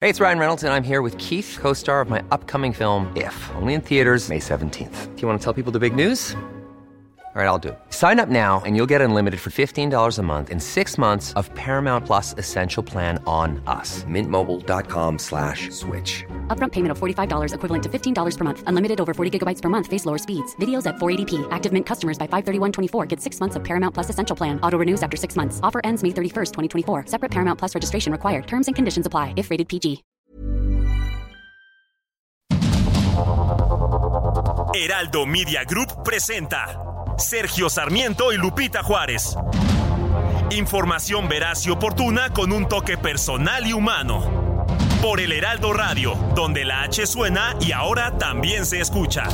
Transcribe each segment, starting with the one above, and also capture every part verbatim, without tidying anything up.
Hey, it's Ryan Reynolds, and I'm here with Keith, co-star of my upcoming film, If, only in theaters May seventeenth. Do you want to tell people the big news? All right, I'll do it. Sign up now and you'll get unlimited for fifteen dollars a month and six months of Paramount Plus Essential Plan on us. Mint Mobile dot com slash switch. Upfront payment of forty-five dollars equivalent to fifteen dollars per month. Unlimited over forty gigabytes per month. Face lower speeds. Videos at four eighty p. Active Mint customers by five thirty-one twenty-four get six months of Paramount Plus Essential Plan. Auto renews after six months. Offer ends May thirty-first, twenty twenty-four. Separate Paramount Plus registration required. Terms and conditions apply if rated P G. Heraldo Media Group presenta Sergio Sarmiento y Lupita Juárez. Información veraz y oportuna con un toque personal y humano. Por el Heraldo Radio, donde la H suena y ahora también se escucha.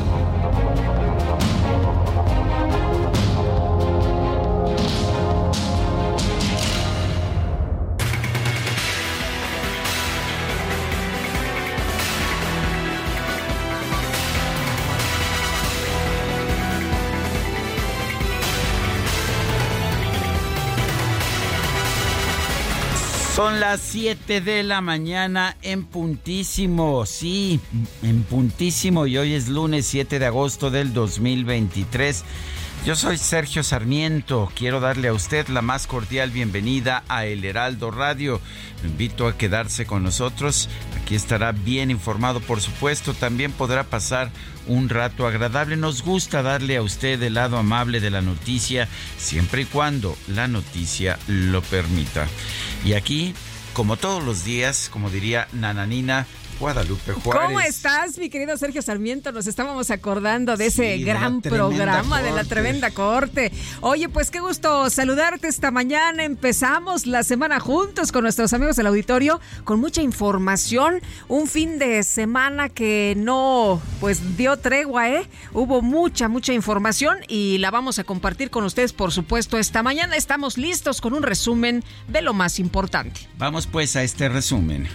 Son las siete de la mañana en puntísimo, sí, en puntísimo, y hoy es lunes siete de agosto del dos mil veintitrés. Yo soy Sergio Sarmiento, quiero darle a usted la más cordial bienvenida a El Heraldo Radio. Lo invito a quedarse con nosotros, aquí estará bien informado, por supuesto, también podrá pasar un rato agradable. Nos gusta darle a usted el lado amable de la noticia, siempre y cuando la noticia lo permita. Y aquí, como todos los días, como diría Nananina, Guadalupe Juárez. ¿Cómo estás, mi querido Sergio Sarmiento? Nos estábamos acordando de ese sí, gran de programa corte. de la tremenda corte. Oye, pues qué gusto saludarte esta mañana. Empezamos la semana juntos con nuestros amigos del auditorio, con mucha información. Un fin de semana que no, pues dio tregua, ¿eh? Hubo mucha, mucha información y la vamos a compartir con ustedes, por supuesto, esta mañana. Estamos listos con un resumen de lo más importante. Vamos pues a este resumen.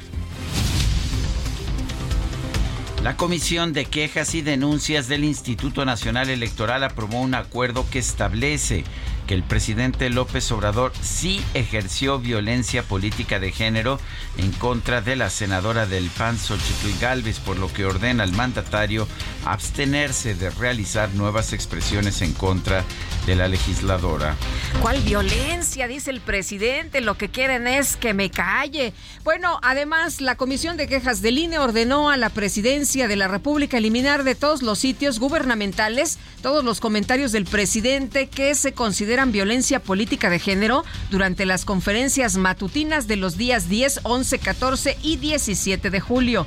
La Comisión de Quejas y Denuncias del Instituto Nacional Electoral aprobó un acuerdo que establece que el presidente López Obrador sí ejerció violencia política de género en contra de la senadora del P A N, Xochitl Gálvez, por lo que ordena al mandatario abstenerse de realizar nuevas expresiones en contra de la legisladora. ¿Cuál violencia? Dice el presidente. Lo que quieren es que me calle. Bueno, además, la Comisión de Quejas del I N E ordenó a la Presidencia de la República eliminar de todos los sitios gubernamentales todos los comentarios del presidente que se consideran violencia política de género durante las conferencias matutinas de los días diez, once, catorce y diecisiete de julio.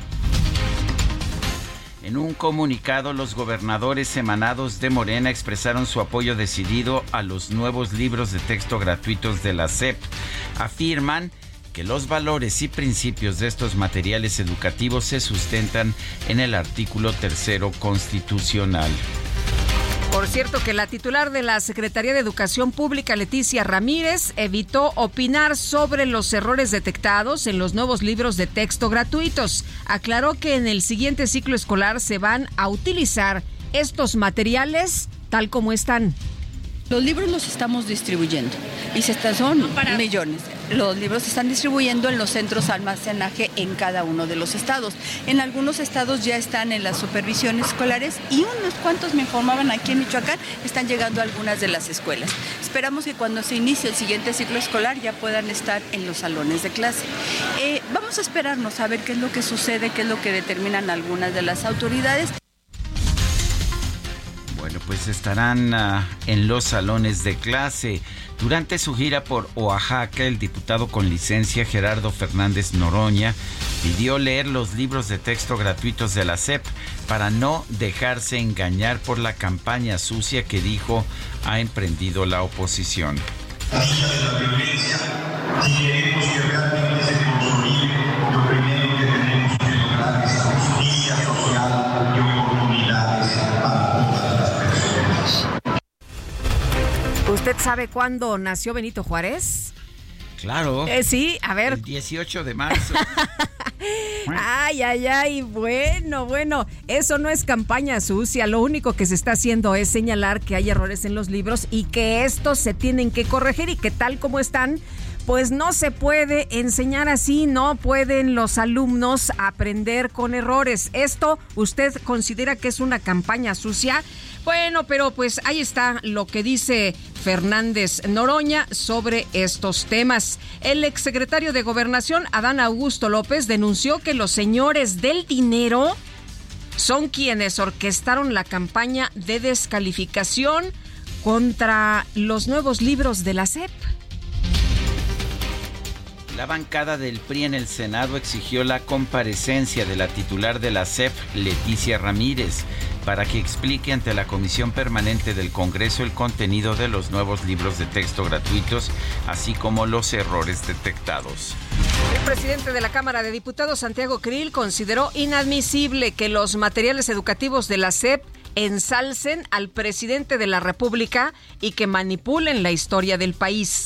En un comunicado, los gobernadores emanados de Morena expresaron su apoyo decidido a los nuevos libros de texto gratuitos de la S E P. Afirman que los valores y principios de estos materiales educativos se sustentan en el artículo tercero constitucional. Por cierto, que la titular de la Secretaría de Educación Pública, Leticia Ramírez, evitó opinar sobre los errores detectados en los nuevos libros de texto gratuitos. Aclaró que en el siguiente ciclo escolar se van a utilizar estos materiales tal como están. Los libros los estamos distribuyendo y se están, son no millones. Los libros se están distribuyendo en los centros de almacenaje en cada uno de los estados. En algunos estados ya están en las supervisiones escolares y unos cuantos, me informaban aquí en Michoacán, están llegando a algunas de las escuelas. Esperamos que cuando se inicie el siguiente ciclo escolar ya puedan estar en los salones de clase. Eh, vamos a esperarnos a ver qué es lo que sucede, qué es lo que determinan algunas de las autoridades. Bueno, pues estarán uh, en los salones de clase. Durante su gira por Oaxaca, el diputado con licencia Gerardo Fernández Noroña pidió leer los libros de texto gratuitos de la S E P para no dejarse engañar por la campaña sucia que dijo ha emprendido la oposición. La vía de la violencia, si queremos que realmente se consolide, lo primero que tenemos que lograr es justicia social y oportunidades para todas las personas. ¿Usted sabe cuándo nació Benito Juárez? Claro. Eh, sí, a ver. El dieciocho de marzo. Ay, ay, ay, bueno, bueno, eso no es campaña sucia, lo único que se está haciendo es señalar que hay errores en los libros y que estos se tienen que corregir y que tal como están, pues no se puede enseñar así, no pueden los alumnos aprender con errores. ¿Esto usted considera que es una campaña sucia? Bueno, pero pues ahí está lo que dice Fernández Noroña sobre estos temas. El exsecretario de Gobernación, Adán Augusto López, denunció que los señores del dinero son quienes orquestaron la campaña de descalificación contra los nuevos libros de la S E P. La bancada del P R I en el Senado exigió la comparecencia de la titular de la S E P, Leticia Ramírez, para que explique ante la Comisión Permanente del Congreso el contenido de los nuevos libros de texto gratuitos, así como los errores detectados. El presidente de la Cámara de Diputados, Santiago Creel, consideró inadmisible que los materiales educativos de la S E P ensalcen al presidente de la República y que manipulen la historia del país.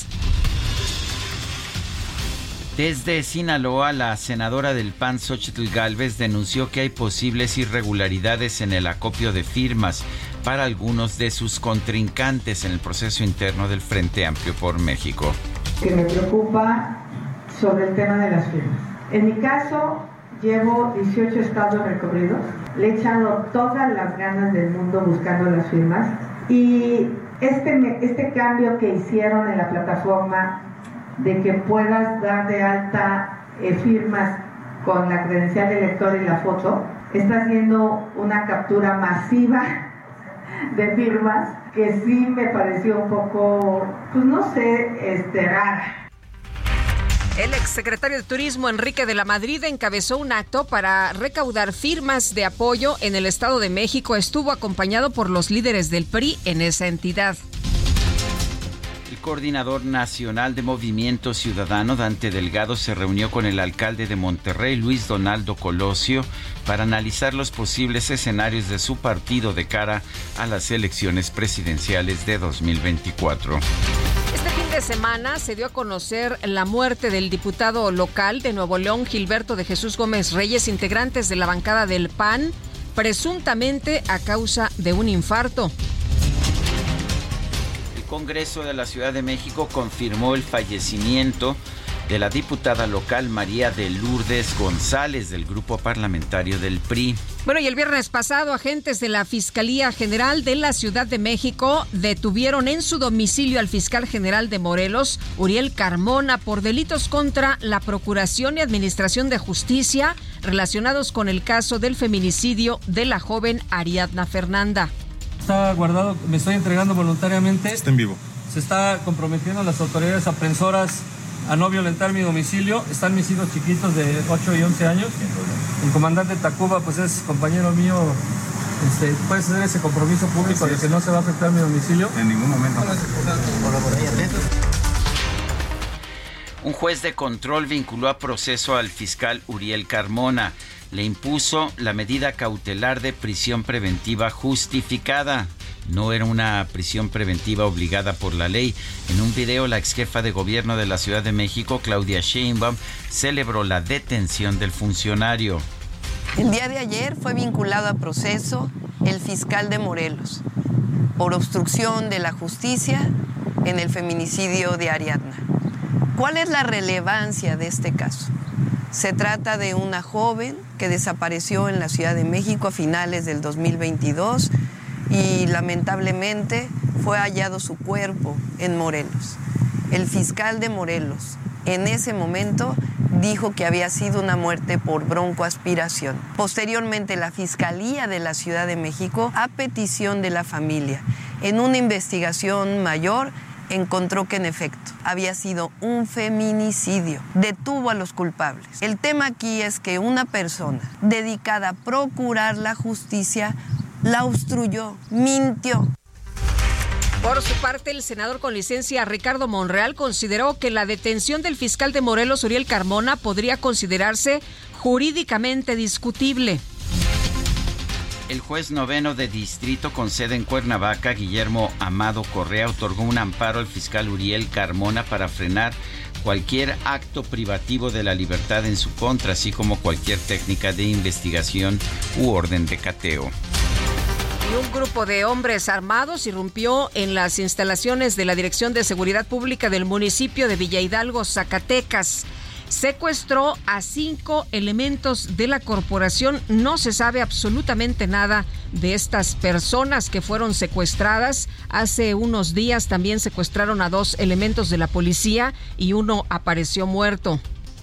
Desde Sinaloa, la senadora del P A N, Xóchitl Gálvez, denunció que hay posibles irregularidades en el acopio de firmas para algunos de sus contrincantes en el proceso interno del Frente Amplio por México. Que me preocupa sobre el tema de las firmas. En mi caso, llevo dieciocho estados recorridos, le he echado todas las ganas del mundo buscando las firmas y este, este cambio que hicieron en la plataforma de que puedas dar de alta eh, firmas con la credencial de lector y la foto, está haciendo una captura masiva de firmas que sí me pareció un poco, pues no sé, este, rara. El exsecretario de Turismo, Enrique de la Madrid, encabezó un acto para recaudar firmas de apoyo en el Estado de México. Estuvo acompañado por los líderes del P R I en esa entidad. El coordinador nacional de Movimiento Ciudadano, Dante Delgado, se reunió con el alcalde de Monterrey, Luis Donaldo Colosio, para analizar los posibles escenarios de su partido de cara a las elecciones presidenciales de dos mil veinticuatro. Este fin de semana se dio a conocer la muerte del diputado local de Nuevo León, Gilberto de Jesús Gómez Reyes, integrantes de la bancada del P A N, presuntamente a causa de un infarto. El Congreso de la Ciudad de México confirmó el fallecimiento de la diputada local María de Lourdes González, del grupo parlamentario del P R I. Bueno, y el viernes pasado, agentes de la Fiscalía General de la Ciudad de México detuvieron en su domicilio al fiscal general de Morelos, Uriel Carmona, por delitos contra la Procuración y Administración de Justicia relacionados con el caso del feminicidio de la joven Ariadna Fernanda. Está guardado, me estoy entregando voluntariamente. Está en vivo. Se está comprometiendo las autoridades aprensoras a no violentar mi domicilio. Están mis hijos chiquitos de ocho y once años. El comandante Tacuba, pues es compañero mío. Este, puede hacer ese compromiso público de que no se va a afectar mi domicilio. En ningún momento. Un juez de control vinculó a proceso al fiscal Uriel Carmona. Le impuso la medida cautelar de prisión preventiva justificada. No era una prisión preventiva obligada por la ley. En un video, la exjefa de gobierno de la Ciudad de México, Claudia Sheinbaum, celebró la detención del funcionario. El día de ayer fue vinculado a proceso el fiscal de Morelos por obstrucción de la justicia en el feminicidio de Ariadna. ¿Cuál es la relevancia de este caso? Se trata de una joven que desapareció en la Ciudad de México a finales del dos mil veintidós y lamentablemente fue hallado su cuerpo en Morelos. El fiscal de Morelos en ese momento dijo que había sido una muerte por broncoaspiración. Posteriormente, la Fiscalía de la Ciudad de México, a petición de la familia, en una investigación mayor, encontró que en efecto había sido un feminicidio. Detuvo a los culpables. El tema aquí es que una persona dedicada a procurar la justicia la obstruyó, mintió. Por su parte, el senador con licencia Ricardo Monreal consideró que la detención del fiscal de Morelos, Uriel Carmona, podría considerarse jurídicamente discutible. El juez noveno de distrito con sede en Cuernavaca, Guillermo Amado Correa, otorgó un amparo al fiscal Uriel Carmona para frenar cualquier acto privativo de la libertad en su contra, así como cualquier técnica de investigación u orden de cateo. Y un grupo de hombres armados irrumpió en las instalaciones de la Dirección de Seguridad Pública del municipio de Villa Hidalgo, Zacatecas. Secuestró a cinco elementos de la corporación. No se sabe absolutamente nada de estas personas que fueron secuestradas. Hace unos días también secuestraron a dos elementos de la policía y uno apareció muerto.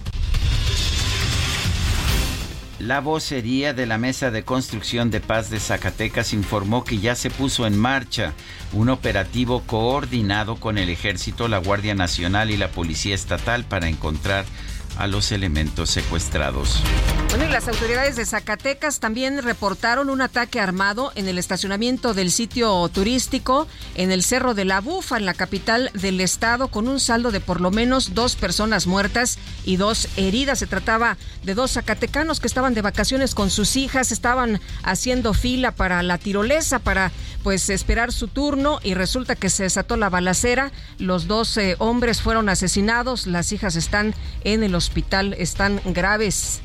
La vocería de la Mesa de Construcción de Paz de Zacatecas informó que ya se puso en marcha un operativo coordinado con el Ejército, la Guardia Nacional y la Policía Estatal para encontrar a los elementos secuestrados. Bueno, y las autoridades de Zacatecas también reportaron un ataque armado en el estacionamiento del sitio turístico en el Cerro de la Bufa, en la capital del estado, con un saldo de por lo menos dos personas muertas y dos heridas. Se trataba de dos zacatecanos que estaban de vacaciones con sus hijas, estaban haciendo fila para la tirolesa, para pues esperar su turno, y resulta que se desató la balacera. Los dos eh, hombres fueron asesinados, las hijas están en el hospital, están graves.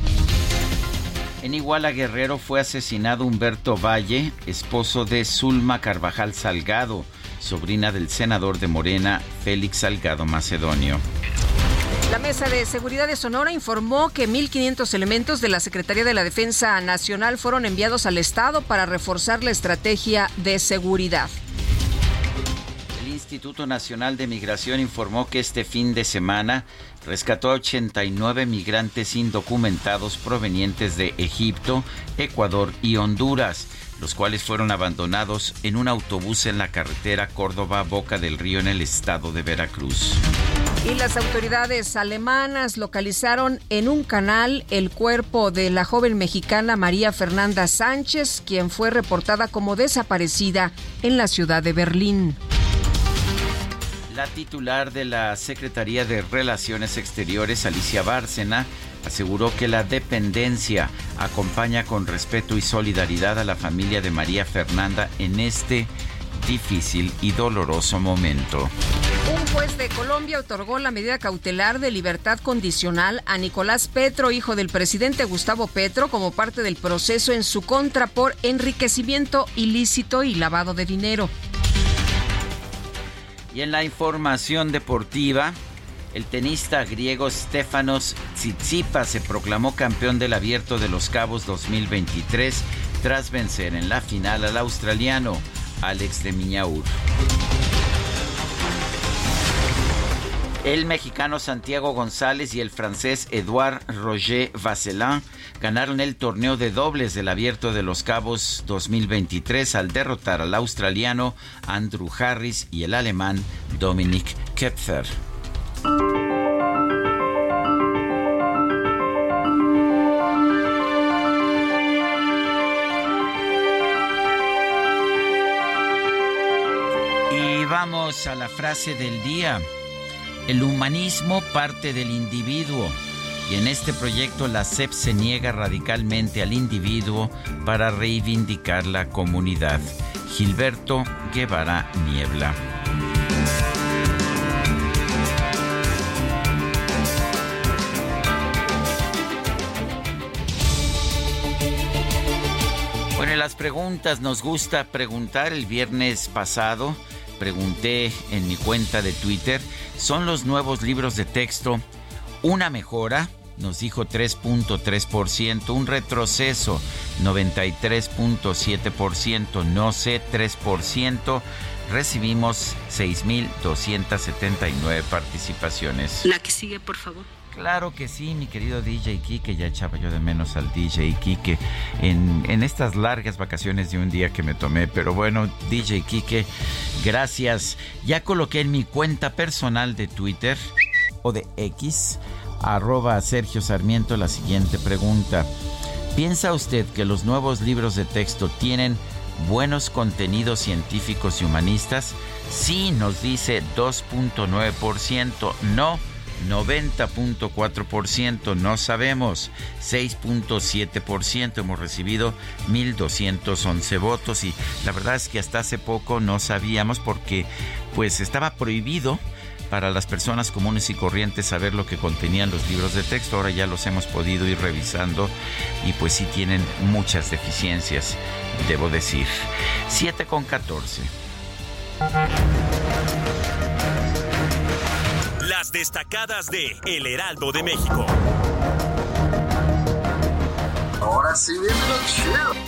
En Iguala, Guerrero, fue asesinado Humberto Valle, esposo de Zulma Carvajal Salgado, sobrina del senador de Morena, Félix Salgado Macedonio. La Mesa de Seguridad de Sonora informó que mil quinientos elementos de la Secretaría de la Defensa Nacional fueron enviados al estado para reforzar la estrategia de seguridad. El Instituto Nacional de Migración informó que este fin de semana rescató a ochenta y nueve migrantes indocumentados provenientes de Egipto, Ecuador y Honduras, los cuales fueron abandonados en un autobús en la carretera Córdoba-Boca del Río en el estado de Veracruz. Y las autoridades alemanas localizaron en un canal el cuerpo de la joven mexicana María Fernanda Sánchez, quien fue reportada como desaparecida en la ciudad de Berlín. La titular de la Secretaría de Relaciones Exteriores, Alicia Bárcena, aseguró que la dependencia acompaña con respeto y solidaridad a la familia de María Fernanda en este difícil y doloroso momento. Un juez de Colombia otorgó la medida cautelar de libertad condicional a Nicolás Petro, hijo del presidente Gustavo Petro, como parte del proceso en su contra por enriquecimiento ilícito y lavado de dinero. Y en la información deportiva, el tenista griego Stefanos Tsitsipas se proclamó campeón del Abierto de Los Cabos dos mil veintitrés tras vencer en la final al australiano Alex de Minaur. El mexicano Santiago González y el francés Edouard Roger Vasselin ganaron el torneo de dobles del Abierto de Los Cabos dos mil veintitrés al derrotar al australiano Andrew Harris y el alemán Dominik Koepfer. Y vamos a la frase del día. El humanismo parte del individuo, y en este proyecto la S E P se niega radicalmente al individuo para reivindicar la comunidad. Gilberto Guevara Niebla. Bueno, en las preguntas nos gusta preguntar. El viernes pasado pregunté en mi cuenta de Twitter, ¿son los nuevos libros de texto una mejora? Nos dijo tres punto tres por ciento, un retroceso noventa y tres punto siete por ciento, no sé, tres por ciento. Recibimos seis mil doscientas setenta y nueve participaciones. La que sigue, por favor. Claro que sí, mi querido D J Kike, ya echaba yo de menos al D J Kike en, en estas largas vacaciones de un día que me tomé, pero bueno, D J Kike, gracias. Ya coloqué en mi cuenta personal de Twitter o de X, arroba Sergio Sarmiento, la siguiente pregunta. ¿Piensa usted que los nuevos libros de texto tienen buenos contenidos científicos y humanistas? Sí, nos dice dos punto nueve por ciento, no, noventa punto cuatro por ciento, no sabemos, seis punto siete por ciento. Hemos recibido mil doscientos once votos y la verdad es que hasta hace poco no sabíamos porque pues estaba prohibido para las personas comunes y corrientes saber lo que contenían los libros de texto. Ahora ya los hemos podido ir revisando y pues sí tienen muchas deficiencias, debo decir. siete con catorce. Las destacadas de El Heraldo de México. Ahora sí viene lo chido.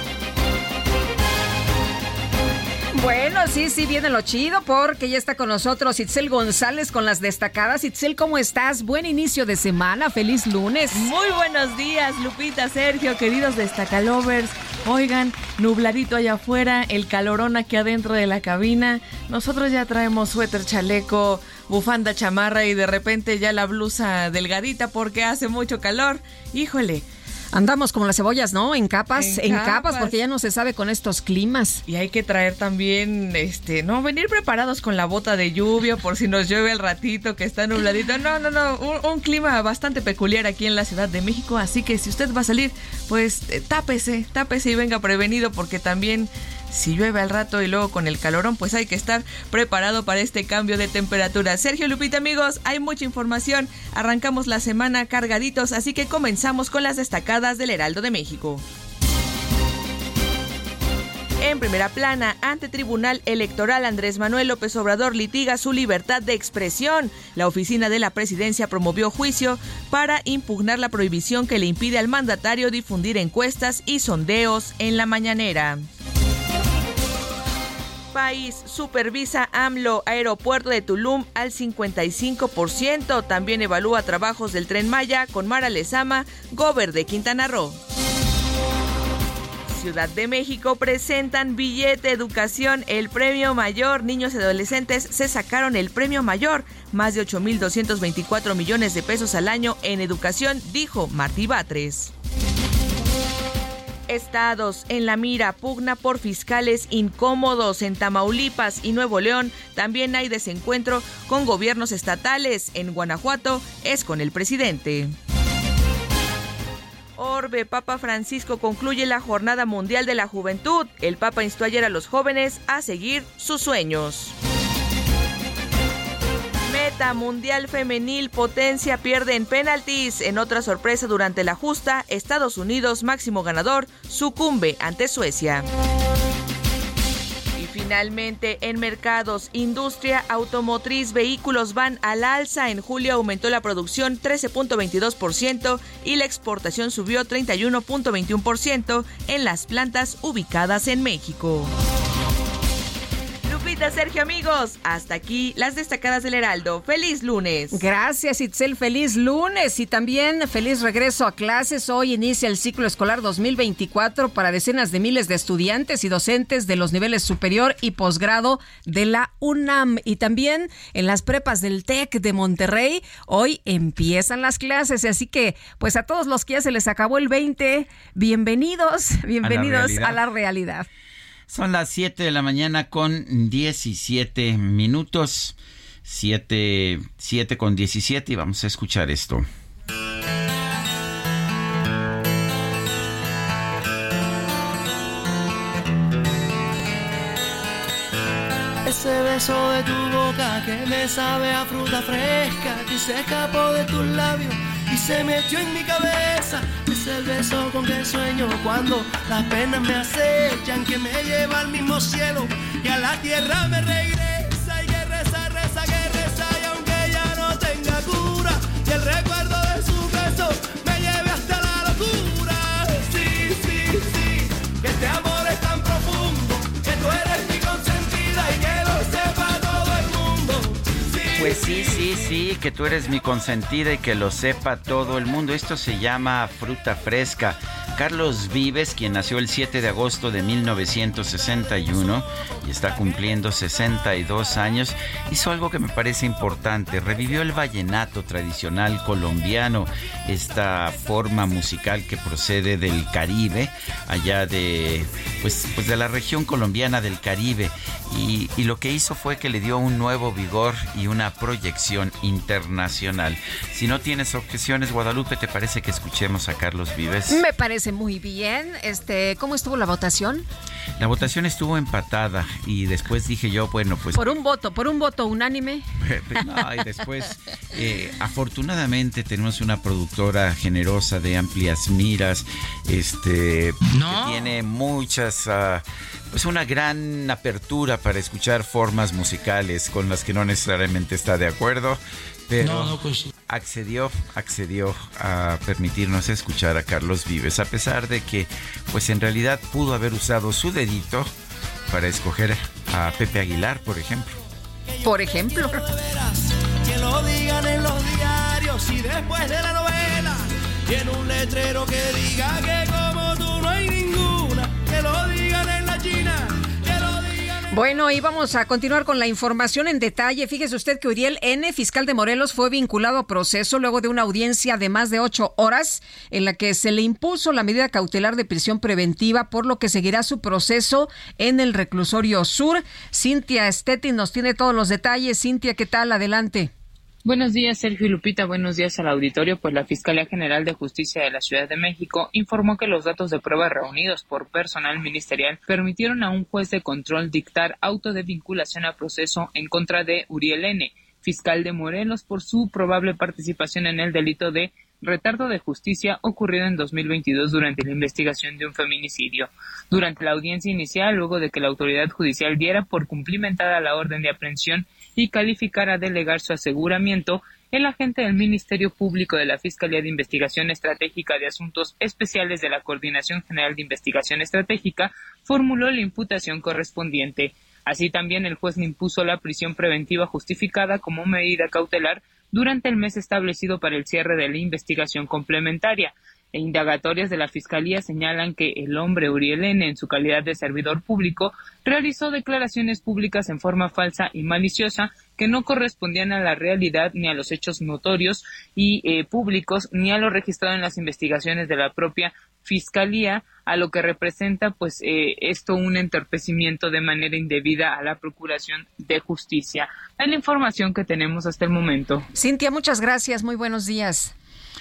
Bueno, sí, sí, viene lo chido porque ya está con nosotros Itzel González con las destacadas. Itzel, ¿cómo estás? Buen inicio de semana, feliz lunes. Muy buenos días, Lupita, Sergio, queridos destacalovers. Oigan, nubladito allá afuera, el calorón aquí adentro de la cabina. Nosotros ya traemos suéter, chaleco, bufanda, chamarra y de repente ya la blusa delgadita porque hace mucho calor. Híjole. Andamos como las cebollas, ¿no? En capas, en, en capas. capas, porque ya no se sabe con estos climas. Y hay que traer también, este, no, venir preparados con la bota de lluvia por si nos llueve al ratito que está nubladito. No, no, no, un, un clima bastante peculiar aquí en la Ciudad de México, así que si usted va a salir, pues eh, tápese, tápese y venga prevenido porque también si llueve al rato y luego con el calorón, pues hay que estar preparado para este cambio de temperatura. Sergio, Lupita, amigos, hay mucha información. Arrancamos la semana cargaditos, así que comenzamos con las destacadas del Heraldo de México. En primera plana, ante Tribunal Electoral, Andrés Manuel López Obrador litiga su libertad de expresión. La oficina de la presidencia promovió juicio para impugnar la prohibición que le impide al mandatario difundir encuestas y sondeos en la mañanera. País supervisa AMLO aeropuerto de Tulum al cincuenta y cinco por ciento. También evalúa trabajos del Tren Maya con Mara Lezama, gober de Quintana Roo. Ciudad de México presentan billete educación, el premio mayor. Niños y adolescentes se sacaron el premio mayor, más de ocho mil doscientos veinticuatro millones de pesos al año en educación, dijo Martí Batres. Estados en la mira, pugna por fiscales incómodos. En Tamaulipas y Nuevo León también hay desencuentro con gobiernos estatales. En Guanajuato es con el presidente. Orbe, Papa Francisco concluye la Jornada Mundial de la Juventud. El Papa instó ayer a los jóvenes a seguir sus sueños. Meta Mundial Femenil, potencia pierde en penaltis. En otra sorpresa durante la justa, Estados Unidos, máximo ganador, sucumbe ante Suecia. Y finalmente, en mercados, industria automotriz, vehículos van al alza. En julio aumentó la producción trece punto veintidós por ciento y la exportación subió treinta y uno punto veintiuno por ciento en las plantas ubicadas en México. Sergio, amigos, hasta aquí las destacadas del Heraldo. ¡Feliz lunes! Gracias, Itzel, feliz lunes y también feliz regreso a clases. Hoy inicia el ciclo escolar dos mil veinticuatro para decenas de miles de estudiantes y docentes de los niveles superior y posgrado de la UNAM. Y también en las prepas del TEC de Monterrey, hoy empiezan las clases. Así que, pues a todos los que ya se les acabó el veinte, bienvenidos, bienvenidos a la realidad. A la realidad. Son las siete de la mañana con diecisiete minutos, siete, siete con diecisiete y vamos a escuchar esto. Ese beso de tu boca que me sabe a fruta fresca, que se escapó de tus labios y se metió en mi cabeza. Es el beso con que sueño cuando las penas me acechan, que me lleva al mismo cielo y a la tierra me regresa. Y que reza, reza, que reza, y aunque ya no tenga cura, y el recuerdo de su beso me lleve hasta la locura. Sí, sí, sí, que este amor es tan profundo, que tú eres mi consentida y que lo sepa todo el mundo. Sí, pues sí, sí, sí, que tú eres mi consentida y que lo sepa todo el mundo. Esto se llama Fruta Fresca. Carlos Vives, quien nació el siete de agosto de mil novecientos sesenta y uno y está cumpliendo sesenta y dos años, hizo algo que me parece importante. Revivió el vallenato tradicional colombiano, esta forma musical que procede del Caribe, allá de, pues, pues de la región colombiana del Caribe. Y, y lo que hizo fue que le dio un nuevo vigor y una proyección internacional. Si no tienes objeciones, Guadalupe, ¿te parece que escuchemos a Carlos Vives? Me parece parece muy bien. Este, ¿cómo estuvo la votación? La votación estuvo empatada y después dije yo, bueno, pues... Por un voto, por un voto unánime. No, y después, eh, afortunadamente tenemos una productora generosa de amplias miras, este, ¿no? Que tiene muchas... Uh, pues una gran apertura para escuchar formas musicales con las que no necesariamente está de acuerdo, pero no, no, pues... accedió, accedió a permitirnos escuchar a Carlos Vives, a pesar de que, pues en realidad pudo haber usado su dedito para escoger a Pepe Aguilar, por ejemplo. Por ejemplo. Que lo digan en los diarios y después de la novela, tiene un letrero que diga que como tú no hay ninguna, que lo digan en la China. Bueno, y vamos a continuar con la información en detalle. Fíjese usted que Uriel N., fiscal de Morelos, fue vinculado a proceso luego de una audiencia de más de ocho horas en la que se le impuso la medida cautelar de prisión preventiva, por lo que seguirá su proceso en el reclusorio sur. Cintia Stettin nos tiene todos los detalles. Cintia, ¿qué tal? Adelante. Buenos días, Sergio y Lupita. Buenos días al auditorio. Pues la Fiscalía General de Justicia de la Ciudad de México informó que los datos de prueba reunidos por personal ministerial permitieron a un juez de control dictar auto de vinculación a proceso en contra de Uriel N., fiscal de Morelos, por su probable participación en el delito de retardo de justicia ocurrido en dos mil veintidós durante la investigación de un feminicidio. Durante la audiencia inicial, luego de que la autoridad judicial diera por cumplimentada la orden de aprehensión y calificara a delegar su aseguramiento, el agente del Ministerio Público de la Fiscalía de Investigación Estratégica de Asuntos Especiales de la Coordinación General de Investigación Estratégica formuló la imputación correspondiente. Así también el juez le impuso la prisión preventiva justificada como medida cautelar durante el mes establecido para el cierre de la investigación complementaria. E indagatorias de la Fiscalía señalan que el hombre Uriel N., en su calidad de servidor público, realizó declaraciones públicas en forma falsa y maliciosa que no correspondían a la realidad ni a los hechos notorios y eh, públicos ni a lo registrado en las investigaciones de la propia Fiscalía, a lo que representa pues eh, esto un entorpecimiento de manera indebida a la Procuración de Justicia. Es la información que tenemos hasta el momento. Cintia, muchas gracias. Muy buenos días.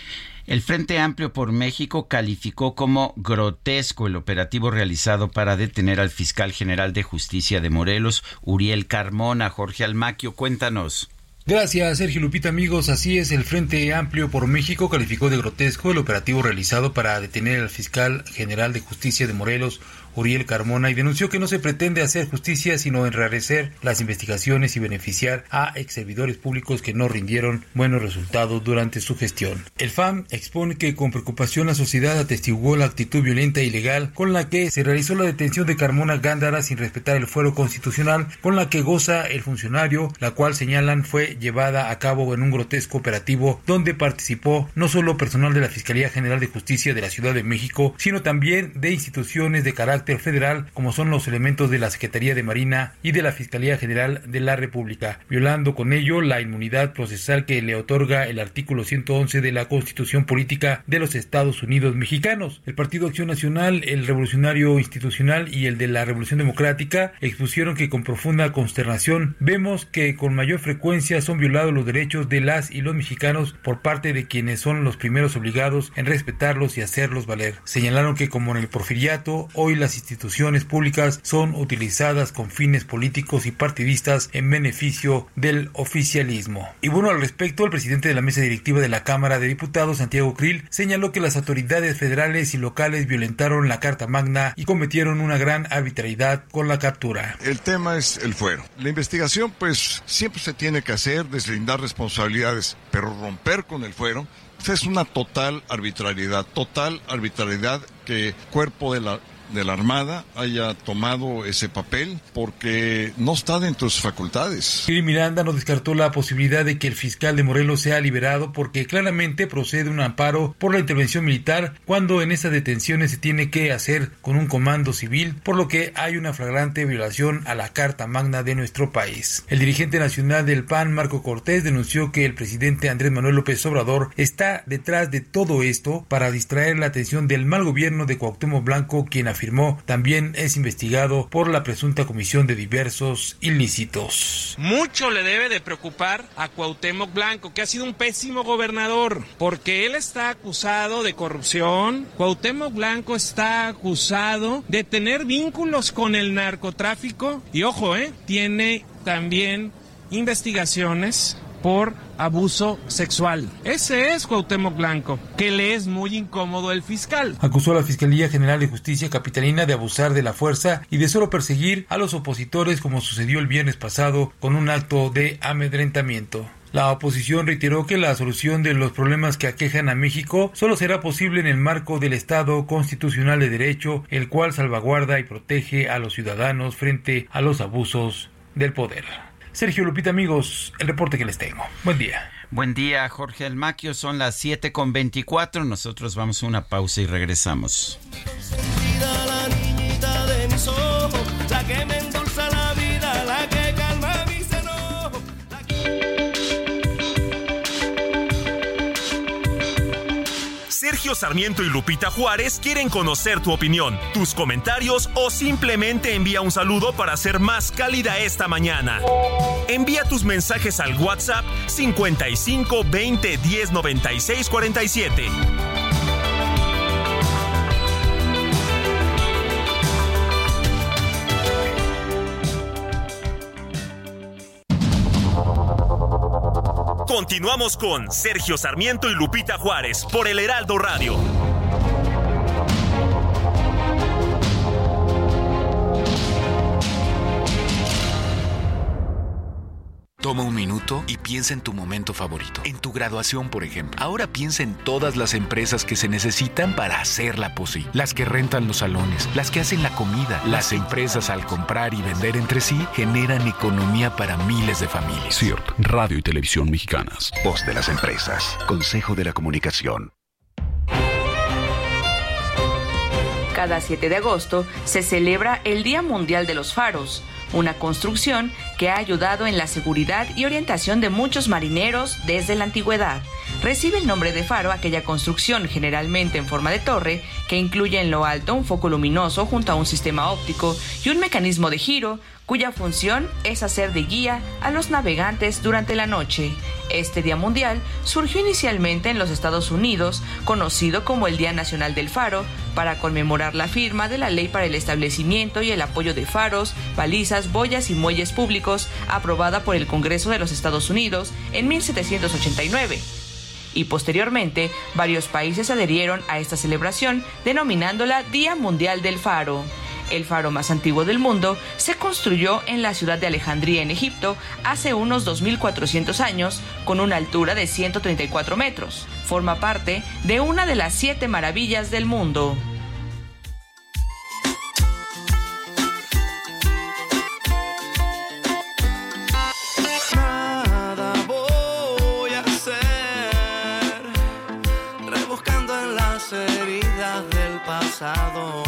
El Frente Amplio por México calificó como grotesco el operativo realizado para detener al fiscal general de Justicia de Morelos, Uriel Carmona. Jorge Almaquio, cuéntanos. Gracias, Sergio, Lupita, amigos. Así es, el Frente Amplio por México calificó de grotesco el operativo realizado para detener al fiscal general de Justicia de Morelos, Uriel Carmona, y denunció que no se pretende hacer justicia, sino enrarecer las investigaciones y beneficiar a ex servidores públicos que no rindieron buenos resultados durante su gestión. El F A M expone que con preocupación la sociedad atestiguó la actitud violenta e ilegal con la que se realizó la detención de Carmona Gándara sin respetar el fuero constitucional con la que goza el funcionario, la cual señalan fue llevada a cabo en un grotesco operativo donde participó no solo personal de la Fiscalía General de Justicia de la Ciudad de México, sino también de instituciones de carácter federal, como son los elementos de la Secretaría de Marina y de la Fiscalía General de la República, violando con ello la inmunidad procesal que le otorga el artículo ciento once de la Constitución Política de los Estados Unidos Mexicanos. El Partido Acción Nacional, el Revolucionario Institucional y el de la Revolución Democrática expusieron que con profunda consternación vemos que con mayor frecuencia son violados los derechos de las y los mexicanos por parte de quienes son los primeros obligados en respetarlos y hacerlos valer. Señalaron que como en el porfiriato, hoy las instituciones públicas son utilizadas con fines políticos y partidistas en beneficio del oficialismo. Y bueno, al respecto, el presidente de la mesa directiva de la Cámara de Diputados, Santiago Krill, señaló que las autoridades federales y locales violentaron la Carta Magna y cometieron una gran arbitrariedad con la captura. El tema es el fuero. La investigación, pues, siempre se tiene que hacer, deslindar responsabilidades, pero romper con el fuero es una total arbitrariedad, total arbitrariedad que cuerpo de la de la Armada haya tomado ese papel porque no está dentro de sus facultades. Krill Miranda no descartó la posibilidad de que el fiscal de Morelos sea liberado porque claramente procede un amparo por la intervención militar cuando en esas detenciones se tiene que hacer con un comando civil, por lo que hay una flagrante violación a la Carta Magna de nuestro país. El dirigente nacional del P A N, Marco Cortés, denunció que el presidente Andrés Manuel López Obrador está detrás de todo esto para distraer la atención del mal gobierno de Cuauhtémoc Blanco, quien afirmó afirmó, también es investigado por la presunta comisión de diversos ilícitos. Mucho le debe de preocupar a Cuauhtémoc Blanco, que ha sido un pésimo gobernador, porque él está acusado de corrupción. Cuauhtémoc Blanco está acusado de tener vínculos con el narcotráfico y ojo, eh, tiene también investigaciones por abuso sexual. Ese es Cuauhtémoc Blanco, que le es muy incómodo el fiscal. Acusó a la Fiscalía General de Justicia capitalina de abusar de la fuerza y de solo perseguir a los opositores, como sucedió el viernes pasado con un acto de amedrentamiento. La oposición reiteró que la solución de los problemas que aquejan a México solo será posible en el marco del Estado constitucional de derecho, el cual salvaguarda y protege a los ciudadanos frente a los abusos del poder. Sergio, Lupita, amigos, el reporte que les tengo. Buen día. Buen día, Jorge Almaquio. Son las siete con veinticuatro. Nosotros vamos a una pausa y regresamos. La niñita de mis ojos, la que me endulza la vida, la que calma mis enojos. Sergio Sarmiento y Lupita Juárez quieren conocer tu opinión, tus comentarios o simplemente envía un saludo para ser más cálida esta mañana. Envía tus mensajes al WhatsApp cincuenta y cinco veinte diez noventa y seis cuarenta y siete. Continuamos con Sergio Sarmiento y Lupita Juárez por el Heraldo Radio. Toma un minuto y piensa en tu momento favorito. En tu graduación, por ejemplo. Ahora piensa en todas las empresas que se necesitan para hacerla posible. Las que rentan los salones, las que hacen la comida. Las empresas, al comprar y vender entre sí, generan economía para miles de familias. C I R T, Radio y Televisión Mexicanas. Voz de las empresas. Consejo de la Comunicación. Cada siete de agosto se celebra el Día Mundial de los Faros, una construcción que ha ayudado en la seguridad y orientación de muchos marineros desde la antigüedad. Recibe el nombre de faro aquella construcción, generalmente en forma de torre, que incluye en lo alto un foco luminoso junto a un sistema óptico y un mecanismo de giro, cuya función es hacer de guía a los navegantes durante la noche. Este Día Mundial surgió inicialmente en los Estados Unidos, conocido como el Día Nacional del Faro, para conmemorar la firma de la Ley para el Establecimiento y el Apoyo de Faros, Balizas, Boyas y Muelles Públicos, aprobada por el Congreso de los Estados Unidos en mil setecientos ochenta y nueve. Y posteriormente, varios países adherieron a esta celebración, denominándola Día Mundial del Faro. El faro más antiguo del mundo se construyó en la ciudad de Alejandría, en Egipto, hace unos dos mil cuatrocientos años, con una altura de ciento treinta y cuatro metros. Forma parte de una de las siete maravillas del mundo. Nada voy a hacer, rebuscando en las heridas del pasado.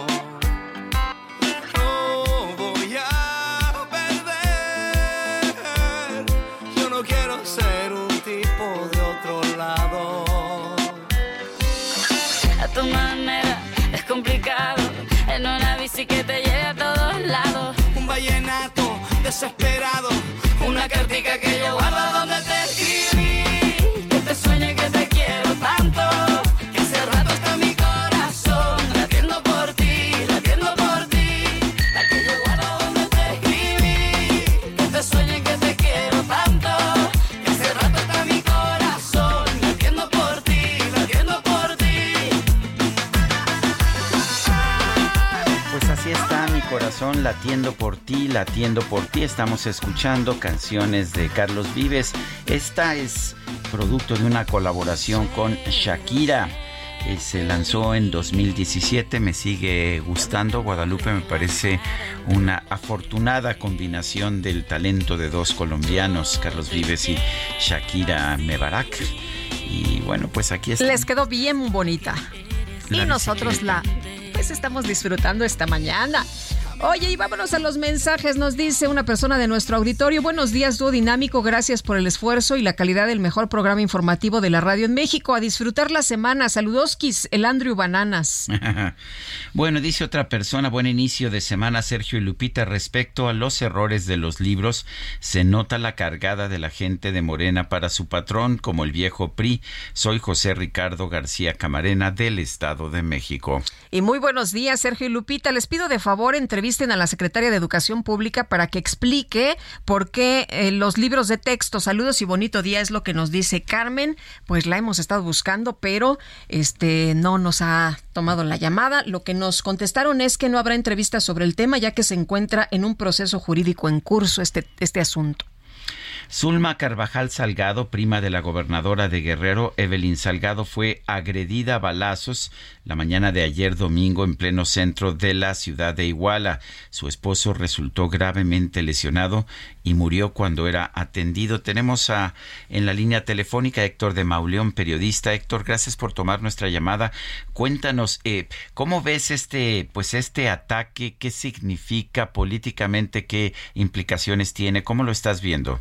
Tu manera es complicado, en una bici que te lleve a todos lados. Un vallenato desesperado, una cartica que yo guardo donde te escribí. Que te sueñe que te quiero tanto, que hace rato está mi corazón latiendo por ti, latiendo por ti. La que yo guardo donde te escribí. Que te sueñe que te quiero tanto, que hace rato está mi corazón latiendo por ti, latiendo por ti. Pues así está mi corazón latiendo por ti, latiendo por ti. Estamos escuchando canciones de Carlos Vives. Esta es producto de una colaboración con Shakira. Eh, se lanzó en dos mil diecisiete, me sigue gustando. Guadalupe, me parece una afortunada combinación del talento de dos colombianos, Carlos Vives y Shakira Mebarak. Y bueno, pues aquí está. Les quedó bien bonita. La y nosotros la pues estamos disfrutando esta mañana. Oye, y vámonos a los mensajes. Nos dice una persona de nuestro auditorio: buenos días, dúo dinámico, gracias por el esfuerzo y la calidad del mejor programa informativo de la radio en México. A disfrutar la semana. Saludoskis, el Andrew Bananas. Bueno, dice otra persona: buen inicio de semana, Sergio y Lupita. Respecto a los errores de los libros, se nota la cargada de la gente de Morena para su patrón, como el viejo P R I. Soy José Ricardo García Camarena, del Estado de México. Y muy buenos días, Sergio y Lupita. Les pido de favor entrevisten a la secretaria de Educación Pública para que explique por qué eh, los libros de texto. Saludos y bonito día, es lo que nos dice Carmen. Pues la hemos estado buscando, pero este no nos ha tomado la llamada. Lo que nos contestaron es que no habrá entrevistas sobre el tema, ya que se encuentra en un proceso jurídico en curso este, este asunto. Zulma Carvajal Salgado, prima de la gobernadora de Guerrero, Evelyn Salgado, fue agredida a balazos la mañana de ayer domingo en pleno centro de la ciudad de Iguala. Su esposo resultó gravemente lesionado y murió cuando era atendido. Tenemos a, en la línea telefónica a Héctor de Mauleón, periodista. Héctor, gracias por tomar nuestra llamada. Cuéntanos, eh, ¿cómo ves este, pues este ataque? ¿Qué significa políticamente? ¿Qué implicaciones tiene? ¿Cómo lo estás viendo?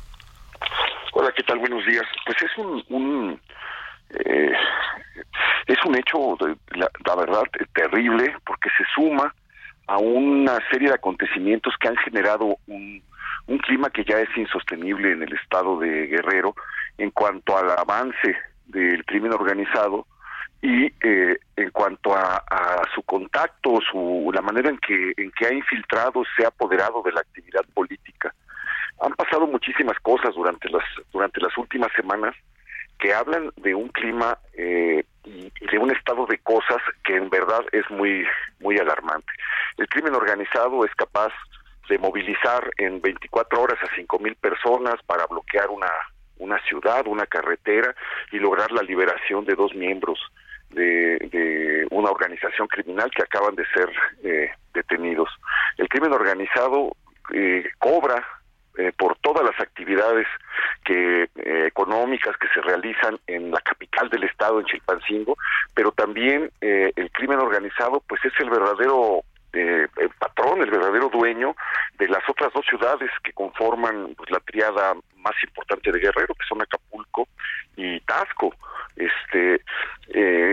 Hola, ¿qué tal? Buenos días. Pues es un, un eh, es un hecho, de, la, la verdad, terrible, porque se suma a una serie de acontecimientos que han generado un, un clima que ya es insostenible en el estado de Guerrero en cuanto al avance del crimen organizado y eh, en cuanto a, a su contacto, su la manera en que en que ha infiltrado, se ha apoderado de la actividad política. Han pasado muchísimas cosas durante las durante las últimas semanas que hablan de un clima eh, y, y de un estado de cosas que en verdad es muy muy alarmante. El crimen organizado es capaz de movilizar en veinticuatro horas a cinco mil personas para bloquear una una ciudad, una carretera y lograr la liberación de dos miembros de, de una organización criminal que acaban de ser eh, detenidos. El crimen organizado eh, cobra Eh, por todas las actividades que eh, económicas que se realizan en la capital del estado, en Chilpancingo, pero también eh, el crimen organizado pues es el verdadero eh, el patrón, el verdadero dueño de las otras dos ciudades que conforman pues, la tríada más importante de Guerrero, que son Acapulco y Taxco. Este, eh,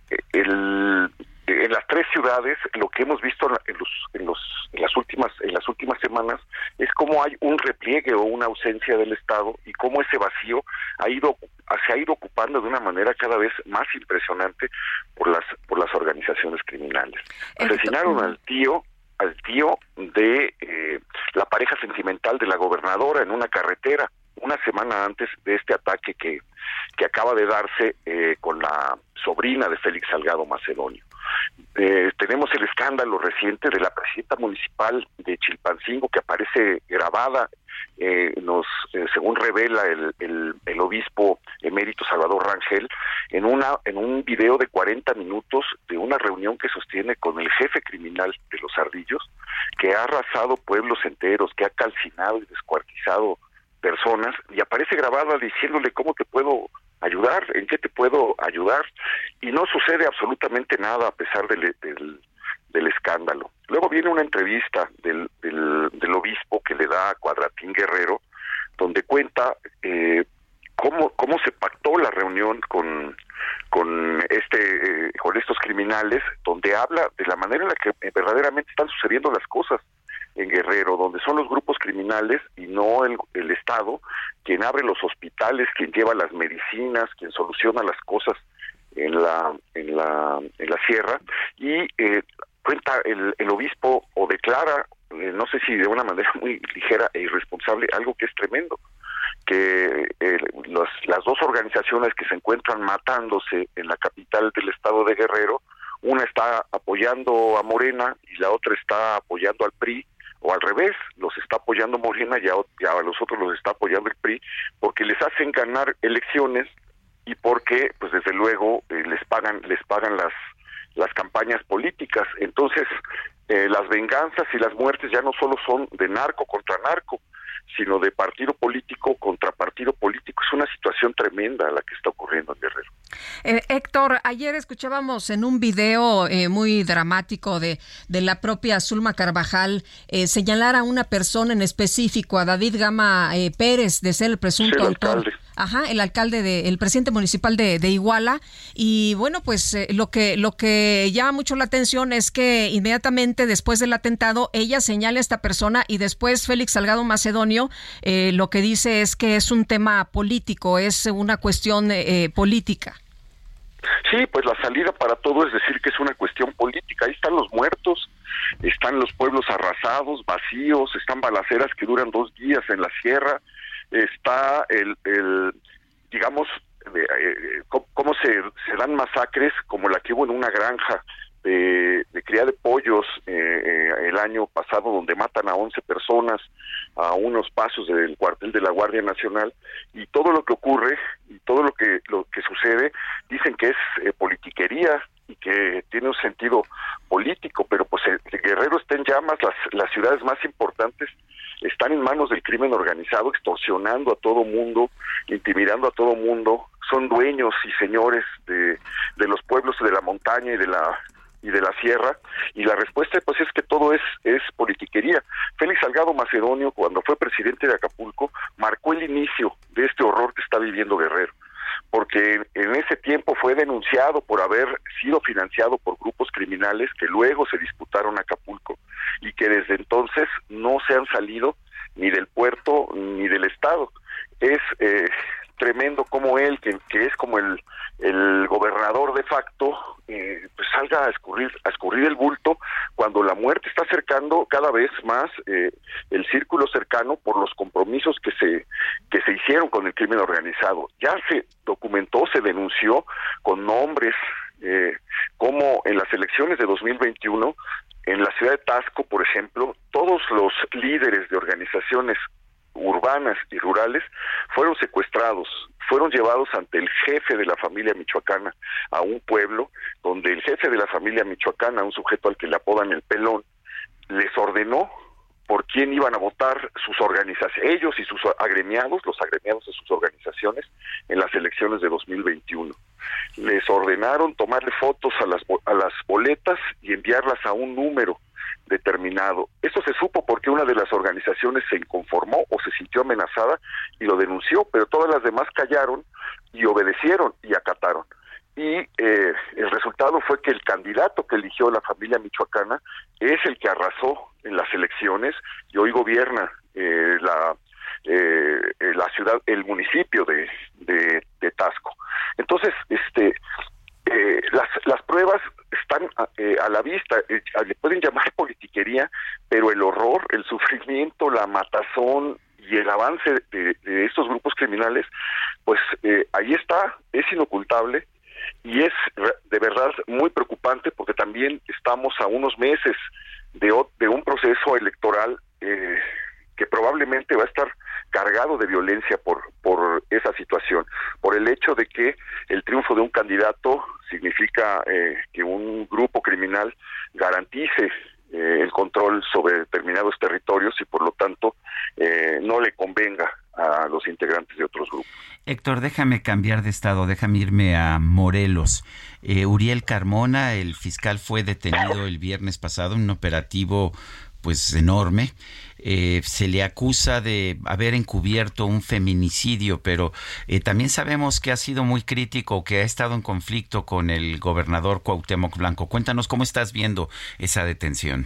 el en las tres ciudades lo que hemos visto en los en los en las últimas en las últimas semanas es cómo hay un repliegue o una ausencia del Estado y cómo ese vacío ha ido se ha ido ocupando de una manera cada vez más impresionante por las por las organizaciones criminales. Asesinaron al tío al tío de eh, la pareja sentimental de la gobernadora en una carretera una semana antes de este ataque que que acaba de darse eh, con la sobrina de Félix Salgado Macedonio. Eh, tenemos el escándalo reciente de la presidenta municipal de Chilpancingo que aparece grabada, eh, nos eh, según revela el, el, el obispo emérito Salvador Rangel, en una en un video de cuarenta minutos de una reunión que sostiene con el jefe criminal de los Ardillos, que ha arrasado pueblos enteros, que ha calcinado y descuartizado personas, y aparece grabada diciéndole cómo te puedo ayudar, en qué te puedo ayudar, y no sucede absolutamente nada a pesar del, del, del escándalo. Luego viene una entrevista del, del, del obispo que le da a Cuadratín Guerrero, donde cuenta eh, cómo cómo se pactó la reunión con con este eh, con estos criminales, donde habla de la manera en la que verdaderamente están sucediendo las cosas en Guerrero, donde son los grupos criminales y no el, el Estado quien abre los hospitales, quien lleva las medicinas, quien soluciona las cosas en la en la en la sierra, y eh, cuenta el, el obispo o declara, eh, no sé si de una manera muy ligera e irresponsable, algo que es tremendo, que eh, los, las dos organizaciones que se encuentran matándose en la capital del estado de Guerrero, una está apoyando a Morena y la otra está apoyando al P R I, o al revés, los está apoyando Morena y a, y a los otros los está apoyando el P R I, porque les hacen ganar elecciones y porque, pues desde luego, eh, les pagan les pagan las las campañas políticas. Entonces, eh, las venganzas y las muertes ya no solo son de narco contra narco, sino de partido político contra partido político. Es una situación tremenda la que está ocurriendo en Guerrero. Eh, Héctor, ayer escuchábamos en un video eh, muy dramático de, de la propia Zulma Carvajal eh, señalar a una persona en específico, a David Gama eh, Pérez, de ser el presunto sí, el autor. Alcalde. Ajá, el alcalde, de, el presidente municipal de, de Iguala. Y bueno, pues eh, lo que lo que llama mucho la atención es que inmediatamente después del atentado ella señala a esta persona y después Félix Salgado Macedonio eh, lo que dice es que es un tema político, es una cuestión eh, política. Sí, pues la salida para todo es decir que es una cuestión política. Ahí están los muertos, están los pueblos arrasados, vacíos, están balaceras que duran dos días en la sierra, está el, el digamos, eh, eh, cómo se, se dan masacres como la que hubo en una granja de, de cría de pollos eh, eh, el año pasado, donde matan a once personas a unos pasos del cuartel de la Guardia Nacional, y todo lo que ocurre y todo lo que lo que sucede dicen que es eh, politiquería y que tiene un sentido político, pero pues el, el Guerrero está en llamas, las, las ciudades más importantes están en manos del crimen organizado, extorsionando a todo mundo, intimidando a todo mundo, son dueños y señores de, de los pueblos de la montaña y de la y de la sierra, y la respuesta pues es que todo es es politiquería. Félix Salgado Macedonio, cuando fue presidente de Acapulco, marcó el inicio de este horror que está viviendo Guerrero, porque en ese tiempo fue denunciado por haber sido financiado por grupos criminales que luego se disputaron Acapulco y que desde entonces no se han salido ni del puerto ni del estado. Es eh, tremendo como él, que, que es como el, el gobernador de facto, eh, pues salga a escurrir, a escurrir el bulto cuando la muerte está acercando cada vez más eh, el círculo cercano por los compromisos que se que se hicieron con el crimen organizado. Ya se documentó, se denunció con nombres, eh, como en las elecciones de dos mil veintiuno, en la ciudad de Tasco, por ejemplo, todos los líderes de organizaciones urbanas y rurales fueron secuestrados, fueron llevados ante el jefe de la familia michoacana a un pueblo donde el jefe de la familia michoacana, un sujeto al que le apodan el Pelón, les ordenó por quién iban a votar sus organizaciones, ellos y sus agremiados, los agremiados de sus organizaciones, en las elecciones de dos mil veintiuno. Les ordenaron tomarle fotos a las a las boletas y enviarlas a un número determinado. Esto se supo porque una de las organizaciones se inconformó o se sintió amenazada y lo denunció, pero todas las demás callaron y obedecieron y acataron. Y eh, el resultado fue que el candidato que eligió la familia michoacana es el que arrasó en las elecciones y hoy gobierna eh, la eh, la ciudad, el municipio de, de, de Tasco. Entonces, este eh, las las pruebas están eh, a la vista, eh, le pueden llamar politiquería, pero el horror, el sufrimiento, la matazón y el avance de, de estos grupos criminales, pues eh, ahí está, es inocultable. Y es de verdad muy preocupante porque también estamos a unos meses de, de un proceso electoral eh, que probablemente va a estar cargado de violencia por, por esa situación, por el hecho de que el triunfo de un candidato significa eh, que un grupo criminal garantice eh, el control sobre determinados territorios y por lo tanto eh, no le convenga a los integrantes de otros grupos. Héctor, déjame cambiar de estado, déjame irme a Morelos. Eh, Uriel Carmona, el fiscal, fue detenido el viernes pasado en un operativo pues enorme. Eh, se le acusa de haber encubierto un feminicidio, pero eh, también sabemos que ha sido muy crítico, que ha estado en conflicto con el gobernador Cuauhtémoc Blanco. Cuéntanos cómo estás viendo esa detención.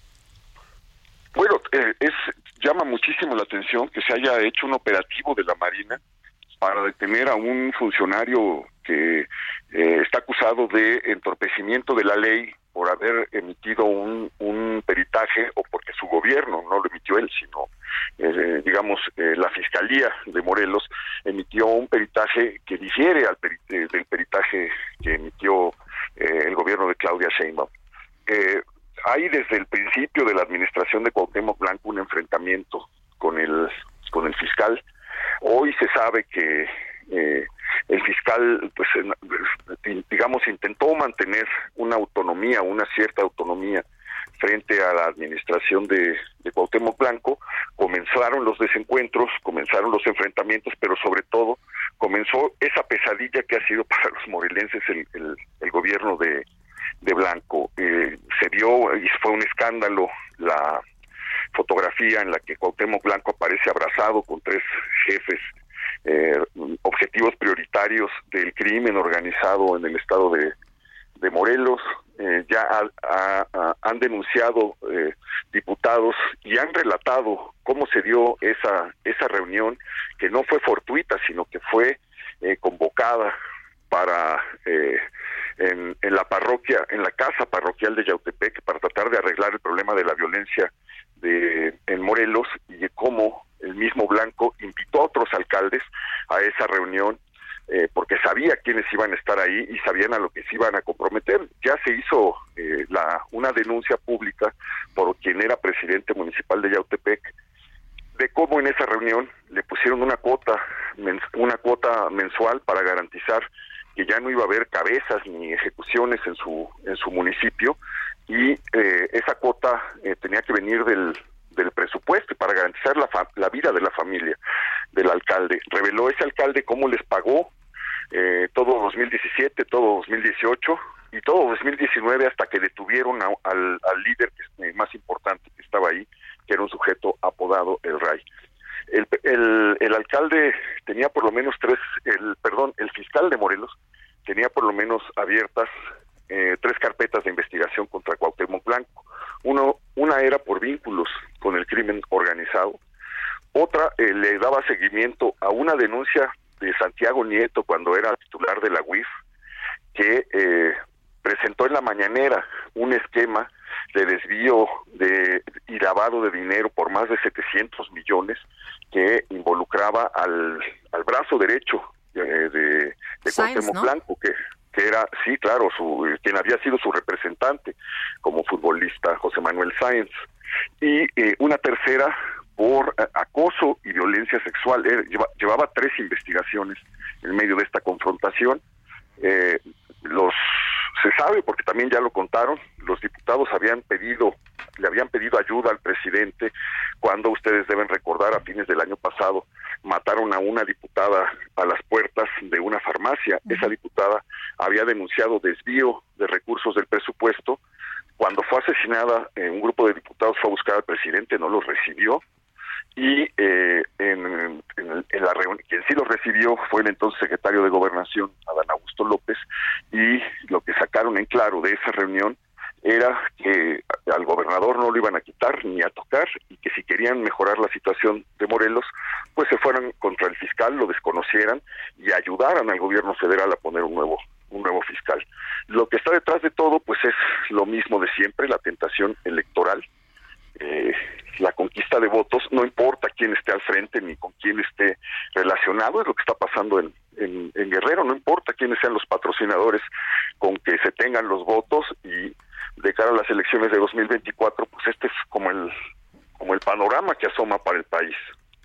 Bueno, eh, es llama muchísimo la atención que se haya hecho un operativo de la Marina para detener a un funcionario que eh, está acusado de entorpecimiento de la ley por haber emitido un, un peritaje, o porque su gobierno, no lo emitió él, sino, eh, digamos, eh, la Fiscalía de Morelos emitió un peritaje que difiere al peri- eh, del peritaje que emitió eh, el gobierno de Claudia Sheinbaum. Eh, hay desde el principio de la administración de Cuauhtémoc Blanco un enfrentamiento con el, con el fiscal. Hoy se sabe que eh, el fiscal, pues, digamos, intentó mantener una autonomía, una cierta autonomía frente a la administración de, de Cuauhtémoc Blanco. Comenzaron los desencuentros, comenzaron los enfrentamientos, pero sobre todo comenzó esa pesadilla que ha sido para los morelenses el, el, el gobierno de, de Blanco. Eh, se dio, y fue un escándalo, la fotografía en la que Cuauhtémoc Blanco aparece abrazado con tres jefes, eh, objetivos prioritarios del crimen organizado en el estado de, de Morelos. Eh, ya ha, ha, ha, han denunciado eh, diputados y han relatado cómo se dio esa esa reunión, que no fue fortuita, sino que fue eh, convocada para eh, en, en la parroquia, en la casa parroquial de Yautepec, para tratar de arreglar el problema de la violencia de en Morelos, y de cómo el mismo Blanco invitó a otros alcaldes a esa reunión, eh, porque sabía quiénes iban a estar ahí y sabían a lo que se iban a comprometer. Ya se hizo eh, la una denuncia pública por quien era presidente municipal de Yautepec, de cómo en esa reunión le pusieron una cuota, una cuota mensual para garantizar que ya no iba a haber cabezas ni ejecuciones en su en su municipio, y eh, esa cuota eh, tenía que venir del del presupuesto para garantizar la, fa- la vida de la familia del alcalde. Reveló ese alcalde cómo les pagó eh, todo dos mil diecisiete, todo dos mil dieciocho y todo dos mil diecinueve, hasta que detuvieron a, al, al líder que, eh, más importante que estaba ahí, que era un sujeto apodado El Ray. El, el, el alcalde tenía por lo menos tres, el perdón, el fiscal de Morelos tenía por lo menos abiertas eh, tres carpetas de investigación contra Cuauhtémoc Blanco. Uno, una era por vínculos con el crimen organizado, otra eh, le daba seguimiento a una denuncia de Santiago Nieto cuando era titular de la U I F, que eh, presentó en la mañanera un esquema de desvío de y lavado de dinero por más de setecientos millones que involucraba al, al brazo derecho eh, de, de Cuauhtémoc, ¿no?, Blanco, que que era, sí, claro, su quien había sido su representante como futbolista, José Manuel Sáenz, y eh, una tercera por eh, acoso y violencia sexual. Eh, lleva, llevaba tres investigaciones en medio de esta confrontación. Eh, los se sabe, porque también ya lo contaron, los diputados habían pedido, le habían pedido ayuda al presidente cuando, ustedes deben recordar, a fines del año pasado mataron a una diputada a las puertas de una farmacia. Uh-huh. Esa diputada había denunciado desvío de recursos del presupuesto. Cuando fue asesinada, eh, un grupo de diputados fue a buscar al presidente, no los recibió, y eh, en, en, en la reunión, quien sí los recibió fue el entonces secretario de Gobernación, Adán Augusto López, y lo que sacaron en claro de esa reunión era que al gobernador no lo iban a quitar ni a tocar, y que si querían mejorar la situación de Morelos, pues se fueran contra el fiscal, lo desconocieran y ayudaran al gobierno federal a poner un nuevo un nuevo fiscal. Lo que está detrás de todo, pues es lo mismo de siempre, la tentación electoral, eh, la conquista de votos. No importa quién esté al frente ni con quién esté relacionado, es lo que está pasando en, en, en Guerrero. No importa quiénes sean los patrocinadores con que se tengan los votos, y de cara a las elecciones de dos mil veinticuatro, pues este es como el como el panorama que asoma para el país.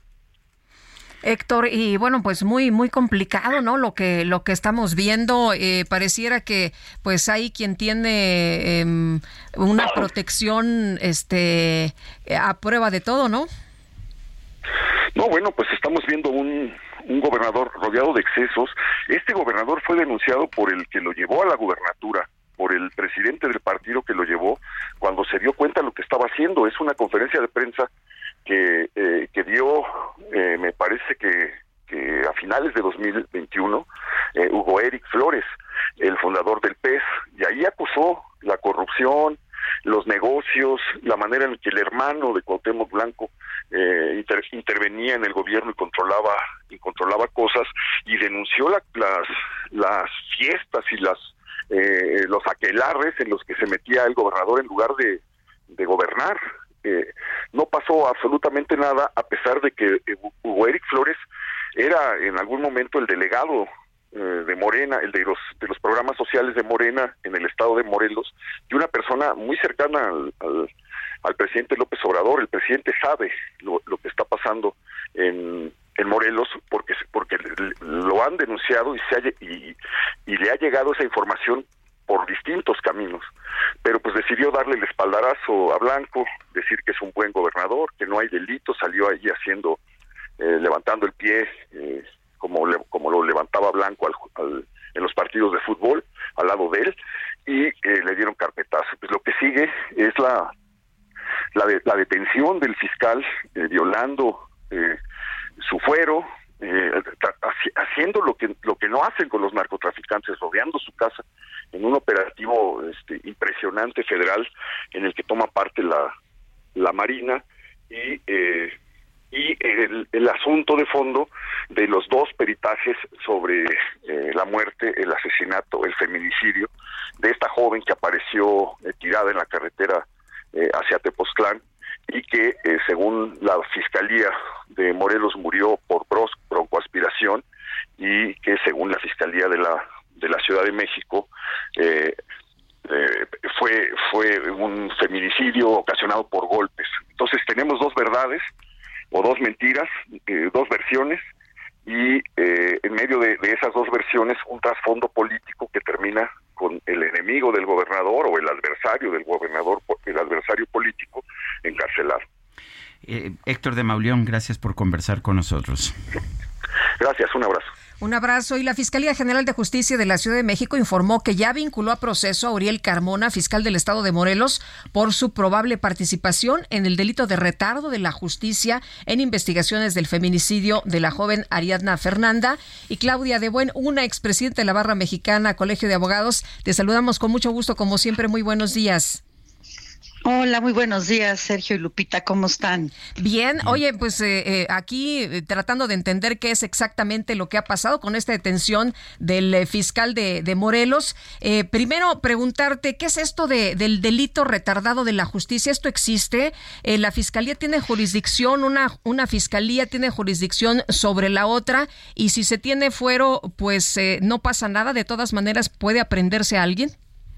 Héctor, y bueno, pues muy muy complicado, ¿no? Lo que lo que estamos viendo, eh, pareciera que pues hay quien tiene eh, una protección este a prueba de todo, ¿no? No, bueno, pues estamos viendo un un gobernador rodeado de excesos. Este gobernador fue denunciado por el que lo llevó a la gubernatura, por el presidente del partido que lo llevó, cuando se dio cuenta de lo que estaba haciendo. Es una conferencia de prensa que eh, que dio, eh, me parece que, que a finales de dos mil veintiuno, eh, Hugo Eric Flores, el fundador del P E S, y ahí acusó la corrupción, los negocios, la manera en que el hermano de Cuauhtémoc Blanco eh, inter, intervenía en el gobierno y controlaba y controlaba cosas, y denunció la, las las fiestas y las eh, los aquelarres en los que se metía el gobernador en lugar de, de gobernar. Eh, no pasó absolutamente nada, a pesar de que Hugo Eric Flores era en algún momento el delegado eh, de Morena, el de los de los programas sociales de Morena en el estado de Morelos, y una persona muy cercana al, al, al presidente López Obrador. El presidente sabe lo, lo que está pasando en, en Morelos, porque porque lo han denunciado y se ha, y, y le ha llegado esa información por distintos caminos. Pero pues pues decidió darle el espaldarazo a Blanco, decir que es un buen gobernador, que no hay delito, salió ahí haciendo, eh, levantando el pie, eh, como le, como lo levantaba Blanco al, al, en los partidos de fútbol, al lado de él, y eh, le dieron carpetazo. Pues lo que sigue es la la, de, la detención del fiscal, eh, violando eh, su fuero, eh, haciendo lo que lo que no hacen con los narcotraficantes, rodeando su casa en un operativo este, impresionante federal en el que toma parte la la Marina y eh, y el, el asunto de fondo de los dos peritajes sobre eh, la muerte, el asesinato, el feminicidio de esta joven que apareció eh, tirada en la carretera eh, hacia Tepoztlán y que eh, según la Fiscalía de Morelos murió por bros, broncoaspiración y que según la Fiscalía de la de la Ciudad de México eh, eh, fue fue un feminicidio ocasionado por golpes. Entonces tenemos dos verdades o dos mentiras, eh, dos versiones, y eh, en medio de, de esas dos versiones un trasfondo político que termina con el enemigo del gobernador o el adversario del gobernador, el adversario político, encarcelado. Eh, Héctor de Mauleón, gracias por conversar con nosotros. Gracias, un abrazo. Un abrazo. Y la Fiscalía General de Justicia de la Ciudad de México informó que ya vinculó a proceso a Uriel Carmona, fiscal del estado de Morelos, por su probable participación en el delito de retardo de la justicia en investigaciones del feminicidio de la joven Ariadna Fernanda. Y Claudia de Buen, una expresidenta de la Barra Mexicana, Colegio de Abogados, te saludamos con mucho gusto, como siempre. Muy buenos días. Hola, muy buenos días, Sergio y Lupita, ¿cómo están? Bien, oye, pues eh, eh, aquí eh, tratando de entender qué es exactamente lo que ha pasado con esta detención del eh, fiscal de, de Morelos. Eh, primero, preguntarte, ¿qué es esto de, del delito retardado de la justicia? ¿Esto existe? Eh, ¿La fiscalía tiene jurisdicción, una, una fiscalía tiene jurisdicción sobre la otra? Y si se tiene fuero, pues eh, no pasa nada, de todas maneras, ¿puede aprenderse a alguien?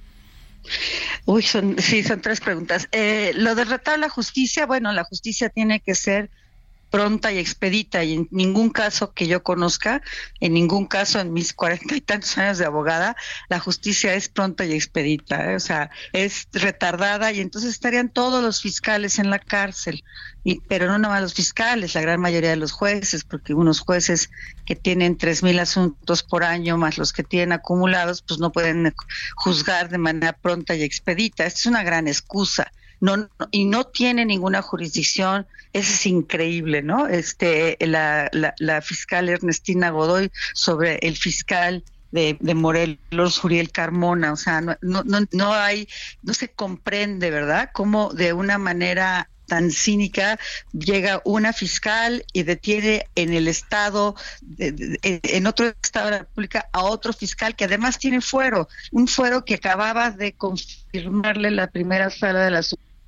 Uy, son, sí, son tres preguntas. Eh, lo de retar la justicia, bueno, la justicia tiene que ser pronta y expedita, y en ningún caso que yo conozca, en ningún caso en mis cuarenta y tantos años de abogada, la justicia es pronta y expedita, ¿eh? O sea, es retardada, y entonces estarían todos los fiscales en la cárcel, y pero no nada más los fiscales, la gran mayoría de los jueces, porque unos jueces que tienen tres mil asuntos por año, más los que tienen acumulados, pues no pueden juzgar de manera pronta y expedita. Esta es una gran excusa. No, no, y no tiene ninguna jurisdicción. Eso es increíble, ¿no? Este, la, la, la fiscal Ernestina Godoy sobre el fiscal de, de Morelos, Uriel Carmona, o sea, no, no, no, no hay, no se comprende, ¿verdad? Cómo de una manera tan cínica llega una fiscal y detiene en el estado, de, de, en otro estado de la República, a otro fiscal que además tiene fuero, un fuero que acababa de confirmarle la primera sala de la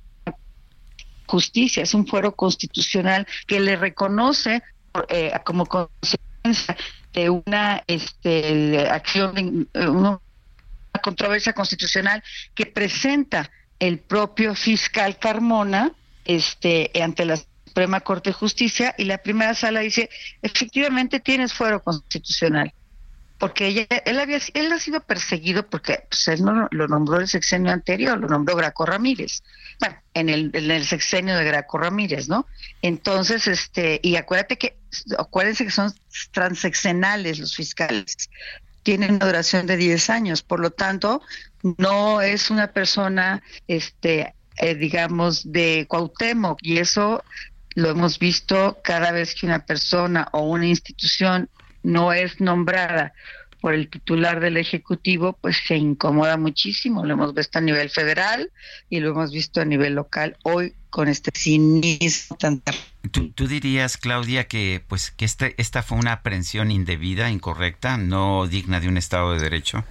Justicia, es un fuero constitucional que le reconoce eh, como consecuencia de una este, acción, de, una controversia constitucional que presenta el propio fiscal Carmona este, ante la Suprema Corte de Justicia, y la primera sala dice, efectivamente tienes fuero constitucional. Porque ella, él había él ha sido perseguido porque pues, él no lo nombró el sexenio anterior, lo nombró Graco Ramírez. Bueno, en el, en el sexenio de Graco Ramírez, ¿no? Entonces, este, y acuérdate que, acuérdense que son transeccionales los fiscales, tienen una duración de diez años, por lo tanto, no es una persona, este, eh, digamos, de Cuauhtémoc, y eso lo hemos visto cada vez que una persona o una institución no es nombrada por el titular del Ejecutivo, pues se incomoda muchísimo. Lo hemos visto a nivel federal y lo hemos visto a nivel local hoy con este cinismo tan... ¿Tú, tú dirías, Claudia, que pues que este, esta fue una aprehensión indebida, incorrecta, no digna de un Estado de Derecho?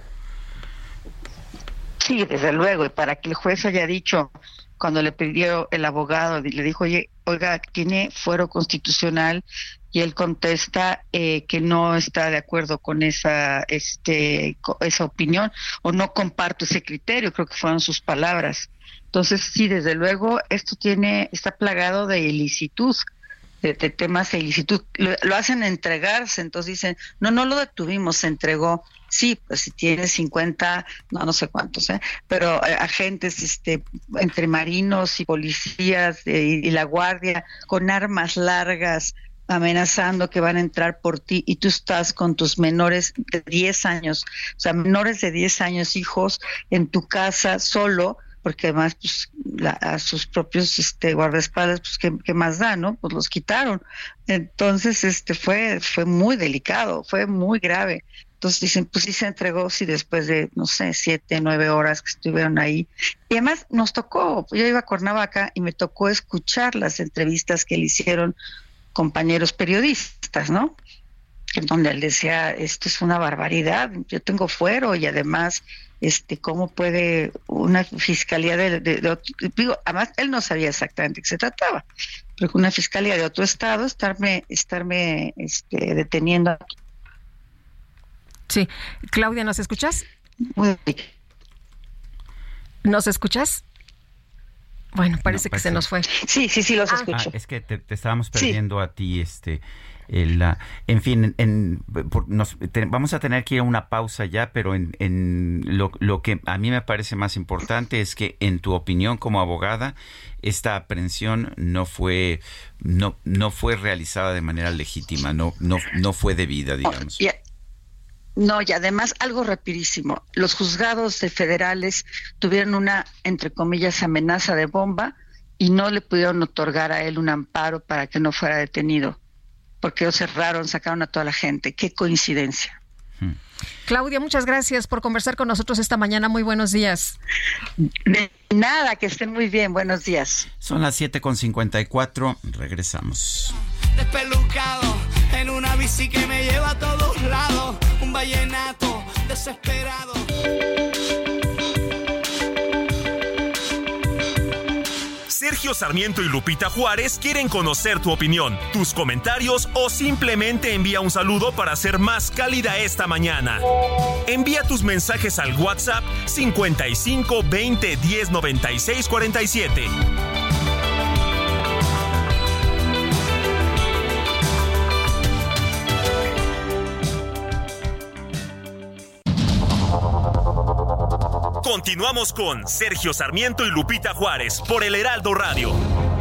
Sí, desde luego, y para que el juez haya dicho, cuando le pidió el abogado, le dijo, oye, oiga, tiene fuero constitucional, y él contesta eh, que no está de acuerdo con esa este con esa opinión, o no comparto ese criterio, creo que fueron sus palabras. Entonces, sí, desde luego, esto tiene está plagado de ilicitud. de, de temas de ilicitud, lo, lo hacen entregarse, entonces dicen, no, no lo detuvimos, se entregó. Sí, pues si tienes cincuenta, no, no sé cuántos, ¿eh? pero eh, agentes este, entre marinos y policías eh, y, y la guardia con armas largas amenazando que van a entrar por ti y tú estás con tus menores de diez años, o sea, menores de diez años, hijos, en tu casa solo, porque además pues la, a sus propios este guardaespaldas pues qué, qué más da, ¿no? Pues los quitaron. Entonces este fue fue muy delicado, fue muy grave. Entonces dicen, pues sí se entregó, sí, después de, no sé, siete, nueve horas que estuvieron ahí. Y además nos tocó, yo iba a Cuernavaca y me tocó escuchar las entrevistas que le hicieron compañeros periodistas, ¿no? En donde él decía, esto es una barbaridad, yo tengo fuero y además, este, ¿cómo puede una fiscalía de, de, de otro, digo, además él no sabía exactamente de qué se trataba, pero una fiscalía de otro estado estarme, estarme, este, deteniendo aquí. Sí. Claudia, ¿nos escuchas? Muy bien. ¿Nos escuchas? Bueno, parece no, pues que se sí. nos fue. Sí, sí, sí, los ah. escucho. Ah, es que te, te estábamos perdiendo sí. a ti, este... El, uh, en fin, en, en, por, nos, te, vamos a tener que ir a una pausa ya, pero en, en lo, lo que a mí me parece más importante es que, en tu opinión como abogada, esta aprehensión no fue no no fue realizada de manera legítima, no no no fue debida, digamos. Oh, yeah. No, y además algo rapidísimo. Los juzgados de federales tuvieron una, entre comillas, amenaza de bomba y no le pudieron otorgar a él un amparo para que no fuera detenido. Porque ellos cerraron, sacaron a toda la gente. ¡Qué coincidencia! Claudia, muchas gracias por conversar con nosotros esta mañana. Muy buenos días. De nada, que estén muy bien. Buenos días. Son las siete con cincuenta y cuatro. Regresamos. Despelucado en una bici que me lleva a todos lados. Un vallenato desesperado. Sergio Sarmiento y Lupita Juárez quieren conocer tu opinión, tus comentarios o simplemente envía un saludo para ser más cálida esta mañana. Envía tus mensajes al WhatsApp cincuenta y cinco veinte diez noventa y seis cuarenta y siete. Continuamos con Sergio Sarmiento y Lupita Juárez por el Heraldo Radio.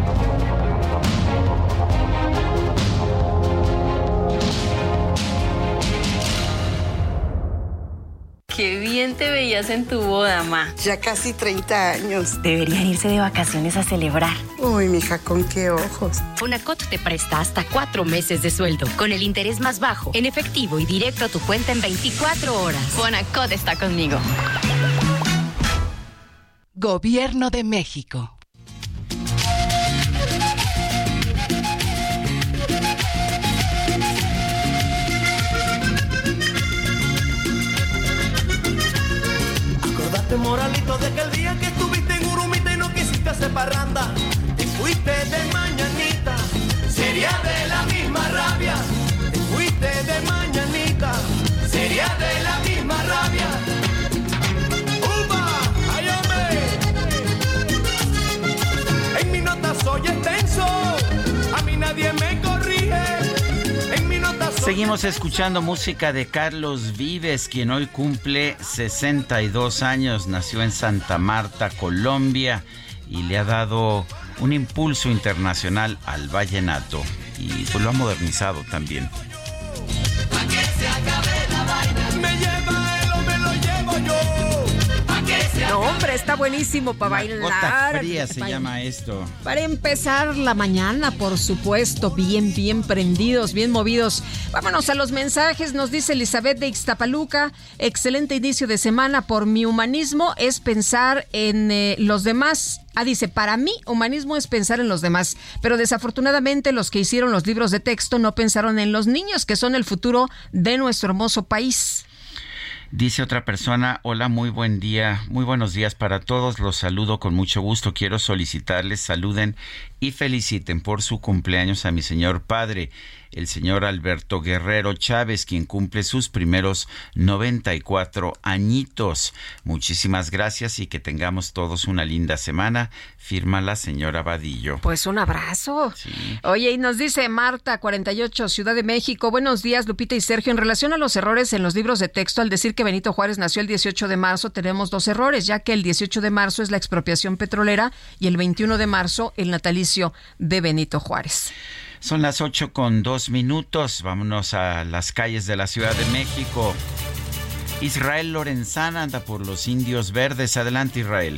Qué bien te veías en tu boda, ma. Ya casi treinta años. Deberían irse de vacaciones a celebrar. Uy, mija, ¿con qué ojos? Fonacot te presta hasta cuatro meses de sueldo, con el interés más bajo, en efectivo y directo a tu cuenta en veinticuatro horas. Fonacot está conmigo. Gobierno de México. Acordate, moralito, de aquel día que estuviste en Urumita y no quisiste hacer parranda. Te fuiste de mañanita, sería de la misma rabia. Te fuiste de mañanita, sería de la misma rabia. Soy extenso, a mí nadie me corrige. En mi nota soy Seguimos escuchando música de Carlos Vives, quien hoy cumple sesenta y dos años. Nació en Santa Marta, Colombia, y le ha dado un impulso internacional al vallenato. Y pues lo ha modernizado también. Pa' que se acabe la vaina. Me lleva él o me lo llevo yo. No, hombre, está buenísimo para bailar. Gota fría se llama esto. Para empezar la mañana, por supuesto, bien, bien prendidos, bien movidos. Vámonos a los mensajes. Nos dice Elizabeth de Ixtapaluca. Excelente inicio de semana. Por mi humanismo es pensar en eh, los demás. Ah, dice, para mí, humanismo es pensar en los demás. Pero desafortunadamente los que hicieron los libros de texto no pensaron en los niños, que son el futuro de nuestro hermoso país. Dice otra persona, hola, muy buen día, muy buenos días para todos, los saludo con mucho gusto, quiero solicitarles, saluden y feliciten por su cumpleaños a mi señor padre, el señor Alberto Guerrero Chávez, quien cumple sus primeros noventa y cuatro añitos. Muchísimas gracias y que tengamos todos una linda semana. Firma la señora Vadillo. Pues un abrazo. Sí. Oye, y nos dice Marta, cuarenta y ocho, Ciudad de México. Buenos días, Lupita y Sergio. En relación a los errores en los libros de texto, al decir que Benito Juárez nació el dieciocho de marzo, tenemos dos errores, ya que el dieciocho de marzo es la expropiación petrolera y el veintiuno de marzo el natalicio de Benito Juárez. Son las ocho con dos minutos. Vámonos a las calles de la Ciudad de México. Israel Lorenzana anda por los Indios Verdes. Adelante, Israel.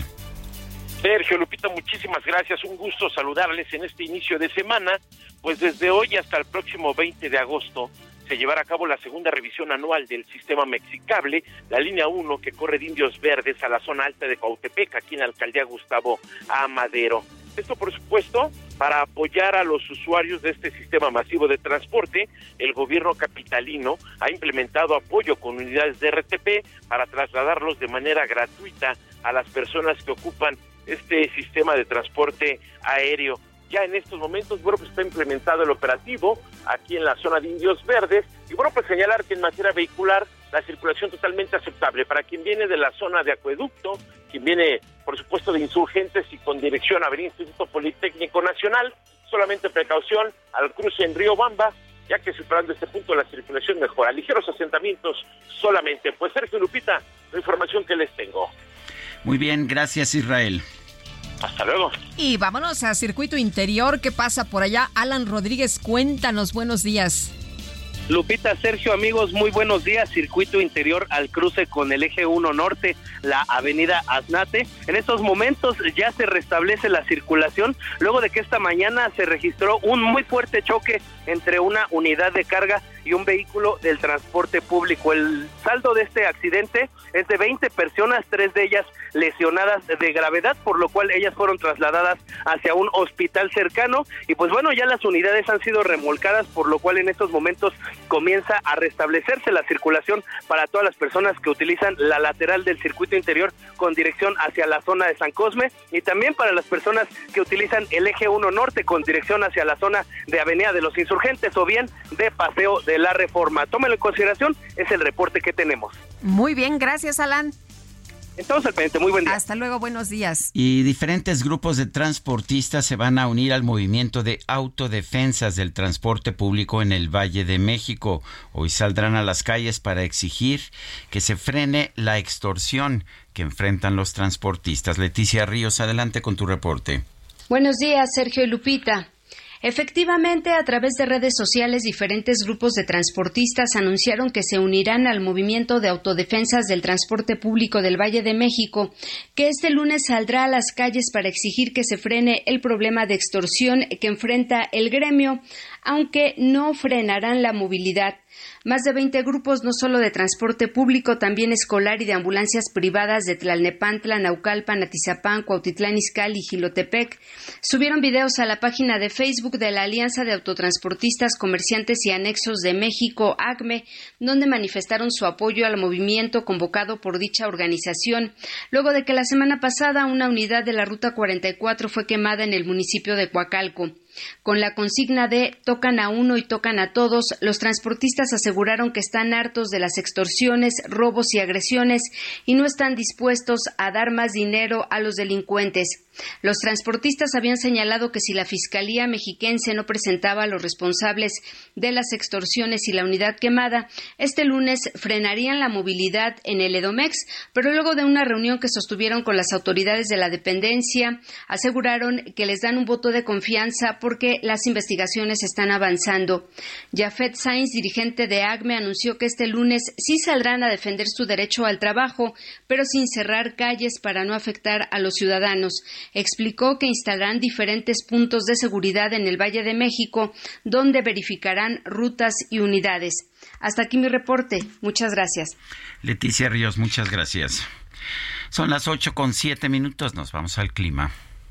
Sergio, Lupita, muchísimas gracias. Un gusto saludarles en este inicio de semana. Pues desde hoy hasta el próximo veinte de agosto se llevará a cabo la segunda revisión anual del sistema Mexicable, la línea uno que corre de Indios Verdes a la zona alta de Cuautepec, aquí en la alcaldía Gustavo A. Madero. Esto, por supuesto, para apoyar a los usuarios de este sistema masivo de transporte. El gobierno capitalino ha implementado apoyo con unidades de R T P para trasladarlos de manera gratuita a las personas que ocupan este sistema de transporte aéreo. Ya en estos momentos, bueno, pues está implementado el operativo aquí en la zona de Indios Verdes, y bueno, pues señalar que en materia vehicular la circulación totalmente aceptable para quien viene de la zona de Acueducto, quien viene, por supuesto, de Insurgentes y con dirección a Avenida Instituto Politécnico Nacional. Solamente precaución al cruce en Río Bamba, ya que superando este punto la circulación mejora. Ligeros asentamientos solamente. Pues Sergio, Lupita, la información que les tengo. Muy bien, gracias, Israel. Hasta luego. Y vámonos a Circuito Interior. ¿Qué pasa por allá? Alan Rodríguez, cuéntanos. Buenos días. Lupita, Sergio, amigos, muy buenos días. Circuito Interior al cruce con el eje uno norte, la avenida Aznate. En estos momentos ya se restablece la circulación, luego de que esta mañana se registró un muy fuerte choque entre una unidad de carga y un vehículo del transporte público. El saldo de este accidente es de veinte personas, tres de ellas lesionadas de gravedad, por lo cual ellas fueron trasladadas hacia un hospital cercano. Y pues bueno, ya las unidades han sido remolcadas, por lo cual en estos momentos comienza a restablecerse la circulación para todas las personas que utilizan la lateral del circuito interior con dirección hacia la zona de San Cosme, y también para las personas que utilizan el eje uno norte con dirección hacia la zona de Avenida de los Insurgentes o bien de Paseo de la Reforma. Tómelo en consideración, es el reporte que tenemos. Muy bien, gracias, Alan. Estamos al pendiente, muy buen día. Hasta luego, buenos días. Y diferentes grupos de transportistas se van a unir al movimiento de autodefensas del transporte público en el Valle de México. Hoy saldrán a las calles para exigir que se frene la extorsión que enfrentan los transportistas. Leticia Ríos, adelante con tu reporte. Buenos días, Sergio y Lupita. Efectivamente, a través de redes sociales, diferentes grupos de transportistas anunciaron que se unirán al movimiento de autodefensas del transporte público del Valle de México, que este lunes saldrá a las calles para exigir que se frene el problema de extorsión que enfrenta el gremio, aunque no frenarán la movilidad. Más de veinte grupos, no solo de transporte público, también escolar y de ambulancias privadas de Tlalnepantla, Naucalpan, Atizapán, Cuautitlán Izcalli y Jilotepec, subieron videos a la página de Facebook de la Alianza de Autotransportistas, Comerciantes y Anexos de México, A C M E, donde manifestaron su apoyo al movimiento convocado por dicha organización, luego de que la semana pasada una unidad de la Ruta cuarenta y cuatro fue quemada en el municipio de Coacalco. Con la consigna de tocan a uno y tocan a todos, los transportistas aseguraron que están hartos de las extorsiones, robos y agresiones y no están dispuestos a dar más dinero a los delincuentes. Los transportistas habían señalado que si la Fiscalía Mexiquense no presentaba a los responsables de las extorsiones y la unidad quemada, este lunes frenarían la movilidad en el Edomex, pero luego de una reunión que sostuvieron con las autoridades de la dependencia, aseguraron que les dan un voto de confianza porque las investigaciones están avanzando. Jafet Sainz, dirigente de A C M E, anunció que este lunes sí saldrán a defender su derecho al trabajo, pero sin cerrar calles para no afectar a los ciudadanos. Explicó que instalarán diferentes puntos de seguridad en el Valle de México, donde verificarán rutas y unidades. Hasta aquí mi reporte. Muchas gracias. Leticia Ríos, muchas gracias. Son las ocho con siete minutos. Nos vamos al clima.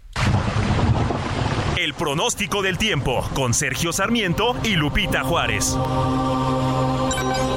El pronóstico del tiempo con Sergio Sarmiento y Lupita Juárez.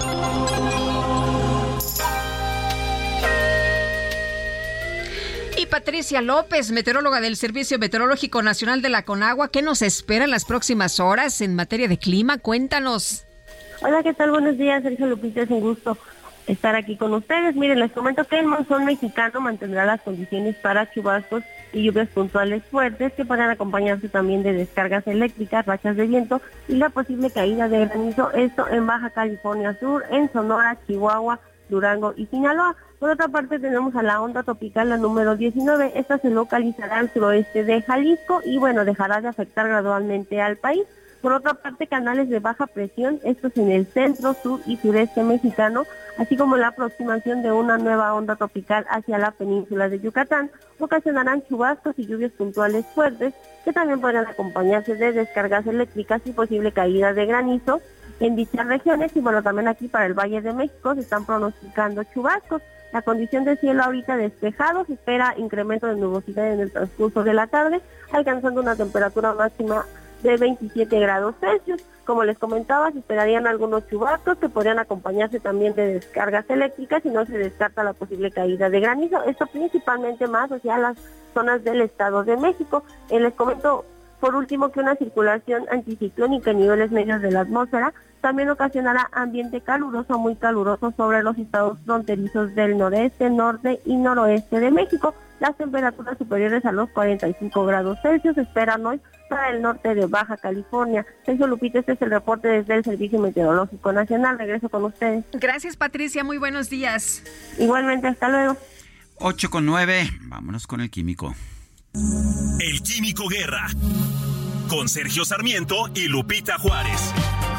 Y Patricia López, meteoróloga del Servicio Meteorológico Nacional de la Conagua. ¿Qué nos espera en las próximas horas en materia de clima? Cuéntanos. Hola, ¿qué tal? Buenos días, Sergio Lupita, es un gusto estar aquí con ustedes. Miren, les comento que el monzón mexicano mantendrá las condiciones para chubascos y lluvias puntuales fuertes que podrán acompañarse también de descargas eléctricas, rachas de viento y la posible caída de granizo, esto en Baja California Sur, en Sonora, Chihuahua, Durango y Sinaloa. Por otra parte tenemos a la onda tropical, la número diecinueve, esta se localizará al suroeste de Jalisco y bueno, dejará de afectar gradualmente al país. Por otra parte, canales de baja presión, estos en el centro, sur y sureste mexicano, así como la aproximación de una nueva onda tropical hacia la península de Yucatán, ocasionarán chubascos y lluvias puntuales fuertes, que también podrán acompañarse de descargas eléctricas y posible caída de granizo en dichas regiones. Y bueno, también aquí para el Valle de México se están pronosticando chubascos. La condición de cielo ahorita despejado, se espera incremento de nubosidad en el transcurso de la tarde, alcanzando una temperatura máxima de veintisiete grados Celsius. Como les comentaba, se esperarían algunos chubascos que podrían acompañarse también de descargas eléctricas y no se descarta la posible caída de granizo, esto principalmente más hacia las zonas del Estado de México. Eh, les comento por último que una circulación anticiclónica en niveles medios de la atmósfera también ocasionará ambiente caluroso, muy caluroso sobre los estados fronterizos del noreste, norte y noroeste de México. Las temperaturas superiores a los cuarenta y cinco grados Celsius se esperan hoy para el norte de Baja California. Sergio Lupita, este es el reporte desde el Servicio Meteorológico Nacional. Regreso con ustedes. Gracias, Patricia. Muy buenos días. Igualmente, hasta luego. ocho con nueve. Vámonos con el químico. El Químico Guerra. Con Sergio Sarmiento y Lupita Juárez.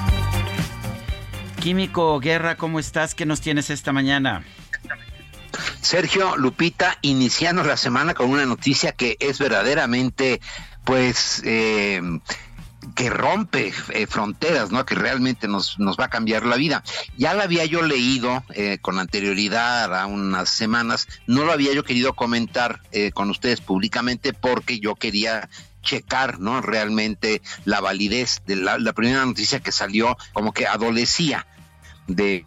Químico Guerra, ¿cómo estás? ¿Qué nos tienes esta mañana? Sergio, Lupita, iniciando la semana con una noticia que es verdaderamente, pues, eh, que rompe eh, fronteras, ¿no? Que realmente nos, nos va a cambiar la vida. Ya la había yo leído eh, con anterioridad a unas semanas, no lo había yo querido comentar eh, con ustedes públicamente porque yo quería checar, ¿no? Realmente la validez de la, la primera noticia que salió, como que adolecía de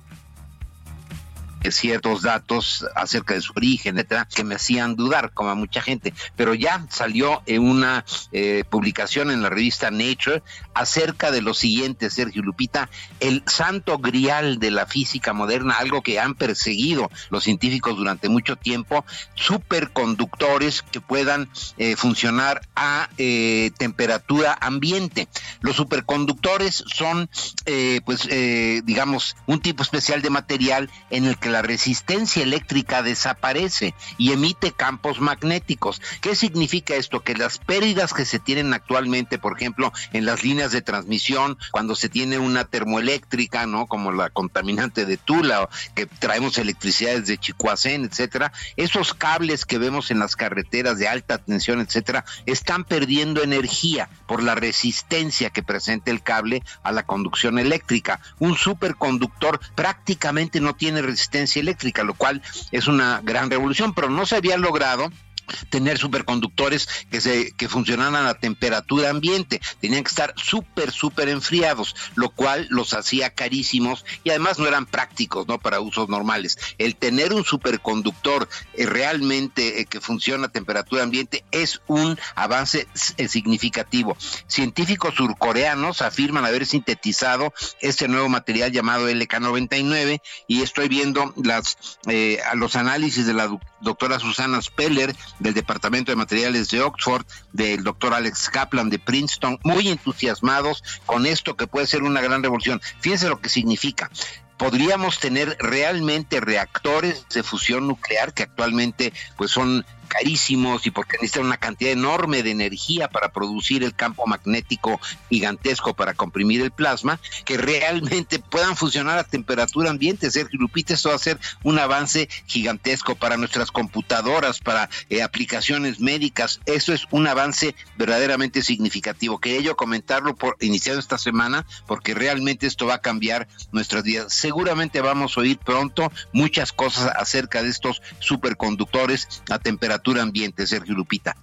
ciertos datos acerca de su origen, etcétera, que me hacían dudar, como a mucha gente, pero ya salió en una eh, publicación en la revista Nature acerca de lo siguiente, Sergio Lupita, el santo grial de la física moderna, algo que han perseguido los científicos durante mucho tiempo, superconductores que puedan eh, funcionar a eh, temperatura ambiente. Los superconductores son, eh, pues, eh, digamos, un tipo especial de material en el que la resistencia eléctrica desaparece y emite campos magnéticos. ¿Qué significa esto? Que las pérdidas que se tienen actualmente, por ejemplo, en las líneas de transmisión, cuando se tiene una termoeléctrica, ¿no? Como la contaminante de Tula, o que traemos electricidad desde Chicoacén, etcétera, esos cables que vemos en las carreteras de alta tensión, etcétera, están perdiendo energía por la resistencia que presenta el cable a la conducción eléctrica. Un superconductor prácticamente no tiene resistencia eléctrica, lo cual es una gran revolución, pero no se había logrado tener superconductores que se que funcionaran a la temperatura ambiente. Tenían que estar súper, súper enfriados, lo cual los hacía carísimos y además no eran prácticos, ¿no? Para usos normales. El tener un superconductor eh, realmente eh, que funciona a temperatura ambiente es un avance eh, significativo. Científicos surcoreanos afirman haber sintetizado este nuevo material llamado L K noventa y nueve y estoy viendo las eh, a los análisis de la do- doctora Susana Speller del Departamento de Materiales de Oxford, del doctor Alex Kaplan de Princeton, muy entusiasmados con esto que puede ser una gran revolución. Fíjense lo que significa. Podríamos tener realmente reactores de fusión nuclear que actualmente pues son carísimos y porque necesitan una cantidad enorme de energía para producir el campo magnético gigantesco para comprimir el plasma, que realmente puedan funcionar a temperatura ambiente. Sergio Lupita, esto va a ser un avance gigantesco para nuestras computadoras, para eh, aplicaciones médicas. Eso es un avance verdaderamente significativo. Quería yo comentarlo por iniciado esta semana porque realmente esto va a cambiar nuestras vidas. Seguramente vamos a oír pronto muchas cosas acerca de estos superconductores a temperatura ambiente, Sergio Lupita.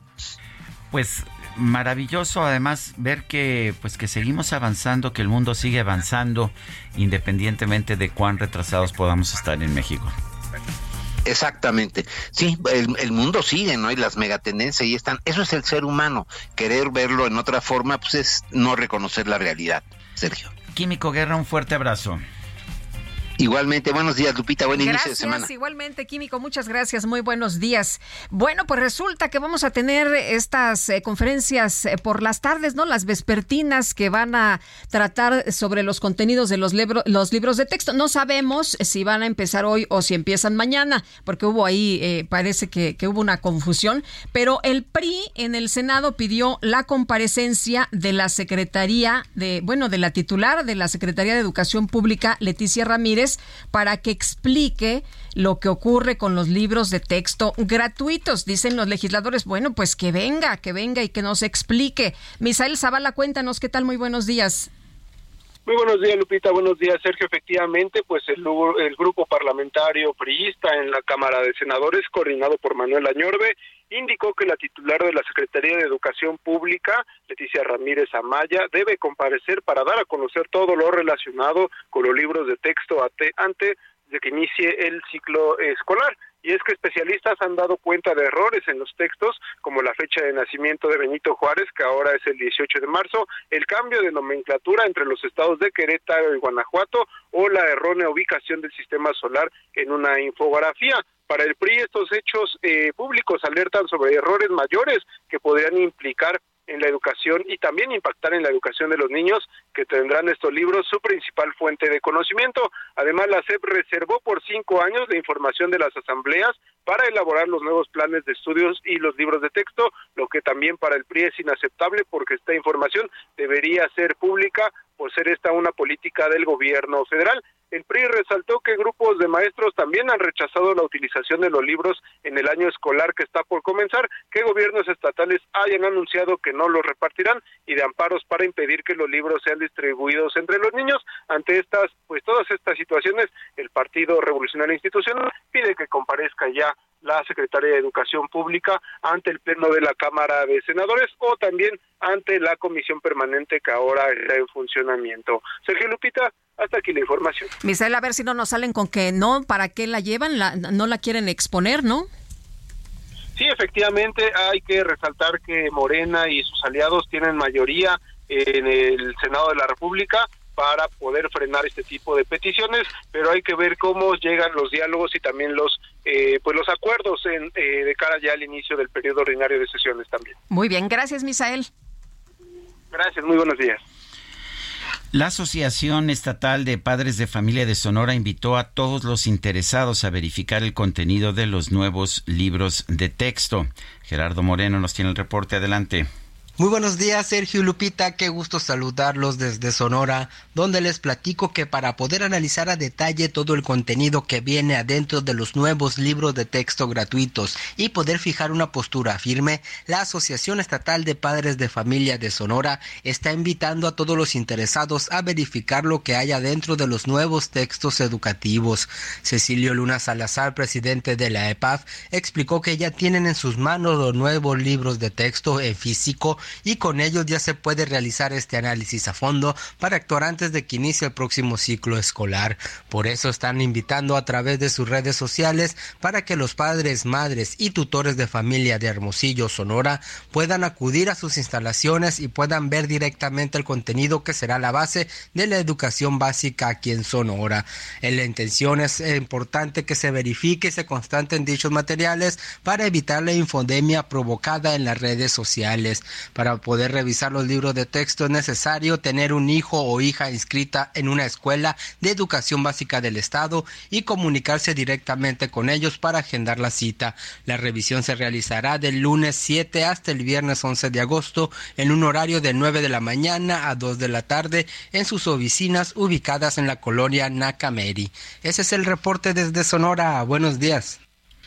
Pues maravilloso además ver que pues que seguimos avanzando, que el mundo sigue avanzando independientemente de cuán retrasados podamos estar en México. Exactamente. Sí, el, el mundo sigue, ¿no? Y las megatendencias ahí están. Eso es el ser humano. Querer verlo en otra forma, pues es no reconocer la realidad, Sergio. Químico Guerra, un fuerte abrazo. Igualmente, buenos días, Lupita, buen gracias, inicio de semana. Gracias, igualmente, Químico, muchas gracias, muy buenos días. Bueno, pues resulta que vamos a tener estas eh, conferencias eh, por las tardes, ¿no? Las vespertinas que van a tratar sobre los contenidos de los, libro, los libros de texto. No sabemos si van a empezar hoy o si empiezan mañana, porque hubo ahí, eh, parece que, que hubo una confusión, pero el P R I en el Senado pidió la comparecencia de la Secretaría de, bueno, de la titular de la Secretaría de Educación Pública, Leticia Ramírez, para que explique lo que ocurre con los libros de texto gratuitos. Dicen los legisladores, bueno, pues que venga, que venga y que nos explique. Misael Zavala, cuéntanos, ¿qué tal? Muy buenos días. Muy buenos días, Lupita, buenos días, Sergio. Efectivamente, pues el, el grupo parlamentario priista en la Cámara de Senadores, coordinado por Manuel Añorbe, indicó que la titular de la Secretaría de Educación Pública, Leticia Ramírez Amaya, debe comparecer para dar a conocer todo lo relacionado con los libros de texto ante, antes de que inicie el ciclo escolar. Y es que especialistas han dado cuenta de errores en los textos, como la fecha de nacimiento de Benito Juárez, que ahora es el dieciocho de marzo, el cambio de nomenclatura entre los estados de Querétaro y Guanajuato, o la errónea ubicación del sistema solar en una infografía. Para el P R I, estos hechos eh, públicos alertan sobre errores mayores que podrían implicar en la educación y también impactar en la educación de los niños que tendrán estos libros su principal fuente de conocimiento. Además, la S E P reservó por cinco años la información de las asambleas para elaborar los nuevos planes de estudios y los libros de texto, lo que también para el P R I es inaceptable porque esta información debería ser pública por ser esta una política del gobierno federal. El P R I resaltó que grupos de maestros también han rechazado la utilización de los libros en el año escolar que está por comenzar, que gobiernos estatales hayan anunciado que no los repartirán, y de amparos para impedir que los libros sean distribuidos entre los niños. Ante estas, pues todas estas situaciones, el Partido Revolucionario Institucional pide que comparezca ya la Secretaría de Educación Pública ante el Pleno de la Cámara de Senadores o también ante la Comisión Permanente que ahora está en funcionamiento. Sergio, Lupita, hasta aquí la información. Misael, a ver si no nos salen con que no, ¿para qué la llevan? La, no la quieren exponer, ¿no? Sí, efectivamente, hay que resaltar que Morena y sus aliados tienen mayoría en el Senado de la República para poder frenar este tipo de peticiones, pero hay que ver cómo llegan los diálogos y también los eh, pues los acuerdos en, eh, de cara ya al inicio del periodo ordinario de sesiones también. Muy bien, gracias, Misael. Gracias, muy buenos días. La Asociación Estatal de Padres de Familia de Sonora invitó a todos los interesados a verificar el contenido de los nuevos libros de texto. Gerardo Moreno nos tiene el reporte, adelante. Muy buenos días, Sergio y Lupita, qué gusto saludarlos desde Sonora, donde les platico que para poder analizar a detalle todo el contenido que viene adentro de los nuevos libros de texto gratuitos y poder fijar una postura firme, la Asociación Estatal de Padres de Familia de Sonora está invitando a todos los interesados a verificar lo que hay adentro de los nuevos textos educativos. Cecilio Luna Salazar, presidente de la E P A F, explicó que ya tienen en sus manos los nuevos libros de texto en físico y con ellos ya se puede realizar este análisis a fondo para actuar antes de que inicie el próximo ciclo escolar. Por eso están invitando a través de sus redes sociales para que los padres, madres y tutores de familia de Hermosillo, Sonora, puedan acudir a sus instalaciones y puedan ver directamente el contenido que será la base de la educación básica aquí en Sonora. En la intención es importante que se verifique y se constaten dichos materiales para evitar la infodemia provocada en las redes sociales. Para poder revisar los libros de texto es necesario tener un hijo o hija inscrita en una escuela de educación básica del estado y comunicarse directamente con ellos para agendar la cita. La revisión se realizará del lunes siete hasta el viernes once de agosto en un horario de nueve de la mañana a dos de la tarde en sus oficinas ubicadas en la colonia Nacameri. Ese es el reporte desde Sonora. Buenos días.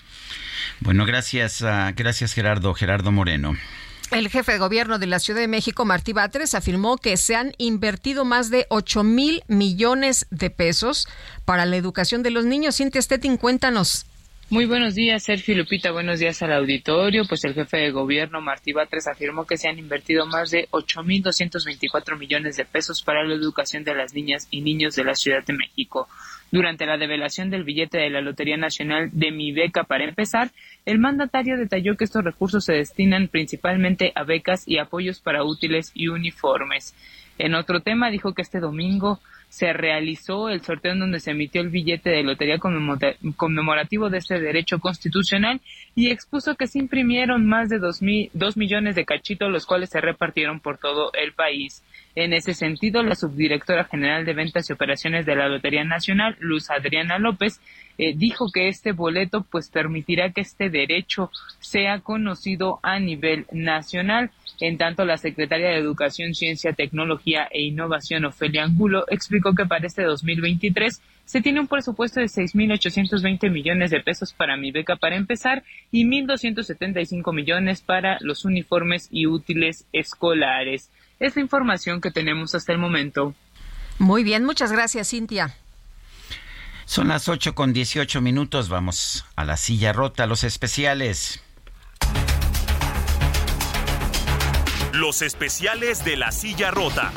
Bueno, gracias, uh, gracias Gerardo, Gerardo Moreno. El jefe de gobierno de la Ciudad de México, Martí Batres, afirmó que se han invertido más de ocho mil millones de pesos para la educación de los niños. Cintia Stettin, cuéntanos. Muy buenos días, Sergio y Lupita. Buenos días al auditorio. Pues el jefe de gobierno, Martí Batres, afirmó que se han invertido más de ocho mil doscientos veinticuatro millones de pesos para la educación de las niñas y niños de la Ciudad de México. Durante la develación del billete de la Lotería Nacional de Mi Beca para Empezar, el mandatario detalló que estos recursos se destinan principalmente a becas y apoyos para útiles y uniformes. En otro tema, dijo que este domingo se realizó el sorteo en donde se emitió el billete de lotería conmemorativo de este derecho constitucional y expuso que se imprimieron más de dos, mil, dos millones de cachitos, los cuales se repartieron por todo el país. En ese sentido, la subdirectora general de Ventas y Operaciones de la Lotería Nacional, Luz Adriana López, eh, dijo que este boleto pues permitirá que este derecho sea conocido a nivel nacional. En tanto, la secretaria de Educación, Ciencia, Tecnología e Innovación, Ofelia Angulo, explicó que para este dos mil veintitrés se tiene un presupuesto de seis mil ochocientos veinte millones de pesos para Mi Beca para Empezar y mil doscientos setenta y cinco millones para los uniformes y útiles escolares. Es la información que tenemos hasta el momento. Muy bien, muchas gracias, Cintia. Son las ocho con dieciocho minutos. Vamos a la silla rota, los especiales. Los especiales de la silla rota.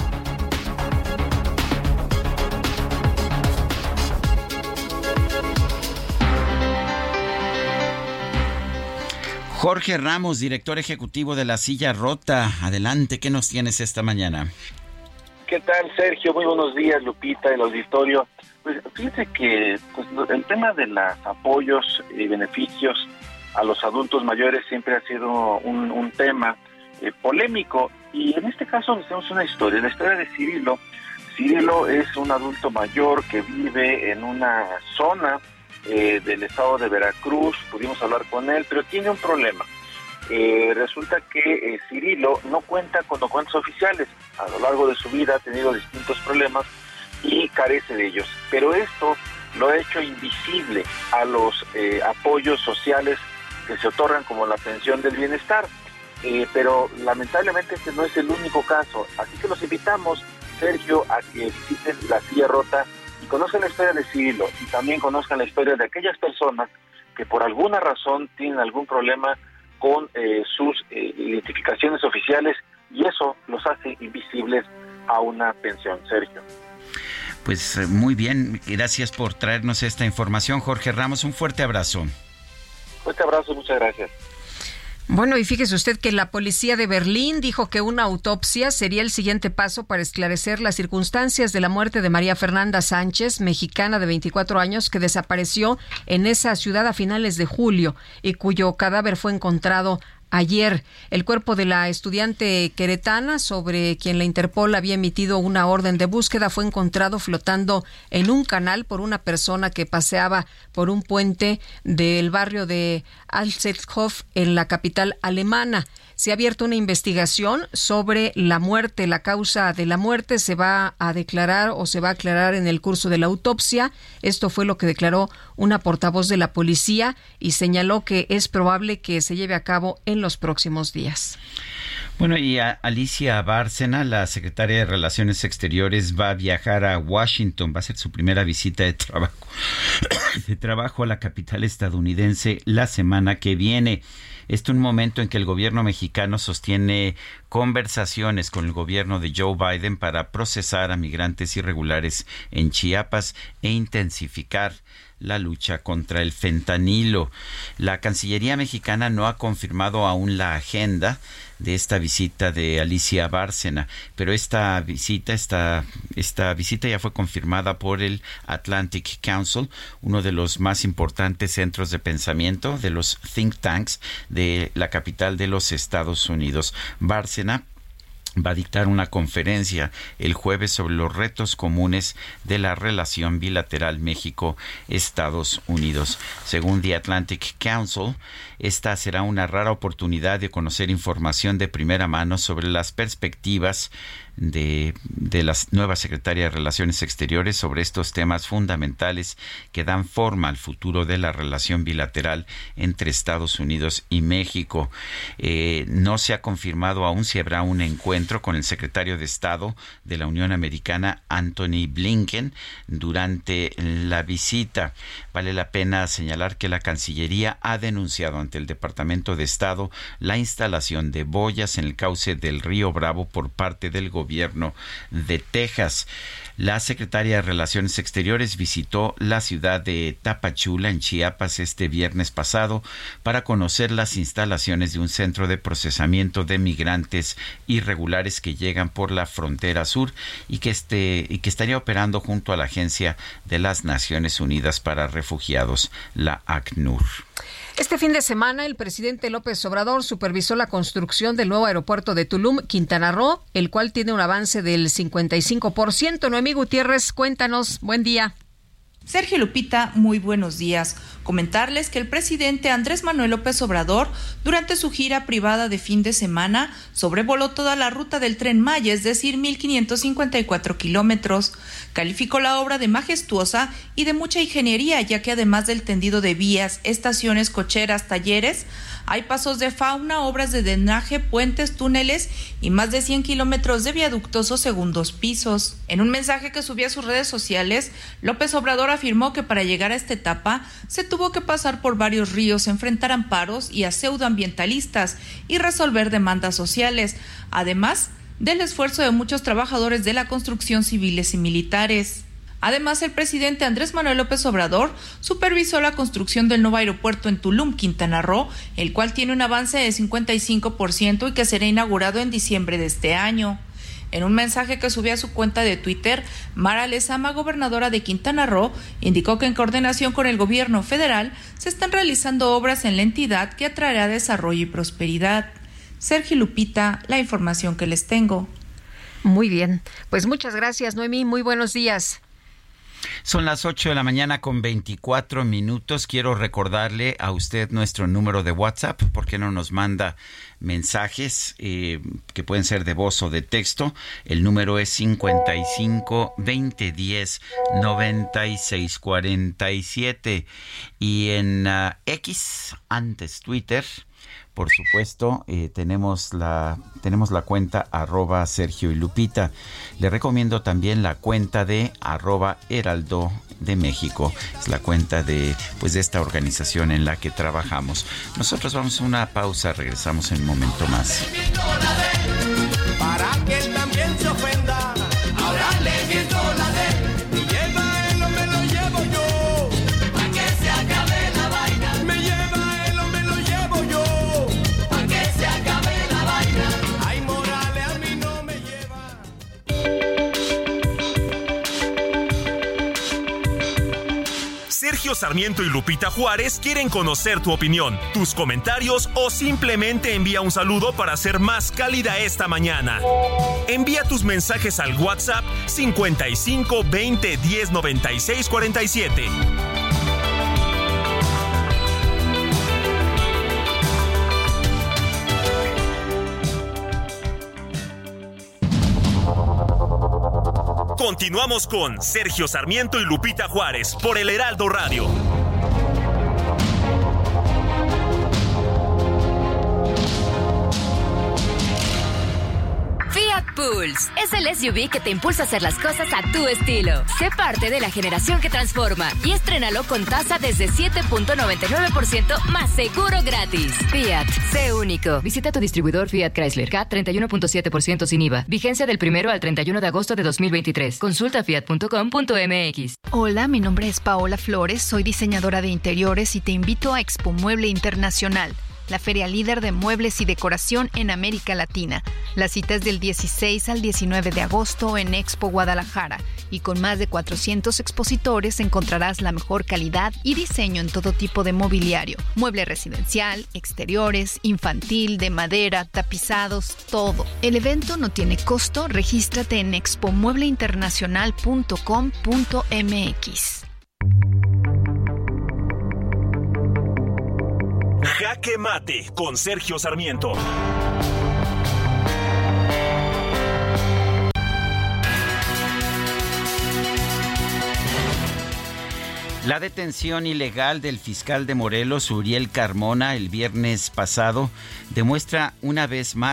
Jorge Ramos, director ejecutivo de la Silla Rota. Adelante, ¿qué nos tienes esta mañana? ¿Qué tal, Sergio? Muy buenos días, Lupita, el auditorio. Pues fíjense que pues, el tema de los apoyos y beneficios a los adultos mayores siempre ha sido un, un tema eh, polémico, y en este caso tenemos una historia, la historia de Cirilo. Cirilo es un adulto mayor que vive en una zona eh, del estado de Veracruz. Pudimos hablar con él, pero tiene un problema. Eh, resulta que eh, Cirilo no cuenta con documentos oficiales. A lo largo de su vida ha tenido distintos problemas y carece de ellos, pero esto lo ha hecho invisible a los eh, apoyos sociales que se otorgan, como la pensión del bienestar. Eh, pero lamentablemente este no es el único caso, así que los invitamos, Sergio, a que visiten la Silla Rota y conozcan la historia de Cirilo, y también conozcan la historia de aquellas personas que por alguna razón tienen algún problema con eh, sus eh, identificaciones oficiales, y eso los hace invisibles a una pensión, Sergio. Pues muy bien, gracias por traernos esta información, Jorge Ramos. Un fuerte abrazo. Fuerte abrazo, muchas gracias. Bueno, y fíjese usted que la policía de Berlín dijo que una autopsia sería el siguiente paso para esclarecer las circunstancias de la muerte de María Fernanda Sánchez, mexicana de veinticuatro años, que desapareció en esa ciudad a finales de julio y cuyo cadáver fue encontrado ayer. El cuerpo de la estudiante queretana, sobre quien la Interpol había emitido una orden de búsqueda, fue encontrado flotando en un canal por una persona que paseaba por un puente del barrio de Alsethof en la capital alemana. Se ha abierto una investigación sobre la muerte, la causa de la muerte se va a declarar o se va a aclarar en el curso de la autopsia. Esto fue lo que declaró una portavoz de la policía y señaló que es probable que se lleve a cabo en los próximos días. Bueno, y a Alicia Bárcena, la secretaria de Relaciones Exteriores, va a viajar a Washington, va a hacer su primera visita de trabajo, de trabajo a la capital estadounidense la semana que viene. Este es un momento en que el gobierno mexicano sostiene conversaciones con el gobierno de Joe Biden para procesar a migrantes irregulares en Chiapas e intensificar la lucha contra el fentanilo. La Cancillería mexicana no ha confirmado aún la agenda de esta visita de Alicia Bárcena, pero esta visita, esta, esta visita ya fue confirmada por el Atlantic Council, uno de los más importantes centros de pensamiento, de los think tanks de la capital de los Estados Unidos. Bárcena va a dictar una conferencia el jueves sobre los retos comunes de la relación bilateral México-Estados Unidos. Según The Atlantic Council, esta será una rara oportunidad de conocer información de primera mano sobre las perspectivas de, de la nueva secretaria de Relaciones Exteriores sobre estos temas fundamentales que dan forma al futuro de la relación bilateral entre Estados Unidos y México. Eh, no se ha confirmado aún si habrá un encuentro encuentro con el secretario de Estado de la Unión Americana, Anthony Blinken, durante la visita. Vale la pena señalar que la Cancillería ha denunciado ante el Departamento de Estado la instalación de boyas en el cauce del río Bravo por parte del gobierno de Texas. La secretaria de Relaciones Exteriores visitó la ciudad de Tapachula, en Chiapas, este viernes pasado para conocer las instalaciones de un centro de procesamiento de migrantes irregulares que llegan por la frontera sur y que, este, y que estaría operando junto a la Agencia de las Naciones Unidas para Refugiados, la ACNUR. Este fin de semana, el presidente López Obrador supervisó la construcción del nuevo aeropuerto de Tulum, Quintana Roo, el cual tiene un avance del cincuenta y cinco por ciento. Noemí Gutiérrez, cuéntanos. Buen día. Sergio, Lupita, muy buenos días. Comentarles que el presidente Andrés Manuel López Obrador, durante su gira privada de fin de semana, sobrevoló toda la ruta del Tren Maya, es decir, mil quinientos cincuenta y cuatro kilómetros. Calificó la obra de majestuosa y de mucha ingeniería, ya que además del tendido de vías, estaciones cocheras, talleres, hay pasos de fauna, obras de drenaje, puentes, túneles y más de cien kilómetros de viaductos o segundos pisos. En un mensaje que subió a sus redes sociales, López Obrador afirmó que para llegar a esta etapa se tuvo que pasar por varios ríos, enfrentar amparos y a pseudoambientalistas y resolver demandas sociales, además del esfuerzo de muchos trabajadores de la construcción civiles y militares. Además, el presidente Andrés Manuel López Obrador supervisó la construcción del nuevo aeropuerto en Tulum, Quintana Roo, el cual tiene un avance de cincuenta y cinco por ciento y que será inaugurado en diciembre de este año. En un mensaje que subió a su cuenta de Twitter, Mara Lezama, gobernadora de Quintana Roo, indicó que en coordinación con el gobierno federal se están realizando obras en la entidad que atraerá desarrollo y prosperidad. Sergio, Lupita, la información que les tengo. Muy bien, pues muchas gracias, Noemí, muy buenos días. Son las ocho de la mañana con veinticuatro minutos. Quiero recordarle a usted nuestro número de WhatsApp, porque no nos manda mensajes eh, que pueden ser de voz o de texto. El número es cincuenta y cinco, veinte, diez, noventa y seis, cuarenta y siete. Y en uh, X, antes Twitter, por supuesto, eh, tenemos la tenemos la cuenta arroba Sergio y Lupita. Le recomiendo también la cuenta de arroba Heraldo de México. Es la cuenta de pues de esta organización en la que trabajamos. Nosotros vamos a una pausa, regresamos en un momento más. Para que él también se ofenda, ahora le miento la de me lleva él o me lo llevo yo. Para que se acabe la vaina, me lleva él o me lo llevo yo. Sergio Sarmiento y Lupita Juárez quieren conocer tu opinión, tus comentarios o simplemente envía un saludo para ser más cálida esta mañana. Envía tus mensajes al WhatsApp cincuenta y cinco, veinte, diez, noventa y seis, cuarenta y siete. Continuamos con Sergio Sarmiento y Lupita Juárez por el Heraldo Radio. Fiat Pulse es el S U V que te impulsa a hacer las cosas a tu estilo. Sé parte de la generación que transforma y estrénalo con tasa desde siete punto noventa y nueve por ciento más seguro gratis. Fiat, sé único. Visita tu distribuidor Fiat Chrysler. C A T treinta y uno punto siete por ciento sin I V A. Vigencia del primero al treinta y uno de agosto de dos mil veintitrés. Consulta fiat punto com punto m x. Hola, mi nombre es Paola Flores, soy diseñadora de interiores y te invito a Expo Mueble Internacional, la feria líder de muebles y decoración en América Latina. La cita es del dieciséis al diecinueve de agosto en Expo Guadalajara y con más de cuatrocientos expositores encontrarás la mejor calidad y diseño en todo tipo de mobiliario, mueble residencial, exteriores, infantil, de madera, tapizados, todo. El evento no tiene costo, regístrate en expo mueble internacional punto com punto m x. Jaque Mate con Sergio Sarmiento. La detención ilegal del fiscal de Morelos, Uriel Carmona, el viernes pasado, demuestra una vez más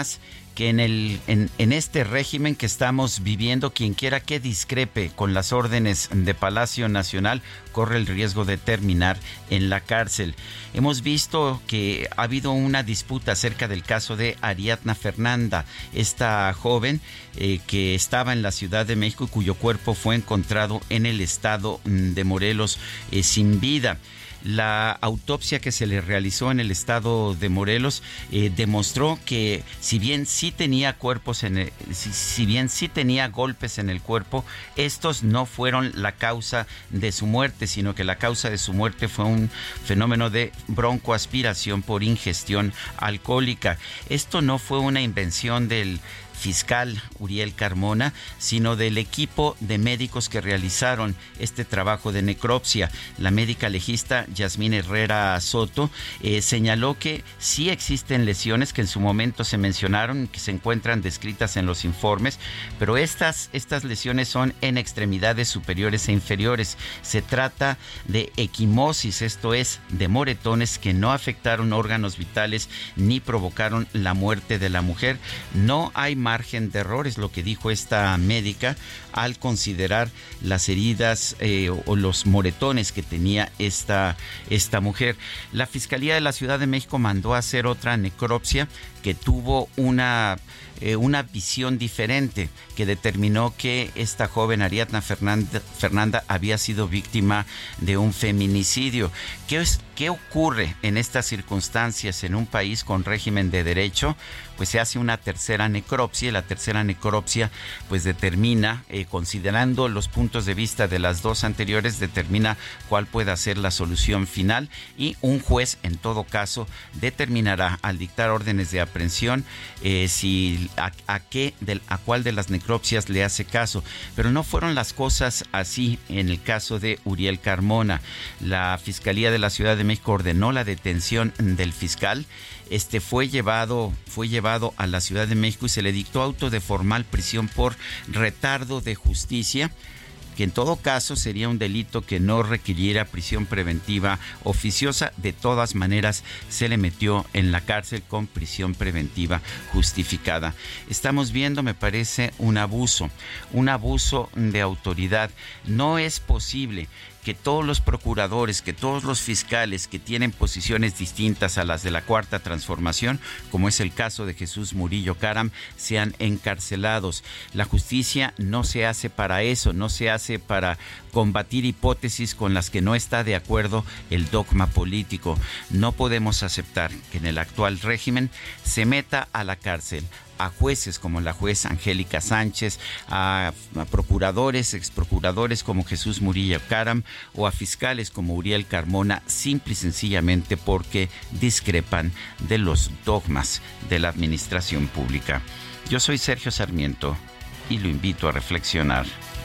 que en, el, en, en este régimen que estamos viviendo, quien quiera que discrepe con las órdenes de Palacio Nacional corre el riesgo de terminar en la cárcel. Hemos visto que ha habido una disputa acerca del caso de Ariadna Fernanda, esta joven eh, que estaba en la Ciudad de México y cuyo cuerpo fue encontrado en el estado de Morelos eh, sin vida. La autopsia que se le realizó en el estado de Morelos eh, demostró que si bien sí tenía cuerpos en el, si, si bien sí tenía golpes en el cuerpo, estos no fueron la causa de su muerte, sino que la causa de su muerte fue un fenómeno de broncoaspiración por ingestión alcohólica. Esto no fue una invención del fiscal Uriel Carmona, sino del equipo de médicos que realizaron este trabajo de necropsia. La médica legista Yasmín Herrera Soto eh, señaló que sí existen lesiones que en su momento se mencionaron, que se encuentran descritas en los informes, pero estas, estas lesiones son en extremidades superiores e inferiores. Se trata de equimosis, esto es, de moretones que no afectaron órganos vitales ni provocaron la muerte de la mujer. No hay margen de error, es lo que dijo esta médica al considerar las heridas eh, o los moretones que tenía esta, esta mujer. La Fiscalía de la Ciudad de México mandó a hacer otra necropsia que tuvo una, eh, una visión diferente, que determinó que esta joven Ariadna Fernanda, Fernanda había sido víctima de un feminicidio. ¿Qué, es, ¿Qué ocurre en estas circunstancias en un país con régimen de derecho? Pues se hace una tercera necropsia y la tercera necropsia pues determina, eh, considerando los puntos de vista de las dos anteriores, determina cuál puede ser la solución final y un juez en todo caso determinará al dictar órdenes de aprehensión eh, si a, a qué del, a cuál de las necropsias le hace caso. Pero no fueron las cosas así en el caso de Uriel Carmona. La Fiscalía de la Ciudad de México ordenó la detención del fiscal. Este fue llevado, fue llevado a la Ciudad de México y se le dictó auto de formal prisión por retardo de justicia, que en todo caso sería un delito que no requiriera prisión preventiva oficiosa. De todas maneras, se le metió en la cárcel con prisión preventiva justificada. Estamos viendo, me parece, un abuso, un abuso de autoridad. No es posible que todos los procuradores, que todos los fiscales que tienen posiciones distintas a las de la Cuarta Transformación, como es el caso de Jesús Murillo Caram, sean encarcelados. La justicia no se hace para eso, no se hace para combatir hipótesis con las que no está de acuerdo el dogma político. No podemos aceptar que en el actual régimen se meta a la cárcel a jueces como la juez Angélica Sánchez, a, a procuradores, exprocuradores como Jesús Murillo Caram o a fiscales como Uriel Carmona, simple y sencillamente porque discrepan de los dogmas de la administración pública. Yo soy Sergio Sarmiento y lo invito a reflexionar.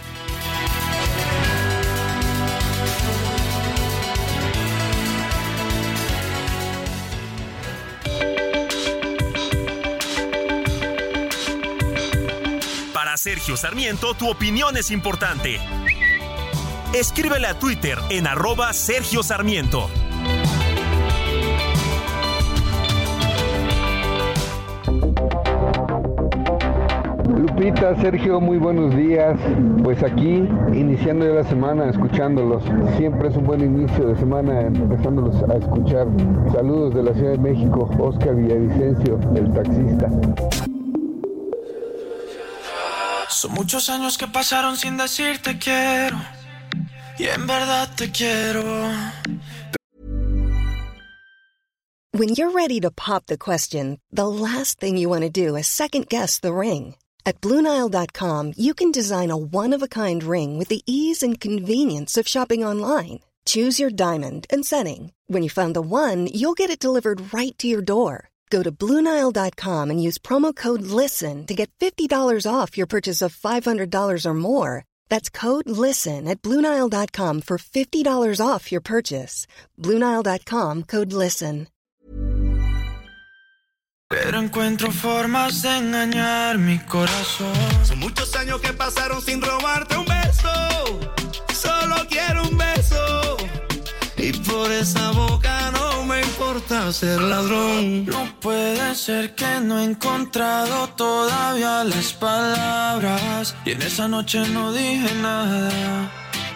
Sergio Sarmiento, tu opinión es importante. Escríbele a Twitter en arroba Sergio Sarmiento. Lupita, Sergio, muy buenos días. Pues aquí, iniciando ya la semana, escuchándolos. Siempre es un buen inicio de semana, empezándolos a escuchar. Saludos de la Ciudad de México, Oscar Villavicencio, el taxista. Son muchos años que pasaron sin decirte quiero, y en verdad te quiero. When you're ready to pop the question, the last thing you want to do is second guess the ring. At Blue Nile dot com, you can design a one-of-a-kind ring with the ease and convenience of shopping online. Choose your diamond and setting. When you find the one, you'll get it delivered right to your door. Go to Blue Nile dot com and use promo code LISTEN to get fifty dollars off your purchase of five hundred dollars or more. That's code LISTEN at Blue Nile dot com for fifty dollars off your purchase. Blue Nile dot com, code LISTEN. Pero encuentro formas de engañar mi corazón. Son muchos años que pasaron sin robarte un beso. Solo quiero un beso. y por esa boca no me importa ser ladrón. No puede ser que no he encontrado todavía las palabras y en esa noche no dije nada.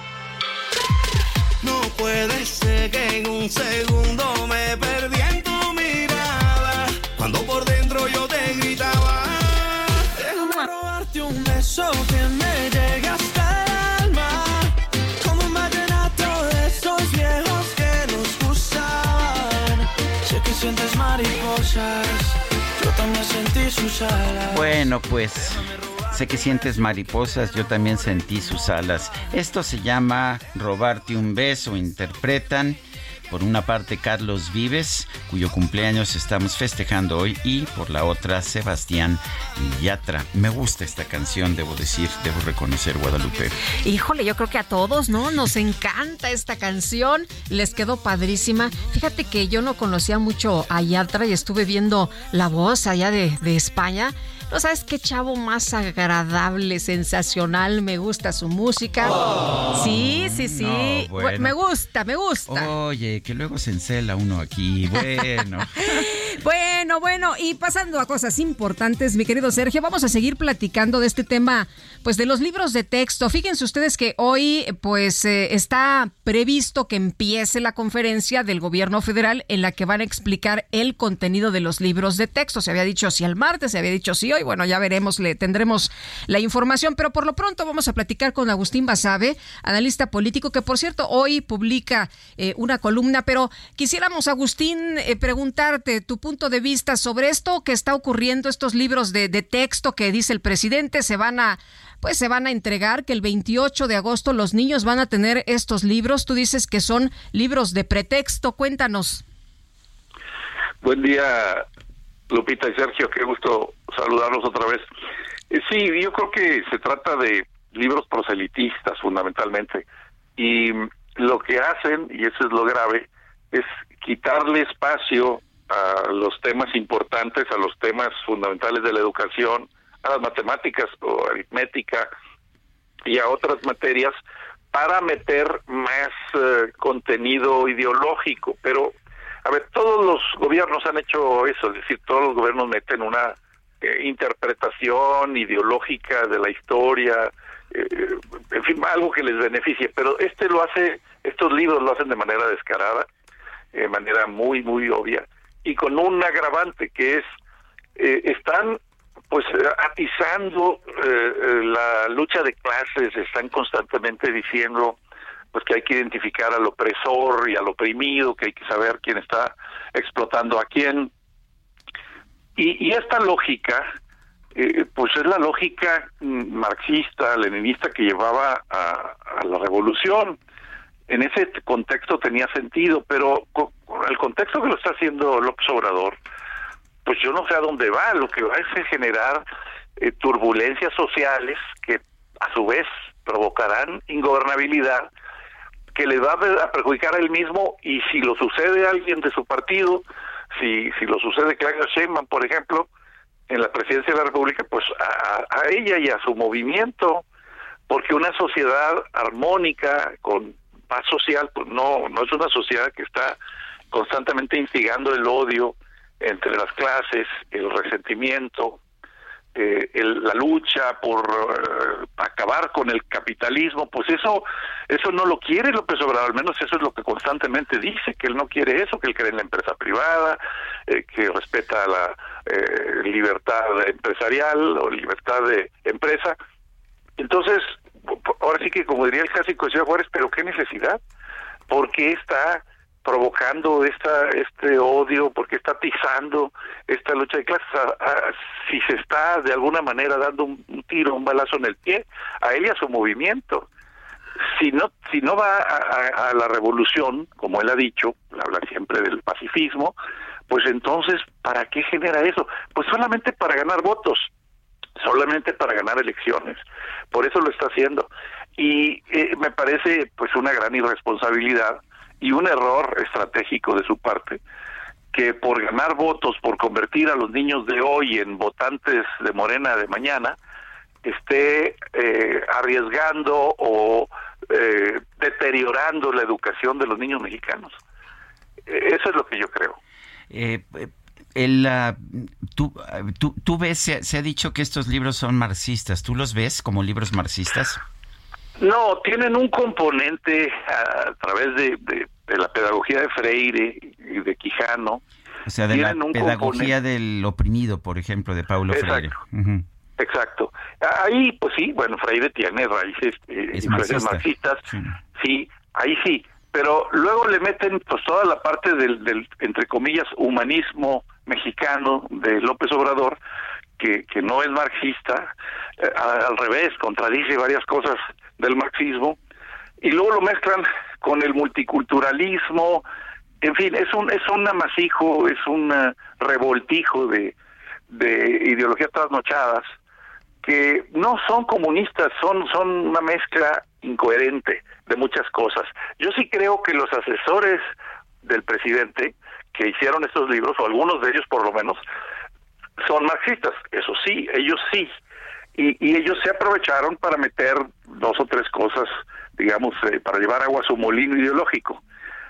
No puede ser que en un segundo me perdí en tu mirada, cuando por dentro yo te gritaba, déjame robarte un beso que me llegue hasta el alma, como un vallenato de esos viejos que nos gustaban. Sé que sientes mariposas, yo también sentí sus alas. Bueno, pues sé que sientes mariposas, yo también sentí sus alas. Esto se llama Robarte un beso. Interpretan por una parte Carlos Vives, cuyo cumpleaños estamos festejando hoy, y por la otra Sebastián Yatra. Me gusta esta canción, debo decir, debo reconocer, Guadalupe. Híjole, yo creo que a todos, ¿no? Nos encanta esta canción, les quedó padrísima. Fíjate que yo no conocía mucho a Yatra y estuve viendo La Voz allá de, de España. No sabes qué chavo más agradable, sensacional, me gusta su música. Oh, sí, sí, sí. No, bueno. Me gusta, me gusta. Oye, que luego se encela uno aquí. Bueno. Bueno, bueno, y pasando a cosas importantes, mi querido Sergio, vamos a seguir platicando de este tema, pues de los libros de texto. Fíjense ustedes que hoy, pues, eh, está previsto que empiece la conferencia del gobierno federal en la que van a explicar el contenido de los libros de texto. Se había dicho sí el martes, se había dicho sí hoy. Bueno, ya veremos, le tendremos la información, pero por lo pronto vamos a platicar con Agustín Basabe, analista político, que por cierto hoy publica eh, una columna, pero quisiéramos, Agustín, eh, preguntarte tu punto de vista sobre esto que está ocurriendo, estos libros de, de texto que dice el presidente se van a pues se van a entregar, que el veintiocho de agosto los niños van a tener estos libros. Tú dices que son libros de pretexto, cuéntanos. Buen día, Lupita y Sergio, qué gusto saludarlos otra vez. Eh, sí, yo creo que se trata de libros proselitistas fundamentalmente, y lo que hacen, y eso es lo grave, es quitarle espacio a los temas importantes, a los temas fundamentales de la educación, a las matemáticas o aritmética y a otras materias, para meter más eh, contenido ideológico. Pero a ver, todos los gobiernos han hecho eso, es decir, todos los gobiernos meten una eh, interpretación ideológica de la historia, eh, en fin, algo que les beneficie, pero este lo hace, estos libros lo hacen de manera descarada, de manera muy, muy obvia, y con un agravante que es, eh, están pues atizando eh, la lucha de clases, están constantemente diciendo pues que hay que identificar al opresor y al oprimido, que hay que saber quién está explotando a quién. Y, y esta lógica, eh, pues es la lógica marxista, leninista que llevaba a, a la revolución. En ese contexto tenía sentido, pero con, con el contexto que lo está haciendo López Obrador, pues yo no sé a dónde va. Lo que va es generar eh, turbulencias sociales que a su vez provocarán ingobernabilidad, que le va a perjudicar a él mismo, y si lo sucede a alguien de su partido, si si lo sucede Claudia Sheinbaum, por ejemplo, en la presidencia de la República, pues a, a ella y a su movimiento, porque una sociedad armónica, con paz social, pues no, no es una sociedad que está constantemente instigando el odio entre las clases, el resentimiento, eh, el, la lucha por uh, acabar con el capitalismo. Pues eso eso no lo quiere López Obrador, al menos eso es lo que constantemente dice, que él no quiere eso, que él cree en la empresa privada, eh, que respeta la eh, libertad empresarial o libertad de empresa. Entonces, ahora sí que, como diría el clásico de Ciudad Juárez, pero qué necesidad, ¿por qué está provocando esta este odio? ¿Por qué está atizando esta lucha de clases? A, a, si se está de alguna manera dando un, un tiro, un balazo en el pie a él y a su movimiento. Si no si no va a, a, a la revolución, como él ha dicho, habla siempre del pacifismo, pues entonces, ¿para qué genera eso? Pues solamente para ganar votos, solamente para ganar elecciones. Por eso lo está haciendo. Y eh, me parece pues una gran irresponsabilidad y un error estratégico de su parte, que por ganar votos, por convertir a los niños de hoy en votantes de Morena de mañana, esté eh, arriesgando o eh, deteriorando la educación de los niños mexicanos. Eso es lo que yo creo. Eh, el, uh, tú, tú, tú ves, se, se ha dicho que estos libros son marxistas. ¿Tú los ves como libros marxistas? No, tienen un componente a, a través de, de, de la pedagogía de Freire y de Quijano. O sea, de la pedagogía componente del oprimido, por ejemplo, de Paulo Exacto. Freire. Uh-huh. Exacto. Ahí, pues sí, bueno, Freire tiene raíces eh, es marxista. marxistas, sí. sí, ahí sí. Pero luego le meten pues toda la parte del, del entre comillas, humanismo mexicano de López Obrador, que, que no es marxista, eh, al revés, contradice varias cosas del marxismo, y luego lo mezclan con el multiculturalismo. En fin, es un es un amasijo, es un revoltijo de, de ideologías trasnochadas que no son comunistas, son son una mezcla incoherente de muchas cosas. Yo sí creo que los asesores del presidente que hicieron estos libros, o algunos de ellos por lo menos, son marxistas, eso sí, ellos sí, y, y ellos se aprovecharon para meter dos o tres cosas, digamos, eh, para llevar agua a su molino ideológico.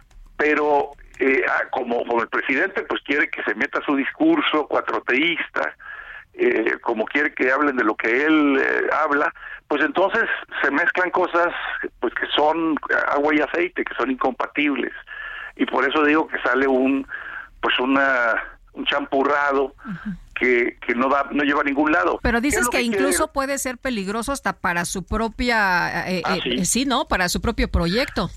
Pero eh, como, como el presidente pues quiere que se meta su discurso cuatroteísta, eh, como quiere que hablen de lo que él eh, habla, pues entonces se mezclan cosas pues que son agua y aceite, que son incompatibles, y por eso digo que sale un pues una un champurrado uh-huh. que, que no da no lleva a ningún lado. Pero dices que, que incluso quiere? puede ser peligroso hasta para su propia eh, ah, eh, ¿sí? sí, ¿no? Para su propio proyecto.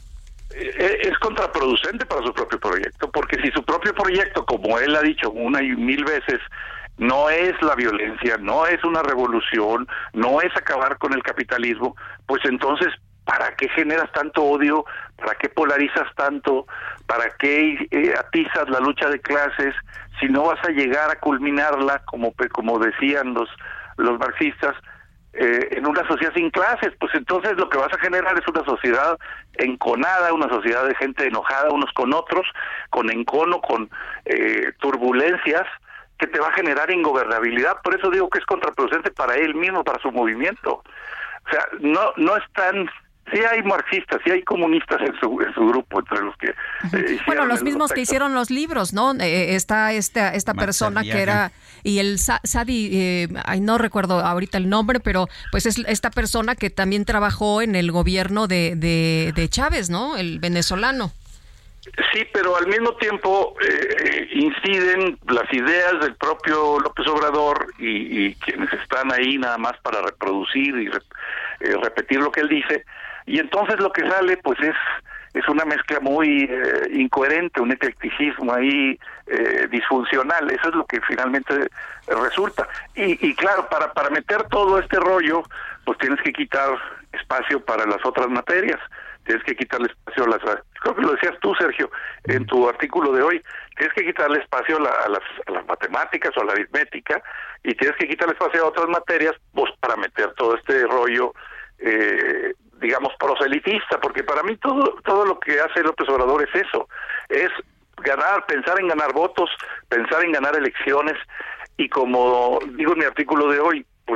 Es contraproducente para su propio proyecto, porque si su propio proyecto, como él ha dicho una y mil veces, no es la violencia, no es una revolución, no es acabar con el capitalismo, pues entonces, ¿para qué generas tanto odio? ¿Para qué polarizas tanto? ¿Para qué eh, atizas la lucha de clases si no vas a llegar a culminarla, como como decían los los marxistas, eh, en una sociedad sin clases? Pues entonces lo que vas a generar es una sociedad enconada, una sociedad de gente enojada unos con otros, con encono, con eh, turbulencias, que te va a generar ingobernabilidad. Por eso digo que es contraproducente para él mismo, para su movimiento. O sea, no no están... Sí hay marxistas, sí hay comunistas en su, en su grupo, entre los que... Eh, bueno, los mismos que hicieron los libros, ¿no? Eh, está esta esta Max persona Arriaga. que era... Y el Sa- Sadi, eh, ay, no recuerdo ahorita el nombre, pero pues es esta persona que también trabajó en el gobierno de, de, de Chávez, ¿no? El venezolano. Sí, pero al mismo tiempo eh, inciden las ideas del propio López Obrador y, y quienes están ahí nada más para reproducir y re, eh, repetir lo que él dice, y entonces lo que sale pues es es una mezcla muy eh, incoherente, un eclecticismo ahí eh, disfuncional. Eso es lo que finalmente resulta. Y, y claro, para para meter todo este rollo, pues tienes que quitar espacio para las otras materias. Tienes que quitarle espacio a las... Creo que lo decías tú, Sergio, en tu artículo de hoy. Tienes que quitarle espacio a, la, a, las, a las matemáticas o a la aritmética, y tienes que quitarle espacio a otras materias pues para meter todo este rollo, eh, digamos, proselitista, porque para mí todo todo lo que hace López Obrador es eso, es ganar, pensar en ganar votos, pensar en ganar elecciones, y como digo en mi artículo de hoy, pues...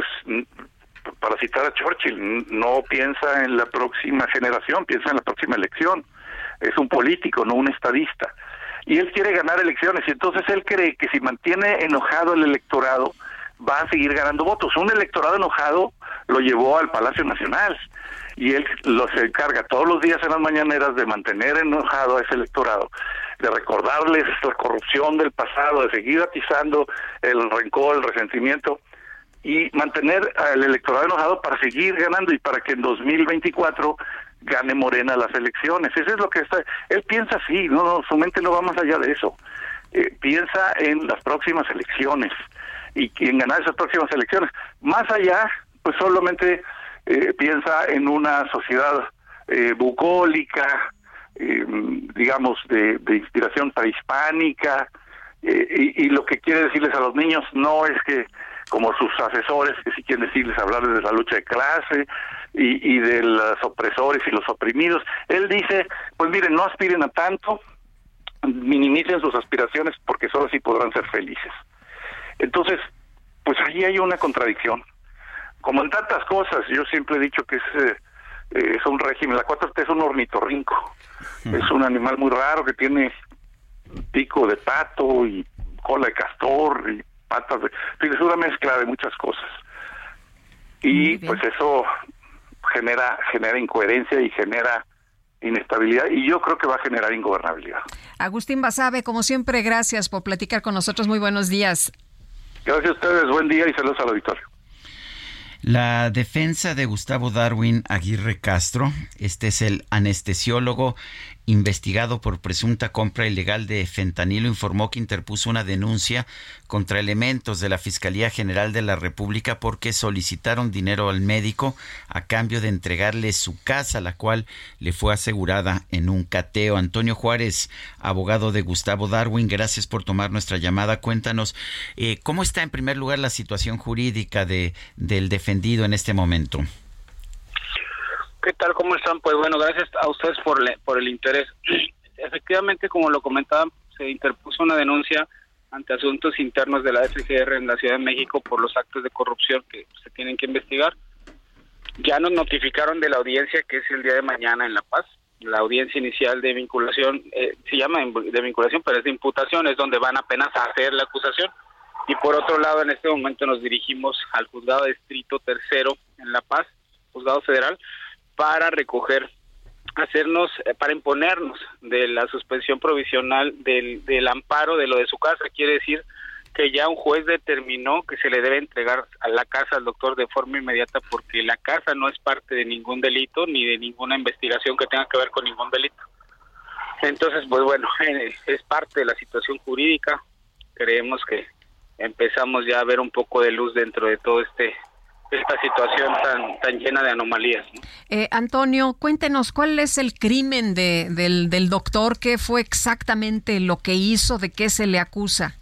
para citar a Churchill, no piensa en la próxima generación, piensa en la próxima elección. Es un político, no un estadista. Y él quiere ganar elecciones, y entonces él cree que si mantiene enojado el electorado, va a seguir ganando votos. Un electorado enojado lo llevó al Palacio Nacional, y él lo se encarga todos los días en las mañaneras de mantener enojado a ese electorado, de recordarles la corrupción del pasado, de seguir atizando el rencor, el resentimiento, y mantener al electorado enojado para seguir ganando y para que en dos mil veinticuatro gane Morena las elecciones. Eso es lo que está... Él piensa así, no, no, su mente no va más allá de eso. Eh, piensa en las próximas elecciones y en ganar esas próximas elecciones. Más allá, pues solamente eh, piensa en una sociedad eh, bucólica, eh, digamos, de, de inspiración prehispánica, eh, y, y lo que quiere decirles a los niños no es que, como sus asesores, que sí quieren decirles, hablarles de la lucha de clase y, y de los opresores y los oprimidos. Él dice, pues miren, no aspiren a tanto, minimicen sus aspiraciones porque solo así podrán ser felices. Entonces, pues ahí hay una contradicción. Como en tantas cosas, yo siempre he dicho que es, eh, eh, es un régimen, la cuatro T es un ornitorrinco, uh-huh. es un animal muy raro que tiene pico de pato y cola de castor y patas de... Es una mezcla de muchas cosas. Y pues eso genera genera incoherencia y genera inestabilidad, y yo creo que va a generar ingobernabilidad. Agustín Basabe, como siempre, gracias por platicar con nosotros. Muy buenos días. Gracias a ustedes, buen día y saludos al auditorio. La defensa de Gustavo Darwin Aguirre Castro, este es el anestesiólogo investigado por presunta compra ilegal de fentanilo, informó que interpuso una denuncia contra elementos de la Fiscalía General de la República porque solicitaron dinero al médico a cambio de entregarle su casa, la cual le fue asegurada en un cateo. Antonio Juárez, abogado de Gustavo Darwin, gracias por tomar nuestra llamada. Cuéntanos, eh, ¿cómo está en primer lugar la situación jurídica de del defendido en este momento? ¿Qué tal? ¿Cómo están? Pues bueno, gracias a ustedes por, le, por el interés. Efectivamente, como lo comentaban, se interpuso una denuncia ante asuntos internos de la F G R en la Ciudad de México por los actos de corrupción que se tienen que investigar. Ya nos notificaron de la audiencia que es el día de mañana en La Paz. La audiencia inicial de vinculación, eh, se llama de vinculación, pero es de imputación, es donde van apenas a hacer la acusación. Y por otro lado, en este momento nos dirigimos al juzgado de distrito tercero en La Paz, juzgado federal, para recoger, hacernos, eh, para imponernos de la suspensión provisional del, del amparo de lo de su casa. Quiere decir que ya un juez determinó que se le debe entregar a la casa al doctor de forma inmediata porque la casa no es parte de ningún delito ni de ninguna investigación que tenga que ver con ningún delito. Entonces, pues bueno, eh, es parte de la situación jurídica. Creemos que empezamos ya a ver un poco de luz dentro de todo este esta situación tan tan llena de anomalías, ¿no? Eh, Antonio, cuéntenos, ¿cuál es el crimen de, del, del doctor? ¿Qué fue exactamente lo que hizo? ¿De qué se le acusa?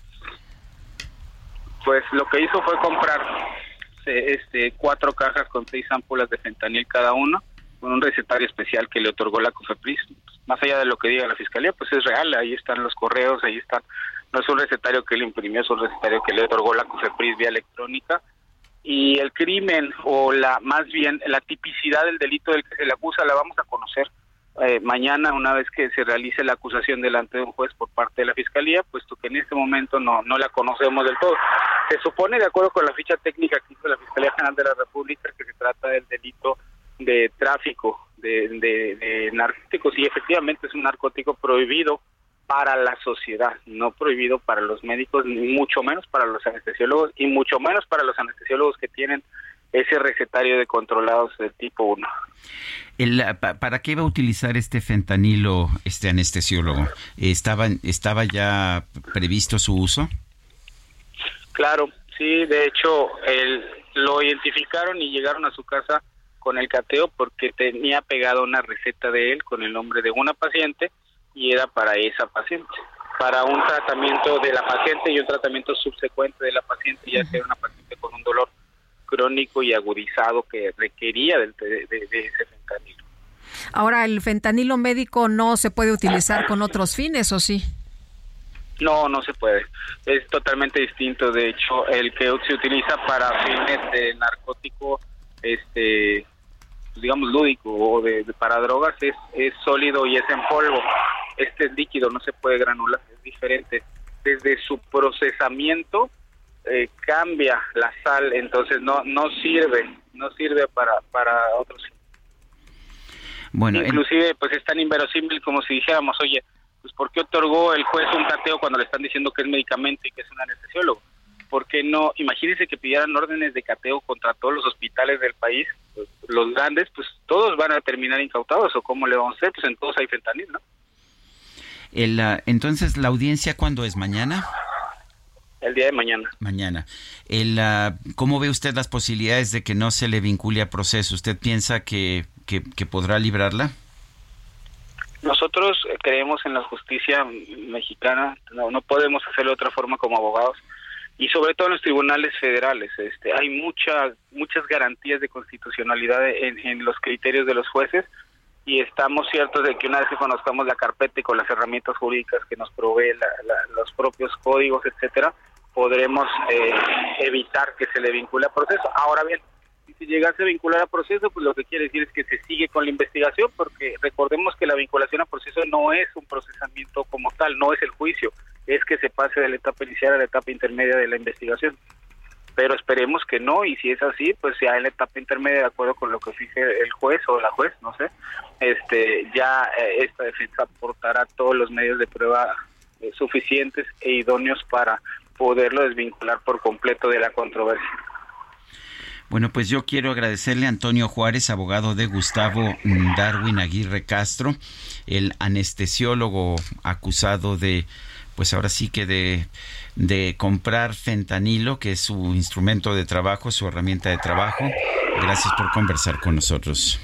Pues lo que hizo fue comprar este cuatro cajas con seis ámpulas de fentanil cada uno, con un recetario especial que le otorgó la COFEPRIS. Más allá de lo que diga la Fiscalía, pues es real, ahí están los correos, ahí están. No es un recetario que él imprimió, es un recetario que le otorgó la COFEPRIS vía electrónica. Y el crimen, o la más bien la tipicidad del delito del que se le acusa, la vamos a conocer eh, mañana, una vez que se realice la acusación delante de un juez por parte de la Fiscalía, puesto que en este momento no no la conocemos del todo. Se supone, de acuerdo con la ficha técnica que hizo la Fiscalía General de la República, que se trata del delito de tráfico de, de, de narcóticos, y efectivamente es un narcótico prohibido para la sociedad, no prohibido para los médicos, ni mucho menos para los anestesiólogos, y mucho menos para los anestesiólogos que tienen ese recetario de controlados del tipo uno. El, ¿Para qué iba a utilizar este fentanilo, este anestesiólogo? ¿Estaba, estaba ya previsto su uso? Claro, sí, de hecho, el, lo identificaron y llegaron a su casa con el cateo porque tenía pegada una receta de él con el nombre de una paciente, y era para esa paciente, para un tratamiento de la paciente y un tratamiento subsecuente de la paciente, ya que era una paciente con un dolor crónico y agudizado que requería de, de, de ese fentanilo. Ahora, ¿el fentanilo médico no se puede utilizar con otros fines, o sí? No, no se puede. Es totalmente distinto. De hecho, el que se utiliza para fines de narcótico, este, digamos lúdico o de, de para drogas, es, es sólido y es en polvo. Este es líquido, no se puede granular, es diferente. Desde su procesamiento eh, cambia la sal, entonces no no sirve, no sirve para para otros. Bueno, inclusive el... pues es tan inverosímil como si dijéramos, oye, pues ¿por qué otorgó el juez un cateo cuando le están diciendo que es medicamento y que es un anestesiólogo? ¿Por qué no? Imagínense que pidieran órdenes de cateo contra todos los hospitales del país, pues, los grandes, pues todos van a terminar incautados, o ¿cómo le vamos a hacer? Pues en todos hay fentanil, ¿no? El, uh, entonces, ¿la audiencia cuándo es? ¿Mañana? El día de mañana. Mañana. El, uh, ¿Cómo ve usted las posibilidades de que no se le vincule a proceso? ¿Usted piensa que, que, que podrá librarla? Nosotros creemos en la justicia mexicana, no, no podemos hacerlo de otra forma como abogados, y sobre todo en los tribunales federales. Este, hay muchas muchas garantías de constitucionalidad en, en los criterios de los jueces, y estamos ciertos de que una vez que conozcamos la carpeta y con las herramientas jurídicas que nos provee la, la, los propios códigos, etcétera, podremos eh, evitar que se le vincule a proceso. Ahora bien, Y si llegase a vincular a proceso, pues lo que quiere decir es que se sigue con la investigación, porque recordemos que la vinculación a proceso no es un procesamiento como tal, no es el juicio, es que se pase de la etapa inicial a la etapa intermedia de la investigación. Pero esperemos que no, y si es así, pues ya en la etapa intermedia, de acuerdo con lo que fije el juez o la juez, no sé, este ya eh, esta defensa aportará todos los medios de prueba eh, suficientes e idóneos para poderlo desvincular por completo de la controversia. Bueno, pues yo quiero agradecerle a Antonio Juárez, abogado de Gustavo Darwin Aguirre Castro, el anestesiólogo acusado de, pues ahora sí que de, de comprar fentanilo, que es su instrumento de trabajo, su herramienta de trabajo. Gracias por conversar con nosotros.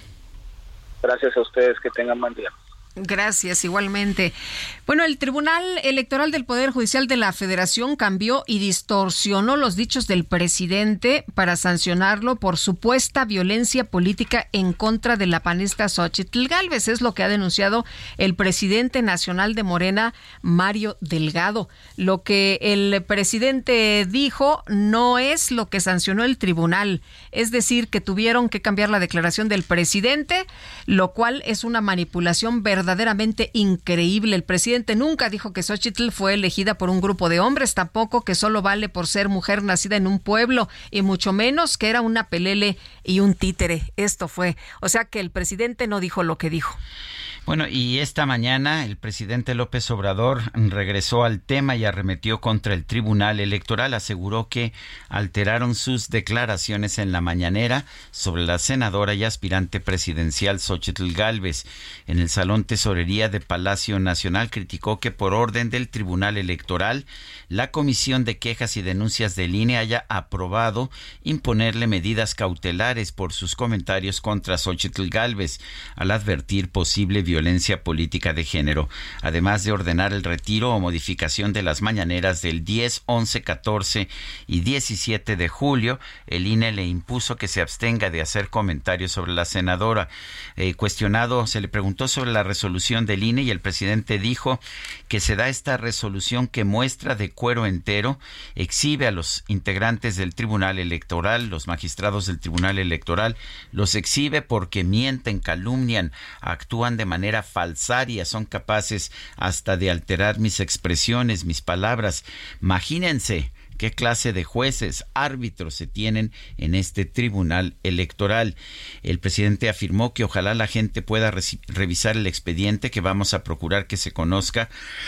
Gracias a ustedes, que tengan buen día. Gracias, igualmente. Bueno, el Tribunal Electoral del Poder Judicial de la Federación cambió y distorsionó los dichos del presidente para sancionarlo por supuesta violencia política en contra de la panista Xóchitl Gálvez. Es lo que ha denunciado el presidente nacional de Morena, Mario Delgado. Lo que el presidente dijo no es lo que sancionó el tribunal. Es decir, que tuvieron que cambiar la declaración del presidente, lo cual es una manipulación verdadera. verdaderamente increíble. El presidente nunca dijo que Xóchitl fue elegida por un grupo de hombres, tampoco que solo vale por ser mujer nacida en un pueblo, y mucho menos que era una pelele y un títere. Esto fue. O sea que el presidente no dijo lo que dijo. Bueno, y esta mañana el presidente López Obrador regresó al tema y arremetió contra el Tribunal Electoral. Aseguró que alteraron sus declaraciones en la mañanera sobre la senadora y aspirante presidencial Xóchitl Gálvez. En el Salón Tesorería de Palacio Nacional criticó que por orden del Tribunal Electoral, la Comisión de Quejas y Denuncias del I N E haya aprobado imponerle medidas cautelares por sus comentarios contra Xóchitl Gálvez, al advertir posible violencia política de género, además de ordenar el retiro o modificación de las mañaneras del diez, once, catorce y diecisiete de julio. El I N E le impuso que se abstenga de hacer comentarios sobre la senadora. Eh, cuestionado, se le preguntó sobre la resolución del I N E y el presidente dijo que se da esta resolución que muestra de cuero entero, exhibe a los integrantes del Tribunal Electoral, los magistrados del Tribunal Electoral, los exhibe porque mienten, calumnian, actúan de manera falsaria, son capaces hasta de alterar mis expresiones, mis palabras. Imagínense qué clase de jueces, árbitros se tienen en este Tribunal Electoral. El presidente afirmó que ojalá la gente pueda re- revisar el expediente, que vamos a procurar que se conozca,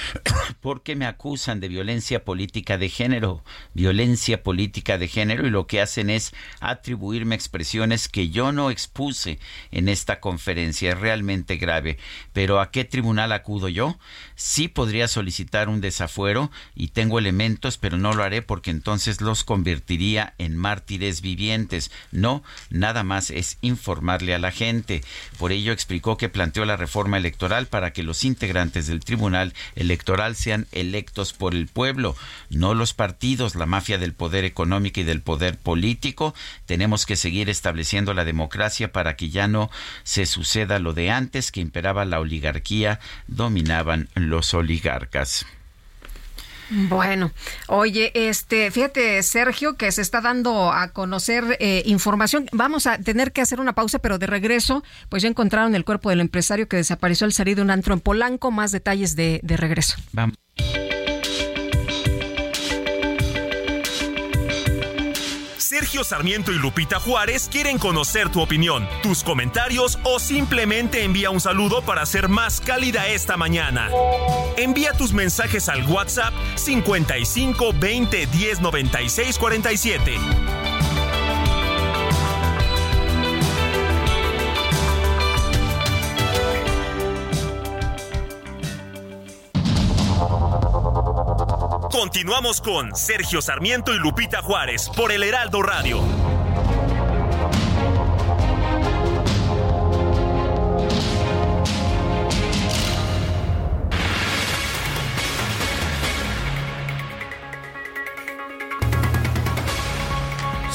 porque me acusan de violencia política de género, violencia política de género, y lo que hacen es atribuirme expresiones que yo no expuse en esta conferencia. Es realmente grave. Pero ¿a qué tribunal acudo yo? Sí podría solicitar un desafuero y tengo elementos, pero no lo haré porque entonces los convertiría en mártires vivientes. No, nada más es informarle a la gente. Por ello explicó que planteó la reforma electoral para que los integrantes del Tribunal Electoral sean electos por el pueblo, no los partidos, la mafia del poder económico y del poder político. Tenemos que seguir estableciendo la democracia para que ya no se suceda lo de antes, que imperaba la oligarquía, dominaban los oligarcas. Bueno, oye, este, fíjate, Sergio, que se está dando a conocer eh, información. Vamos a tener que hacer una pausa, pero de regreso, pues ya encontraron el cuerpo del empresario que desapareció al salir de un antro en Polanco. Más detalles de, de regreso. Vamos. Sergio Sarmiento y Lupita Juárez quieren conocer tu opinión, tus comentarios o simplemente envía un saludo para ser más cálida esta mañana. Envía tus mensajes al WhatsApp cincuenta y cinco, veinte, diez, noventa y seis, cuarenta y siete. Continuamos con Sergio Sarmiento y Lupita Juárez por el Heraldo Radio.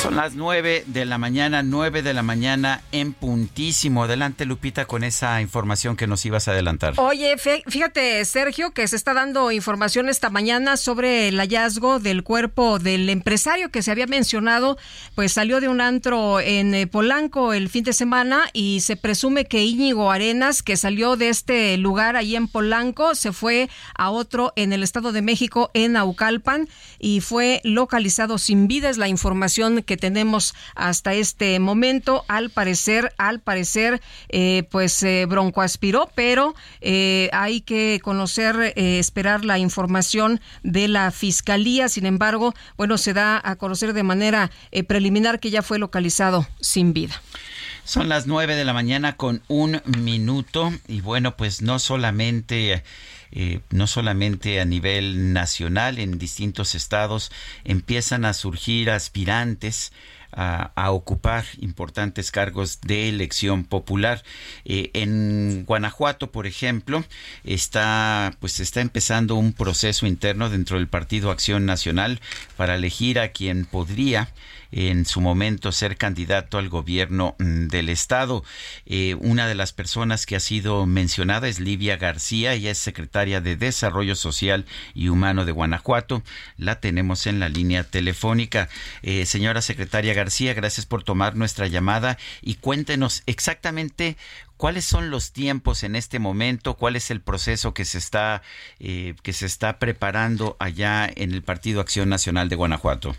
Son las nueve de la mañana, nueve de la mañana en puntísimo. Adelante, Lupita, con esa información que nos ibas a adelantar. Oye, fíjate, Sergio, que se está dando información esta mañana sobre el hallazgo del cuerpo del empresario que se había mencionado, pues salió de un antro en Polanco el fin de semana y se presume que Íñigo Arenas, que salió de este lugar ahí en Polanco, se fue a otro en el Estado de México, en Naucalpan, y fue localizado sin vida. Es la información que tenemos hasta este momento. Al parecer, al parecer, eh, pues eh, broncoaspiró, pero eh, hay que conocer, eh, esperar la información de la Fiscalía. Sin embargo, bueno, se da a conocer de manera eh, preliminar que ya fue localizado sin vida. Son las nueve de la mañana con un minuto y bueno, pues no solamente... Eh, no solamente a nivel nacional, en distintos estados empiezan a surgir aspirantes a, a ocupar importantes cargos de elección popular. Eh, en Guanajuato, por ejemplo, está pues está empezando un proceso interno dentro del Partido Acción Nacional para elegir a quien podría en su momento ser candidato al gobierno del estado. Eh, una de las personas que ha sido mencionada es Livia García, ella es secretaria de Desarrollo Social y Humano de Guanajuato. La tenemos en la línea telefónica. Eh, señora secretaria García, gracias por tomar nuestra llamada y cuéntenos exactamente cuáles son los tiempos en este momento, cuál es el proceso que se está eh, que se está preparando allá en el Partido Acción Nacional de Guanajuato.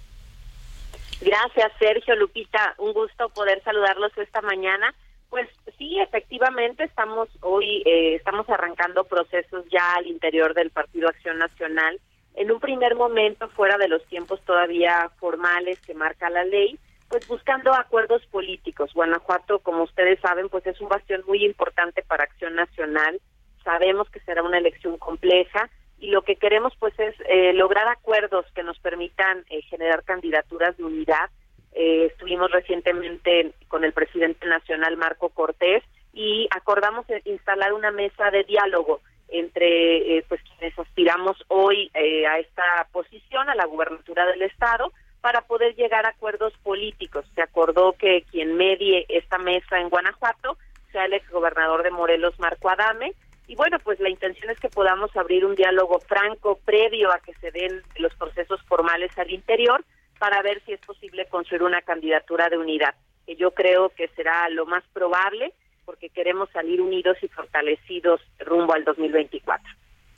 Gracias, Sergio, Lupita, un gusto poder saludarlos esta mañana. Pues sí, efectivamente estamos hoy eh, estamos arrancando procesos ya al interior del Partido Acción Nacional. En un primer momento, fuera de los tiempos todavía formales que marca la ley, pues buscando acuerdos políticos. Guanajuato, como ustedes saben, pues es un bastión muy importante para Acción Nacional. Sabemos que será una elección compleja. Y lo que queremos pues es eh, lograr acuerdos que nos permitan eh, generar candidaturas de unidad. Eh, estuvimos recientemente con el presidente nacional Marco Cortés y acordamos instalar una mesa de diálogo entre eh, pues quienes aspiramos hoy eh, a esta posición, a la gubernatura del estado, para poder llegar a acuerdos políticos. Se acordó que quien medie esta mesa en Guanajuato sea el exgobernador de Morelos, Marco Adame. Y bueno, pues la intención es que podamos abrir un diálogo franco previo a que se den los procesos formales al interior para ver si es posible construir una candidatura de unidad, que yo creo que será lo más probable porque queremos salir unidos y fortalecidos rumbo al dos mil veinticuatro.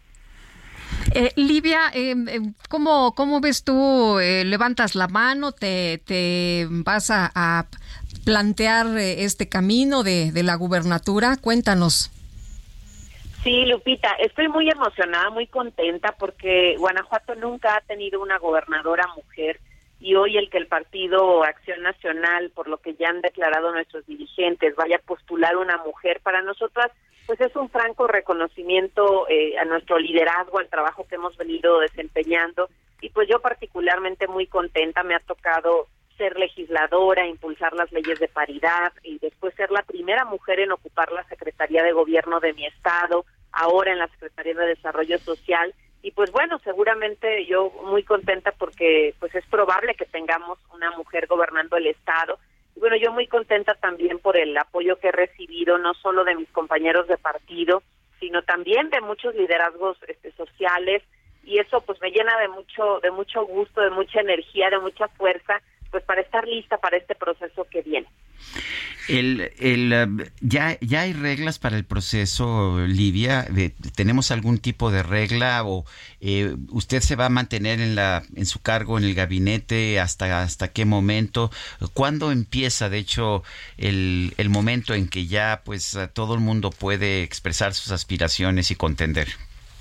Eh, Livia, eh, ¿cómo, ¿cómo ves tú? Eh, ¿Levantas la mano? ¿Te, te vas a, a plantear eh, este camino de, de la gubernatura? Cuéntanos. Sí, Lupita, estoy muy emocionada, muy contenta porque Guanajuato nunca ha tenido una gobernadora mujer y hoy el que el Partido Acción Nacional, por lo que ya han declarado nuestros dirigentes, vaya a postular una mujer, para nosotras pues es un franco reconocimiento eh, a nuestro liderazgo, al trabajo que hemos venido desempeñando y pues yo particularmente muy contenta, me ha tocado ser legisladora, impulsar las leyes de paridad y después ser la primera mujer en ocupar la Secretaría de Gobierno de mi estado, ahora en la Secretaría de Desarrollo Social y pues bueno, seguramente yo muy contenta porque pues es probable que tengamos una mujer gobernando el estado y bueno, yo muy contenta también por el apoyo que he recibido no solo de mis compañeros de partido, sino también de muchos liderazgos este, sociales y eso pues me llena de mucho de mucho gusto, de mucha energía, de mucha fuerza pues para estar lista para este proceso que viene. El, el, ya, ya hay reglas para el proceso, Livia. ¿Tenemos algún tipo de regla o eh, usted se va a mantener en la en su cargo en el gabinete hasta hasta qué momento? ¿Cuándo empieza, de hecho, el, el momento en que ya pues todo el mundo puede expresar sus aspiraciones y contender?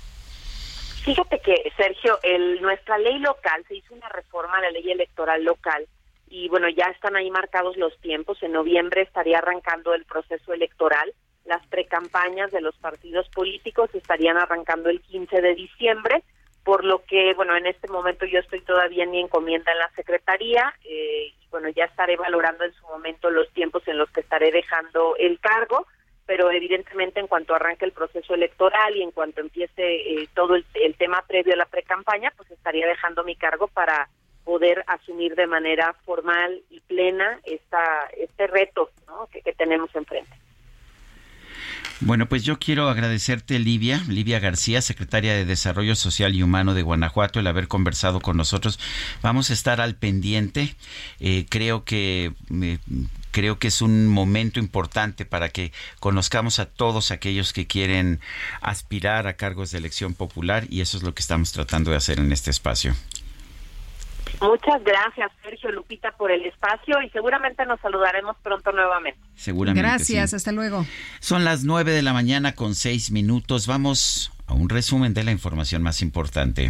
Fíjate que, Sergio, el, nuestra ley local, se hizo una reforma a la ley electoral local y bueno, ya están ahí marcados los tiempos. En noviembre estaría arrancando el proceso electoral. Las precampañas de los partidos políticos estarían arrancando el quince de diciembre, por lo que, bueno, en este momento yo estoy todavía en mi encomienda en la Secretaría eh, y bueno, ya estaré valorando en su momento los tiempos en los que estaré dejando el cargo, pero evidentemente en cuanto arranque el proceso electoral y en cuanto empiece eh, todo el, el tema previo a la precampaña, pues estaría dejando mi cargo para poder asumir de manera formal y plena esta este reto, ¿no?, que, que tenemos enfrente. Bueno, pues yo quiero agradecerte, Livia, Livia García, secretaria de Desarrollo Social y Humano de Guanajuato, el haber conversado con nosotros. Vamos a estar al pendiente. Eh, creo que eh, creo que es un momento importante para que conozcamos a todos aquellos que quieren aspirar a cargos de elección popular, y eso es lo que estamos tratando de hacer en este espacio. Muchas gracias, Sergio, Lupita, por el espacio, y seguramente nos saludaremos pronto nuevamente. Seguramente. Gracias, sí. Hasta luego. Son las nueve de la mañana con seis minutos. Vamos a un resumen de la información más importante.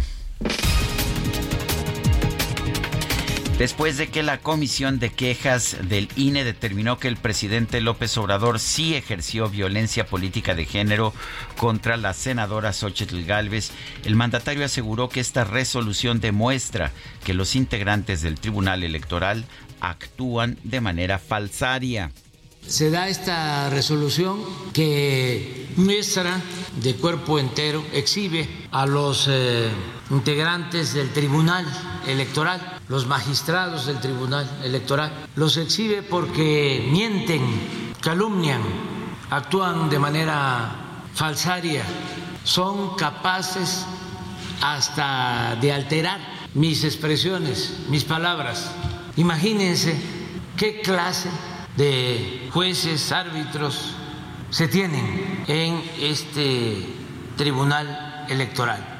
Después de que la Comisión de Quejas del I N E determinó que el presidente López Obrador sí ejerció violencia política de género contra la senadora Xóchitl Gálvez, el mandatario aseguró que esta resolución demuestra que los integrantes del Tribunal Electoral actúan de manera falsaria. Se da esta resolución que muestra de cuerpo entero, exhibe a los eh, integrantes del Tribunal Electoral, los magistrados del Tribunal Electoral, los exhibe porque mienten, calumnian, actúan de manera falsaria, son capaces hasta de alterar mis expresiones, mis palabras. Imagínense qué clase de jueces, árbitros se tienen en este Tribunal Electoral.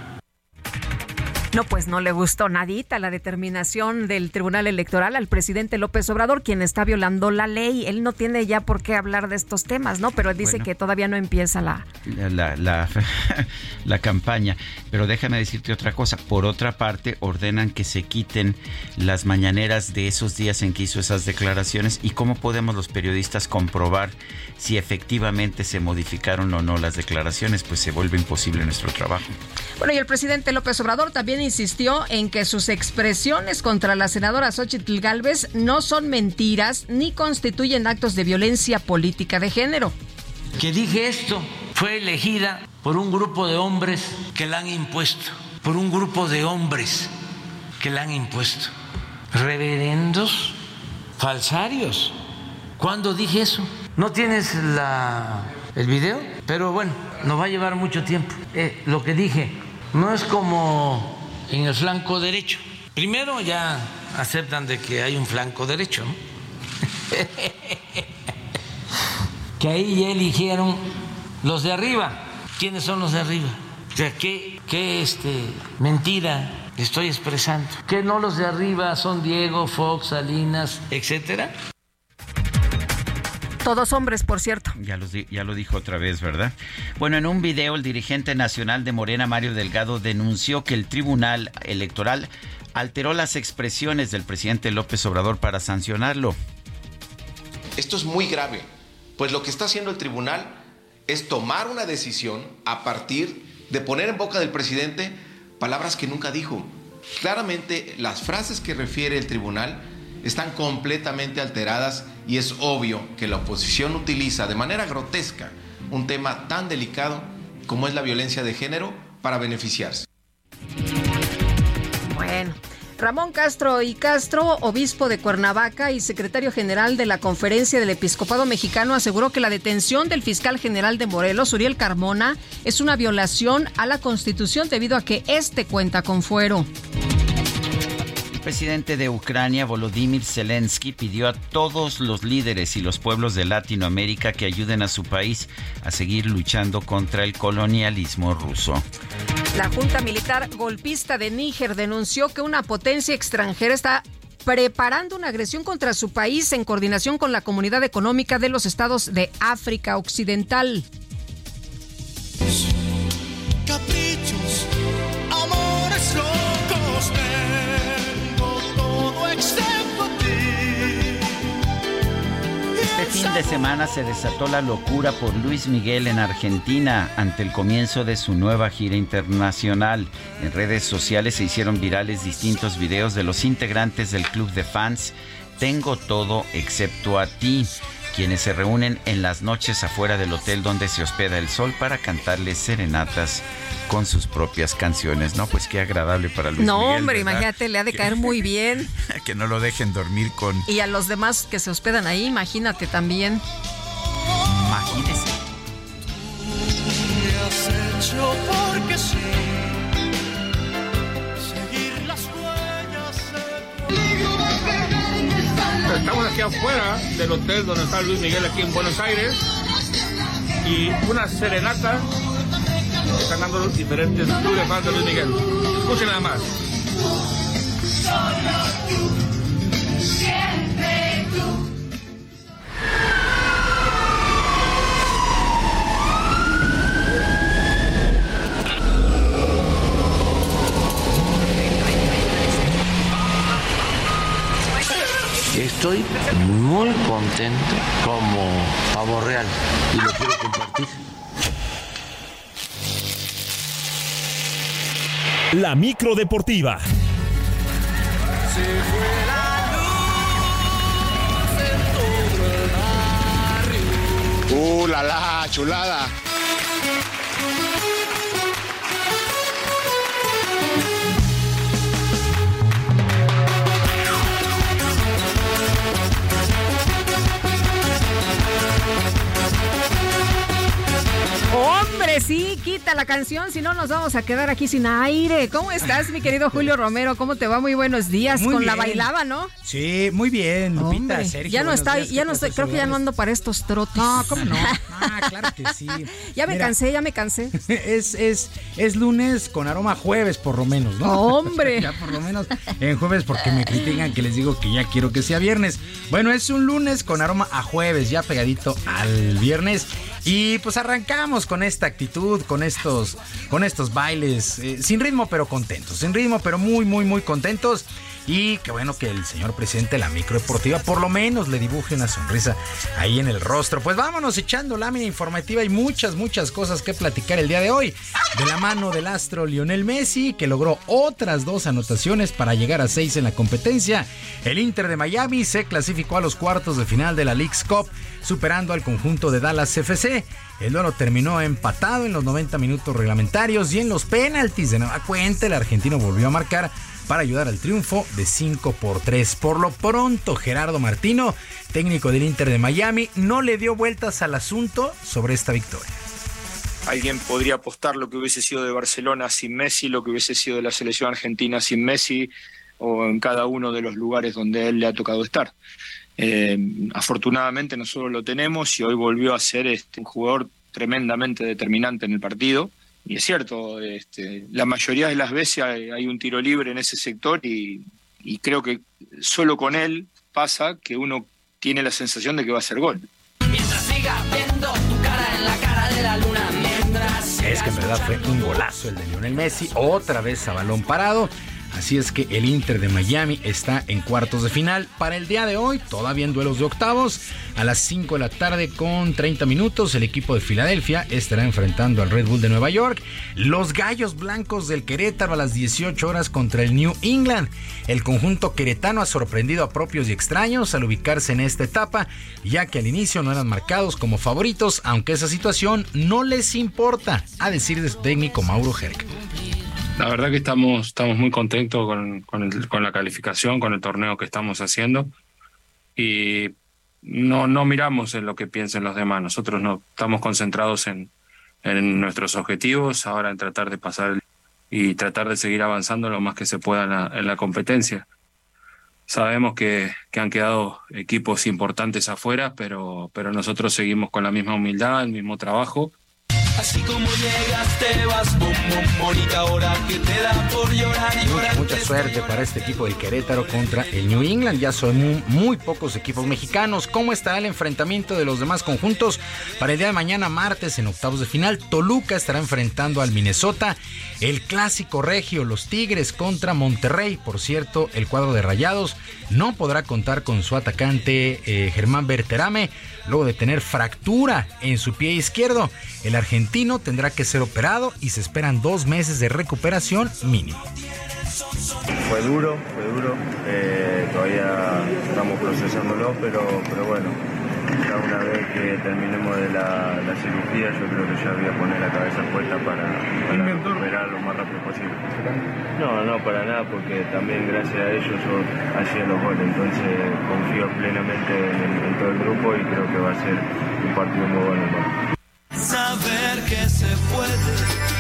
No, pues no le gustó nadita la determinación del Tribunal Electoral al presidente López Obrador, quien está violando la ley. Él no tiene ya por qué hablar de estos temas, ¿no? Pero él dice bueno, que todavía no empieza la... La, la, la campaña. Pero déjame decirte otra cosa. Por otra parte, ordenan que se quiten las mañaneras de esos días en que hizo esas declaraciones. ¿Y cómo podemos los periodistas comprobar si efectivamente se modificaron o no las declaraciones? Pues se vuelve imposible nuestro trabajo. Bueno, y el presidente López Obrador también insistió en que sus expresiones contra la senadora Xóchitl Gálvez no son mentiras ni constituyen actos de violencia política de género. Que dije esto, fue elegida por un grupo de hombres que la han impuesto, por un grupo de hombres que la han impuesto. Reverendos falsarios. ¿Cuándo dije eso? ¿No tienes la, el video? Pero bueno, nos va a llevar mucho tiempo. Eh, lo que dije no es como en el flanco derecho. Primero ya aceptan de que hay un flanco derecho, ¿no? Que ahí ya eligieron los de arriba. ¿Quiénes son los de arriba? O sea, ¿qué, qué este, mentira estoy expresando? ¿Que no los de arriba son Diego, Fox, Salinas, etcétera? Todos hombres, por cierto. Ya, los di- ya lo dijo otra vez, ¿verdad? Bueno, en un video, el dirigente nacional de Morena, Mario Delgado, denunció que el Tribunal Electoral alteró las expresiones del presidente López Obrador para sancionarlo. Esto es muy grave, pues lo que está haciendo el tribunal es tomar una decisión a partir de poner en boca del presidente palabras que nunca dijo. Claramente, las frases que refiere el tribunal están completamente alteradas y es obvio que la oposición utiliza de manera grotesca un tema tan delicado como es la violencia de género para beneficiarse. Bueno, Ramón Castro y Castro, obispo de Cuernavaca y secretario general de la Conferencia del Episcopado Mexicano, aseguró que la detención del fiscal general de Morelos, Uriel Carmona, es una violación a la Constitución debido a que este cuenta con fuero. El presidente de Ucrania, Volodymyr Zelensky, pidió a todos los líderes y los pueblos de Latinoamérica que ayuden a su país a seguir luchando contra el colonialismo ruso. La Junta Militar Golpista de Níger denunció que una potencia extranjera está preparando una agresión contra su país en coordinación con la Comunidad Económica de los Estados de África Occidental. Caprichos, amores locos, tengo todo excepto a ti. Este fin de semana se desató la locura por Luis Miguel en Argentina ante el comienzo de su nueva gira internacional. En redes sociales se hicieron virales distintos videos de los integrantes del club de fans Tengo Todo Excepto a Ti, quienes se reúnen en las noches afuera del hotel donde se hospeda el Sol para cantarle serenatas con sus propias canciones. No, pues qué agradable para Luis no, Miguel. No, hombre, ¿verdad? Imagínate, le ha de caer muy bien. Que no lo dejen dormir con... Y a los demás que se hospedan ahí, imagínate también. Imagínese. Me has hecho porque sí. Seguir las huellas. Estamos aquí afuera del hotel donde está Luis Miguel aquí en Buenos Aires. Y una serenata. Están dando los diferentes clubes de fans de Luis Miguel. Escuchen nada más. Solo tú, siempre tú. Estoy muy contento como pavo real y lo quiero compartir. La micro deportiva. Se fue la luz en todo el barrio. ¡Uh, la la, chulada! Hombre, sí, quita la canción, si no nos vamos a quedar aquí sin aire. ¿Cómo estás, mi querido Julio Romero? ¿Cómo te va? Muy buenos días. Muy Con bien. la bailaba, ¿no? Sí, muy bien, Lupita, Hombre, Sergio. ya no buenos está, días, ya ¿qué no estoy, tal, creo que ya no ando para estos trotes. No, ¿cómo no? Ah, claro que sí. Ya me Mira, cansé, ya me cansé. Es, es, es lunes con aroma a jueves, por lo menos, ¿no? ¡Hombre! Ya por lo menos en jueves, porque me critican que les digo que ya quiero que sea viernes. Bueno, es un lunes con aroma a jueves, ya pegadito al viernes. Y pues arrancamos con esta actitud, con estos, con estos bailes, eh, sin ritmo pero contentos, sin ritmo pero muy, muy, muy contentos. Y qué bueno que el señor presidente de la microdeportiva por lo menos le dibuje una sonrisa ahí en el rostro. Pues vámonos echando lámina informativa y muchas, muchas cosas que platicar el día de hoy. De la mano del astro Lionel Messi, que logró otras dos anotaciones para llegar a seis en la competencia. El Inter de Miami se clasificó a los cuartos de final de la Leagues Cup, superando al conjunto de Dallas F C. El duelo terminó empatado en los noventa minutos reglamentarios y en los penaltis de nueva cuenta el argentino volvió a marcar para ayudar al triunfo de cinco por tres. Por lo pronto, Gerardo Martino, técnico del Inter de Miami, no le dio vueltas al asunto sobre esta victoria. Alguien podría apostar lo que hubiese sido de Barcelona sin Messi, lo que hubiese sido de la selección argentina sin Messi, o en cada uno de los lugares donde él le ha tocado estar. Eh, afortunadamente nosotros lo tenemos y hoy volvió a ser este, un jugador tremendamente determinante en el partido. Y es cierto, este, la mayoría de las veces hay, hay un tiro libre en ese sector y, y creo que solo con él pasa que uno tiene la sensación de que va a ser gol. Mientras siga viendo tu cara en la cara de la luna, mientras Es que en verdad fue un golazo el de Lionel Messi, otra vez a balón parado. Así es que el Inter de Miami está en cuartos de final. Para el día de hoy, todavía en duelos de octavos, a las cinco de la tarde con treinta minutos, el equipo de Filadelfia estará enfrentando al Red Bull de Nueva York. Los Gallos Blancos del Querétaro a las dieciocho horas contra el New England. El conjunto queretano ha sorprendido a propios y extraños al ubicarse en esta etapa, ya que al inicio no eran marcados como favoritos, aunque esa situación no les importa, a decir de su técnico Mauro Herc. La verdad que estamos, estamos muy contentos con, con, el, con la calificación, con el torneo que estamos haciendo y no, no miramos en lo que piensen los demás. Nosotros no estamos concentrados en, en nuestros objetivos, ahora en tratar de pasar y tratar de seguir avanzando lo más que se pueda en la, en la competencia. Sabemos que, que han quedado equipos importantes afuera, pero, pero nosotros seguimos con la misma humildad, el mismo trabajo. así como llegaste vas, bom, bom, bonita hora que te da por llorar y llorar. Mucha suerte para este equipo del Querétaro contra el New England. Ya son muy, muy pocos equipos mexicanos. ¿Cómo estará el enfrentamiento de los demás conjuntos? Para el día de mañana, martes, en octavos de final, Toluca estará enfrentando al Minnesota. El clásico regio, los Tigres contra Monterrey. Por cierto, el cuadro de Rayados no podrá contar con su atacante eh, Germán Berterame, luego de tener fractura en su pie izquierdo. El argentino tendrá que ser operado y se esperan dos meses de recuperación mínimo. Fue duro, fue duro, eh, todavía estamos procesándolo, pero, pero bueno, ya una vez que terminemos de la, la cirugía, yo creo que ya voy a poner la cabeza puesta para, para recuperar lo más rápido posible. No, no, para nada, porque también gracias a ellos yo hacía los goles, entonces confío plenamente en, en todo el grupo y creo que va a ser un partido muy bueno, hermano. Saber que se puede,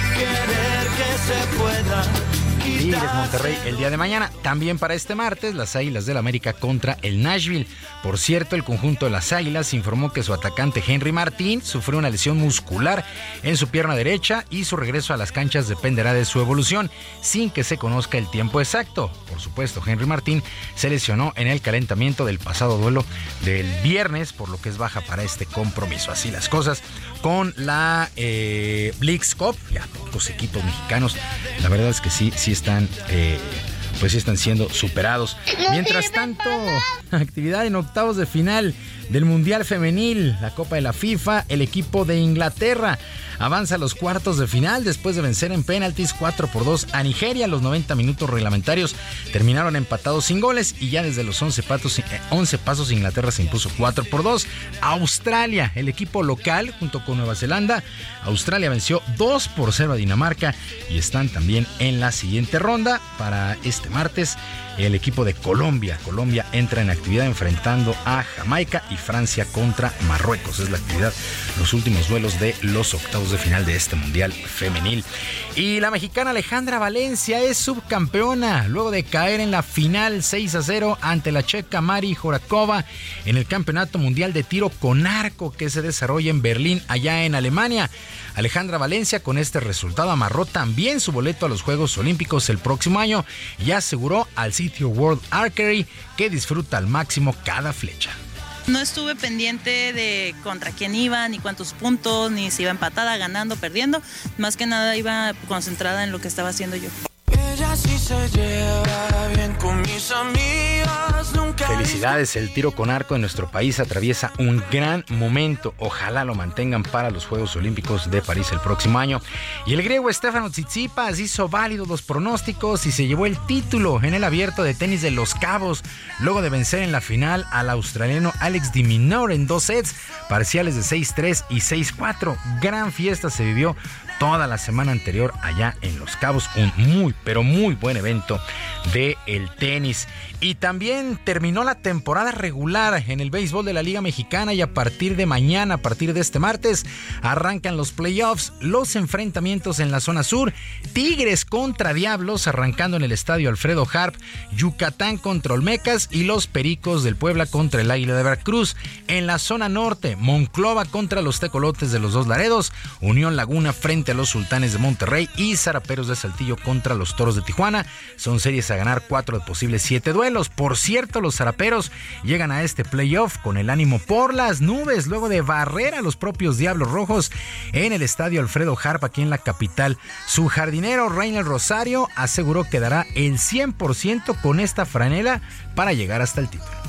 querer que se pueda. Tigres Monterrey el día de mañana. También para este martes, las Águilas del América contra el Nashville. Por cierto, el conjunto de las Águilas informó que su atacante Henry Martín sufrió una lesión muscular en su pierna derecha y su regreso a las canchas dependerá de su evolución, sin que se conozca el tiempo exacto. Por supuesto, Henry Martín se lesionó en el calentamiento del pasado duelo del viernes, por lo que es baja para este compromiso. Así las cosas con la eh, Leagues Cup. Ya pocos equipos mexicanos, la verdad es que sí, sí están, eh, pues sí están siendo superados. Mientras tanto, actividad en octavos de final del Mundial Femenil, la Copa de la FIFA. El equipo de Inglaterra avanza a los cuartos de final después de vencer en penaltis cuatro por dos a Nigeria. Los noventa minutos reglamentarios terminaron empatados sin goles y ya desde los once pasos, once pasos Inglaterra se impuso cuatro por dos. Australia, el equipo local junto con Nueva Zelanda, Australia venció dos por cero a Dinamarca y están también en la siguiente ronda. Para este martes, el equipo de Colombia. Colombia entra en actividad enfrentando a Jamaica y Francia contra Marruecos. Es la actividad, los últimos duelos de los octavos de final de este Mundial Femenil. Y la mexicana Alejandra Valencia es subcampeona luego de caer en la final seis a cero ante la checa Mari Horakova en el Campeonato Mundial de Tiro con Arco que se desarrolla en Berlín, allá en Alemania. Alejandra Valencia con este resultado amarró también su boleto a los Juegos Olímpicos el próximo año y aseguró al sitio World Archery que disfruta al máximo cada flecha. No estuve pendiente de contra quién iba, ni cuántos puntos, ni si iba empatada, ganando, perdiendo. Más que nada iba concentrada en lo que estaba haciendo yo. Ella sí se lleva bien con mis amigas, nunca... Felicidades, el tiro con arco en nuestro país atraviesa un gran momento. Ojalá lo mantengan para los Juegos Olímpicos de París el próximo año. Y el griego Stefanos Tsitsipas hizo válidos los pronósticos y se llevó el título en el Abierto de Tenis de Los Cabos, luego de vencer en la final al australiano Alex de Minaur en dos sets, parciales de seis tres y seis cuatro. Gran fiesta se vivió toda la semana anterior allá en Los Cabos, un muy, pero muy buen evento de el tenis. Y también terminó la temporada regular en el béisbol de la Liga Mexicana y a partir de mañana, a partir de este martes, arrancan los playoffs, los enfrentamientos en la zona sur, Tigres contra Diablos arrancando en el estadio Alfredo Harp, Yucatán contra Olmecas y los Pericos del Puebla contra el Águila de Veracruz. En la zona norte, Monclova contra los Tecolotes de los Dos Laredos, Unión Laguna frente a los Sultanes de Monterrey y Zaraperos de Saltillo contra los Toros de Tijuana. Son series a ganar cuatro de posibles siete duelos. Por cierto, los Zaraperos llegan a este playoff con el ánimo por las nubes luego de barrer a los propios Diablos Rojos en el estadio Alfredo Harp aquí en la capital. Su jardinero Reynel Rosario aseguró que dará el cien por ciento con esta franela para llegar hasta el título.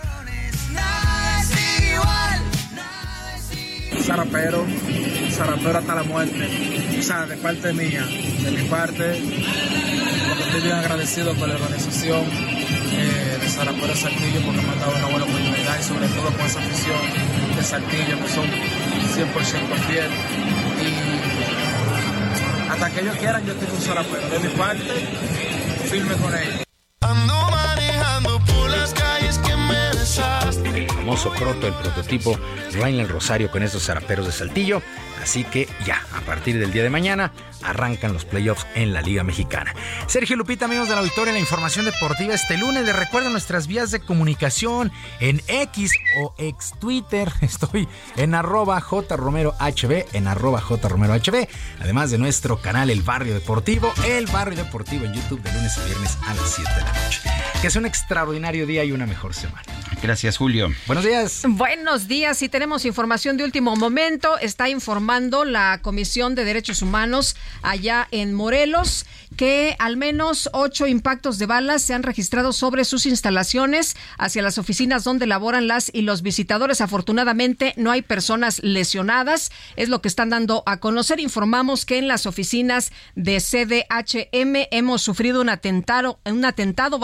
Zarapero, zarapero hasta la muerte, o sea, de parte mía, de mi parte, estoy bien agradecido por la organización eh, de Zarapero Saltillo porque me han dado una buena oportunidad y sobre todo con esa afición de Saltillo que son cien por ciento fiel y hasta que ellos quieran yo estoy con Zarapero, de mi parte, firme con ellos. Ando manejando por las calles que me besaste. El famoso proto, el prototipo Reynel Rosario con estos Zaraperos de Saltillo. Así que ya, a partir del día de mañana, arrancan los playoffs en la Liga Mexicana. Sergio, Lupita, amigos de la auditoria, la información deportiva este lunes. Les recuerdo nuestras vías de comunicación en X o ex Twitter. Estoy en arroba jromerohb, en arroba jromerohb. Además de nuestro canal El Barrio Deportivo, El Barrio Deportivo en YouTube de lunes a viernes a las siete de la noche. Que sea un extraordinario día y una mejor semana. Gracias, Julio. Buenos días. Buenos días. Y tenemos información de último momento. Está informando la Comisión de Derechos Humanos allá en Morelos que al menos ocho impactos de balas se han registrado sobre sus instalaciones hacia las oficinas donde laboran las y los visitadores. Afortunadamente no hay personas lesionadas, es lo que están dando a conocer. Informamos que en las oficinas de C D H M hemos sufrido un atentado, un atentado, varias detonaciones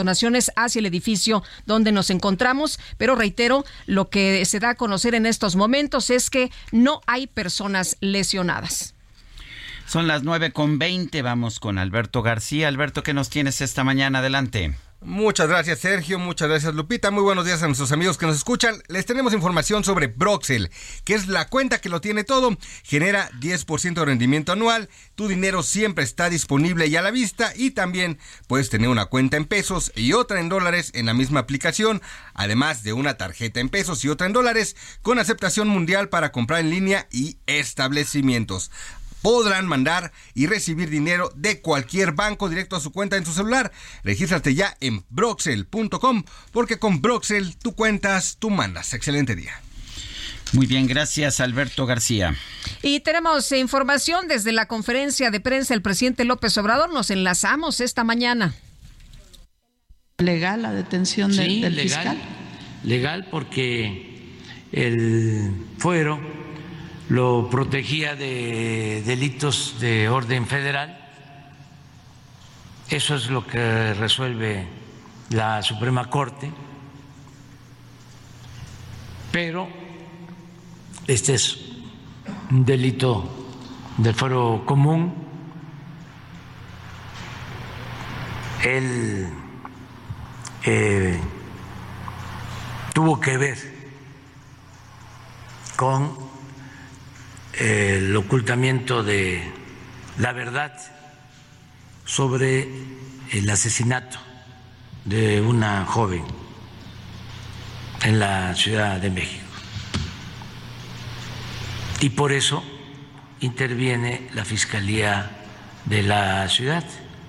detonaciones hacia el edificio donde nos encontramos, pero reitero, lo que se da a conocer en estos momentos es que no hay personas lesionadas. Son las nueve con veinte, vamos con Alberto García. Alberto, ¿qué nos tienes esta mañana? Adelante. Muchas gracias, Sergio. Muchas gracias, Lupita. Muy buenos días a nuestros amigos que nos escuchan. Les tenemos información sobre Broxel, que es la cuenta que lo tiene todo. Genera diez por ciento de rendimiento anual. Tu dinero siempre está disponible y a la vista. Y también puedes tener una cuenta en pesos y otra en dólares en la misma aplicación. Además de una tarjeta en pesos y otra en dólares, con aceptación mundial para comprar en línea y establecimientos. Podrán mandar y recibir dinero de cualquier banco directo a su cuenta en su celular. Regístrate ya en broxel punto com, porque con Broxel tú cuentas, tú mandas. Excelente día. Muy bien, gracias, Alberto García. Y tenemos información desde la conferencia de prensa del presidente López Obrador. Nos enlazamos esta mañana. ¿Legal la detención de, sí, del legal, fiscal? Legal, porque el fuero lo protegía de delitos de orden federal. Eso es lo que resuelve la Suprema Corte. Pero este es un delito del fuero común. Él eh, tuvo que ver con el ocultamiento de la verdad sobre el asesinato de una joven en la Ciudad de México. Y por eso interviene la Fiscalía de la ciudad.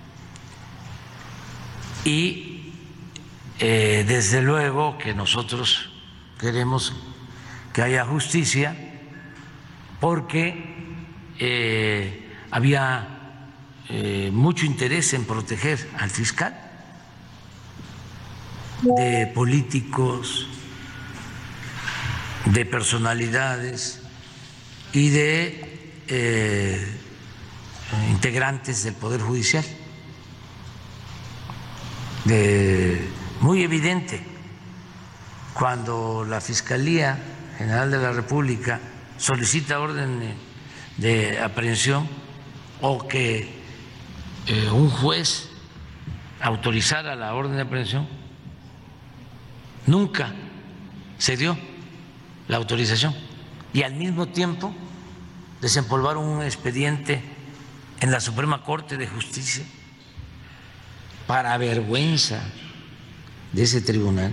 Y eh, desde luego que nosotros queremos que haya justicia, porque eh, había eh, mucho interés en proteger al fiscal de políticos, de personalidades y de eh, integrantes del Poder Judicial. De, muy evidente, cuando la Fiscalía General de la República solicita orden de aprehensión o que eh, un juez autorizara la orden de aprehensión, nunca se dio la autorización y al mismo tiempo desempolvaron un expediente en la Suprema Corte de Justicia para vergüenza de ese tribunal.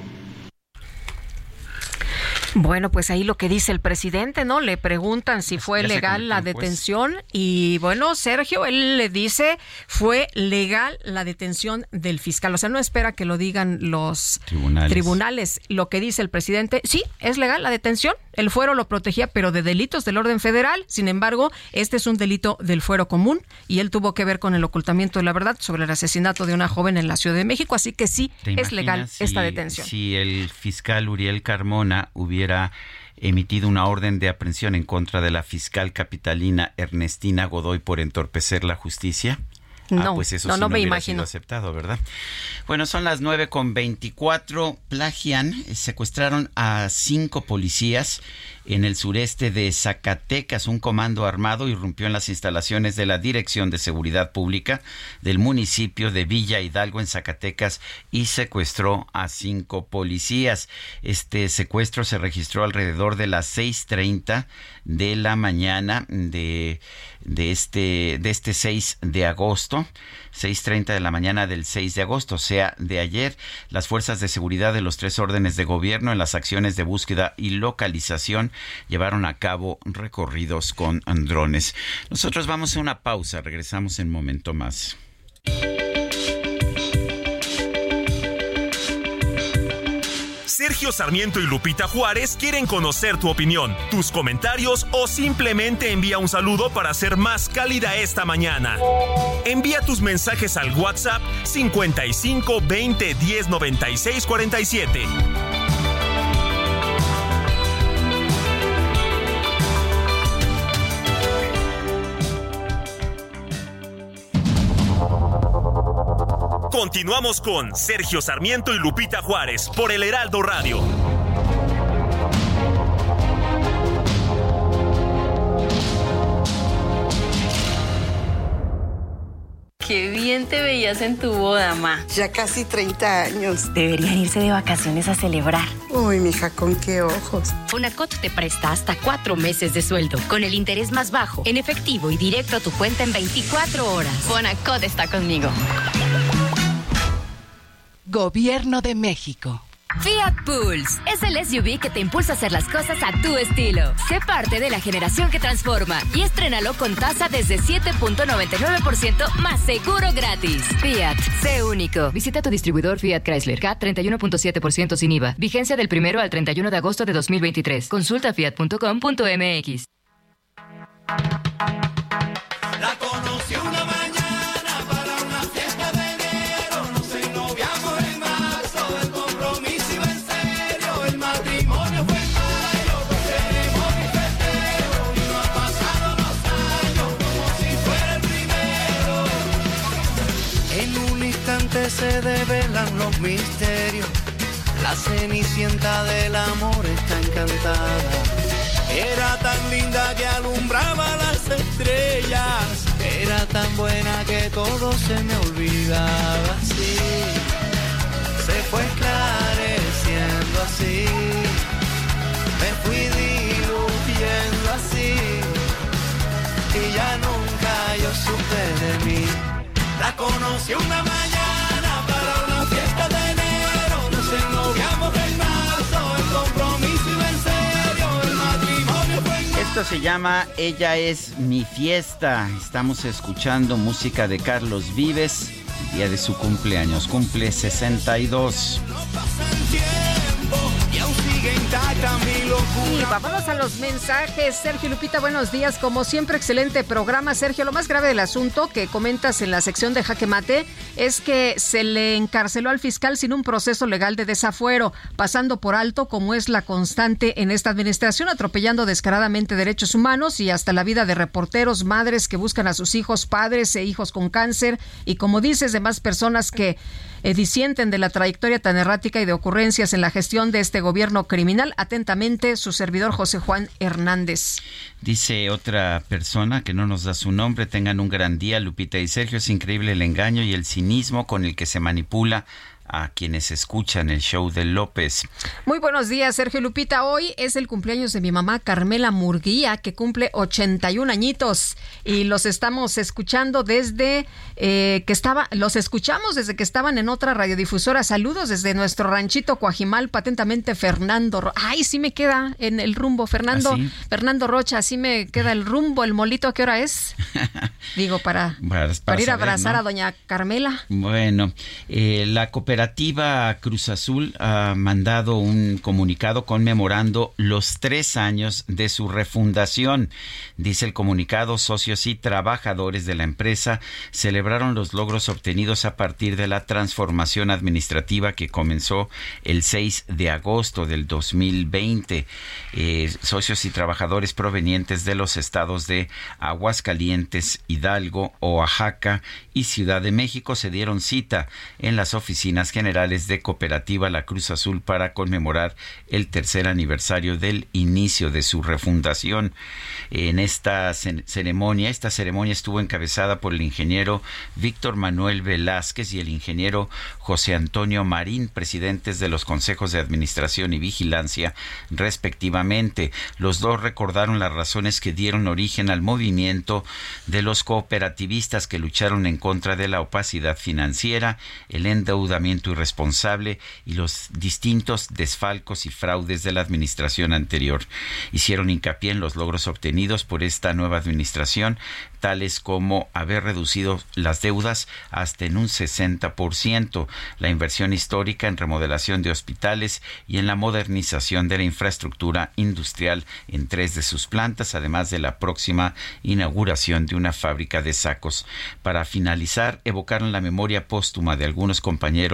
Bueno, pues ahí lo que dice el presidente, ¿no? Le preguntan si fue ya legal la detención pues. Y bueno, Sergio, él le dice fue legal la detención del fiscal. O sea, no espera que lo digan los tribunales. tribunales. Lo que dice el presidente, sí, es legal la detención. El fuero lo protegía, pero de delitos del orden federal. Sin embargo, este es un delito del fuero común y él tuvo que ver con el ocultamiento de la verdad sobre el asesinato de una joven en la Ciudad de México. Así que sí, es legal si, esta detención. Si el fiscal Uriel Carmona hubiera emitido una orden de aprehensión en contra de la fiscal capitalina Ernestina Godoy por entorpecer la justicia, no, ah, pues eso no, sí no no me hubiera imagino. sido aceptado, ¿verdad? Bueno, son las nueve con veinticuatro. Plagian, secuestraron a cinco policías en el sureste de Zacatecas. Un comando armado irrumpió en las instalaciones de la Dirección de Seguridad Pública del municipio de Villa Hidalgo, en Zacatecas, y secuestró a cinco policías. Este secuestro se registró alrededor de las seis treinta de la mañana de, de, este, de este seis de agosto. seis treinta de la mañana del seis de agosto, o sea, de ayer. Las fuerzas de seguridad de los tres órdenes de gobierno, en las acciones de búsqueda y localización, llevaron a cabo recorridos con drones. Nosotros vamos a una pausa, regresamos en un momento más. Sergio Sarmiento y Lupita Juárez quieren conocer tu opinión, tus comentarios o simplemente envía un saludo para ser más cálida esta mañana. Envía tus mensajes al WhatsApp cincuenta y cinco veinte diez noventa y seis cuarenta y siete. Continuamos con Sergio Sarmiento y Lupita Juárez por el Heraldo Radio. Qué bien te veías en tu boda, ma. Ya casi treinta años. Deberían irse de vacaciones a celebrar. Uy, mija, ¿con qué ojos? Fonacot te presta hasta cuatro meses de sueldo, con el interés más bajo, en efectivo y directo a tu cuenta en veinticuatro horas. Fonacot está conmigo. Gobierno de México. Fiat Pulse es el S U V que te impulsa a hacer las cosas a tu estilo. Sé parte de la generación que transforma y estrénalo con tasa desde siete punto noventa y nueve por ciento más seguro gratis. Fiat, sé único. Visita tu distribuidor Fiat Chrysler. C A T treinta y uno punto siete por ciento sin I V A. Vigencia del primero al treinta y uno de agosto de dos mil veintitrés. Consulta fiat punto com punto m x. La conocí una mañana para una fiesta de enero. Nos ennoviamos en marzo, el compromiso iba en serio. El matrimonio fue en mayo, con ceremonia y festejo. Y no han pasado los años como si fuera el primero. En un instante se develan los misterios. La cenicienta del amor está encantada. Era tan linda que alumbraba las estrellas. Era tan buena que todo se me olvidaba. Así se fue esclareciendo así. Me fui diluyendo así. Y ya nunca yo supe de mí. La conocí una mañana para una fiesta de enero. Nos ennoviamos en marzo, el compromiso iba en serio. Esto se llama Ella es mi fiesta. Estamos escuchando música de Carlos Vives, el día de su cumpleaños. Cumple sesenta y dos. Y vámonos a los mensajes. Sergio, Lupita, buenos días. Como siempre, excelente programa. Sergio, lo más grave del asunto que comentas en la sección de Jaque Mate es que se le encarceló al fiscal sin un proceso legal de desafuero, pasando por alto, como es la constante en esta administración, atropellando descaradamente derechos humanos y hasta la vida de reporteros, madres que buscan a sus hijos, padres e hijos con cáncer y, como dices, demás personas que eh, disienten de la trayectoria tan errática y de ocurrencias en la gestión de este gobierno criminal. Atentamente, su servidor José Juan Hernández. Dice otra persona que no nos da su nombre: tengan un gran día, Lupita y Sergio. Es increíble el engaño y el cinismo con el que se manipula a quienes escuchan el show de López. Muy buenos días, Sergio, Lupita. Hoy es el cumpleaños de mi mamá Carmela Murguía, que cumple ochenta y un añitos, y los estamos escuchando desde eh, que estaba, los escuchamos desde que estaban en otra radiodifusora. Saludos desde nuestro ranchito Coajimalpa. Atentamente, Fernando Ro- Ay, sí me queda en el rumbo, Fernando. ¿Ah, sí? Fernando Rocha, sí me queda el rumbo. El molito, ¿a qué hora es? Digo, para, para, para, para ir a abrazar, ¿no?, a doña Carmela. Bueno, eh, la cooperativa Cooperativa Cruz Azul ha mandado un comunicado conmemorando los tres años de su refundación. Dice el comunicado: socios y trabajadores de la empresa celebraron los logros obtenidos a partir de la transformación administrativa que comenzó el seis de agosto del dos mil veinte. Eh, socios y trabajadores provenientes de los estados de Aguascalientes, Hidalgo, Oaxaca y Ciudad de México se dieron cita en las oficinas generales de Cooperativa La Cruz Azul para conmemorar el tercer aniversario del inicio de su refundación. En esta ceremonia, esta ceremonia estuvo encabezada por el ingeniero Víctor Manuel Velázquez y el ingeniero José Antonio Marín, presidentes de los consejos de administración y vigilancia, respectivamente. Los dos recordaron las razones que dieron origen al movimiento de los cooperativistas que lucharon en contra de la opacidad financiera, el endeudamiento irresponsable y los distintos desfalcos y fraudes de la administración anterior. Hicieron hincapié en los logros obtenidos por esta nueva administración, tales como haber reducido las deudas hasta en un sesenta por ciento, la inversión histórica en remodelación de hospitales y en la modernización de la infraestructura industrial en tres de sus plantas, además de la próxima inauguración de una fábrica de sacos. Para finalizar, evocaron la memoria póstuma de algunos compañeros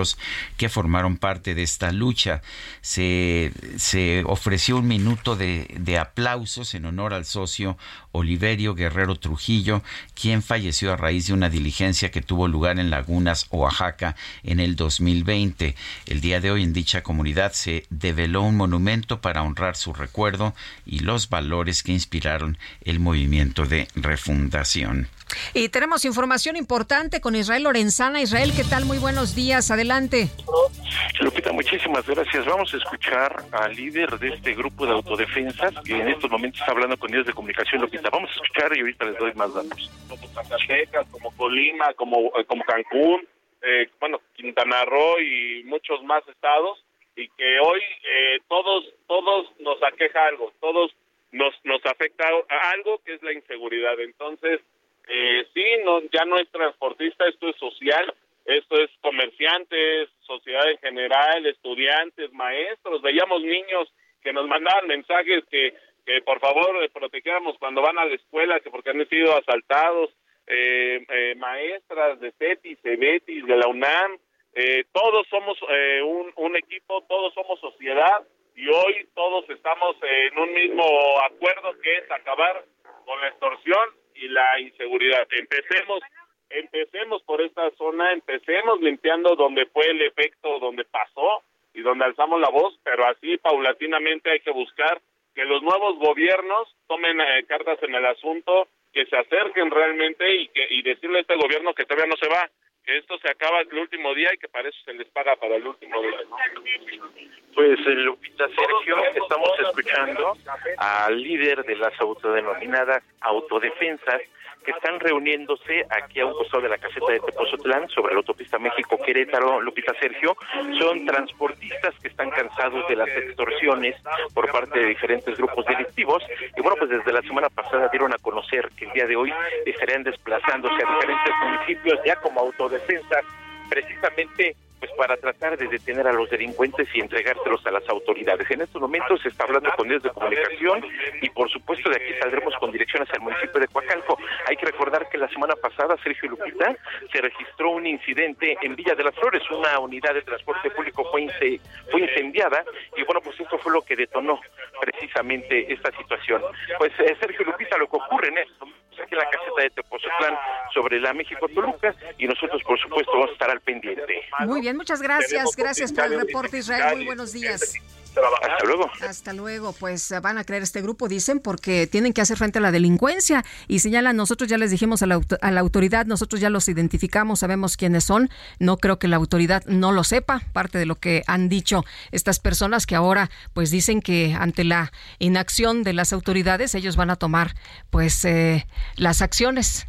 científicos que formaron parte de esta lucha. Se, se ofreció un minuto de, de aplausos en honor al socio Oliverio Guerrero Trujillo, quien falleció a raíz de una diligencia que tuvo lugar en Lagunas, Oaxaca, en el dos mil veinte. El día de hoy en dicha comunidad se develó un monumento para honrar su recuerdo y los valores que inspiraron el movimiento de refundación. Y tenemos información importante con Israel Lorenzana. Israel, ¿qué tal? Muy buenos días, adelante. Lupita, muchísimas gracias. Vamos a escuchar al líder de este grupo de autodefensas, que en estos momentos está hablando con medios de comunicación. Lupita, vamos a escuchar y ahorita les doy más datos. Como Zacatecas, como Colima, como, como Cancún, eh, bueno, Quintana Roo y muchos más estados, y que hoy eh, todos todos nos aqueja algo, todos nos nos afecta a algo que es la inseguridad. Entonces, Eh, sí, no, ya no es transportista, esto es social, esto es comerciantes, sociedad en general, estudiantes, maestros. Veíamos niños que nos mandaban mensajes que, que por favor eh, protegiéramos cuando van a la escuela, que porque han sido asaltados, eh, eh, maestras de CETIS, CEBETIS, de la UNAM, eh, todos somos eh, un, un equipo, todos somos sociedad, y hoy todos estamos en un mismo acuerdo, que es acabar con la extorsión y la inseguridad. Empecemos, empecemos por esta zona, empecemos limpiando donde fue el efecto, donde pasó y donde alzamos la voz, pero así paulatinamente hay que buscar que los nuevos gobiernos tomen eh, cartas en el asunto, que se acerquen realmente y que y decirle a este gobierno que todavía no se va, que esto se acaba el último día y que para eso se les paga para el último día. Pues, Lupita, Sergio, estamos escuchando al líder de las autodenominadas autodefensas, que están reuniéndose aquí a un costado de la caseta de Tepozotlán, sobre la autopista México-Querétaro. Lupita, Sergio, son transportistas que están cansados de las extorsiones por parte de diferentes grupos delictivos, y bueno, pues desde la semana pasada dieron a conocer que el día de hoy estarían desplazándose a diferentes municipios ya como autodefensas, precisamente pues para tratar de detener a los delincuentes y entregárselos a las autoridades. En estos momentos se está hablando con medios de comunicación y por supuesto de aquí saldremos con dirección hacia el municipio de Coacalco. Hay que recordar que la semana pasada, Sergio Lupita, se registró un incidente en Villa de las Flores, una unidad de transporte público fue, ince, fue incendiada, y bueno, pues esto fue lo que detonó precisamente esta situación. Pues eh, Sergio Lupita, lo que ocurre en esto, aquí en la caseta de Tepozotlán sobre la México-Toluca, y nosotros por supuesto vamos a estar al pendiente. Muy bien, muchas gracias, gracias por el reporte, Israel, muy buenos días. Hasta luego. Hasta luego. Pues van a creer este grupo, dicen, porque tienen que hacer frente a la delincuencia y señalan, nosotros ya les dijimos a la, a la autoridad, nosotros ya los identificamos, sabemos quiénes son. No creo que la autoridad no lo sepa, parte de lo que han dicho estas personas que ahora pues dicen que ante la inacción de las autoridades ellos van a tomar pues eh, las acciones.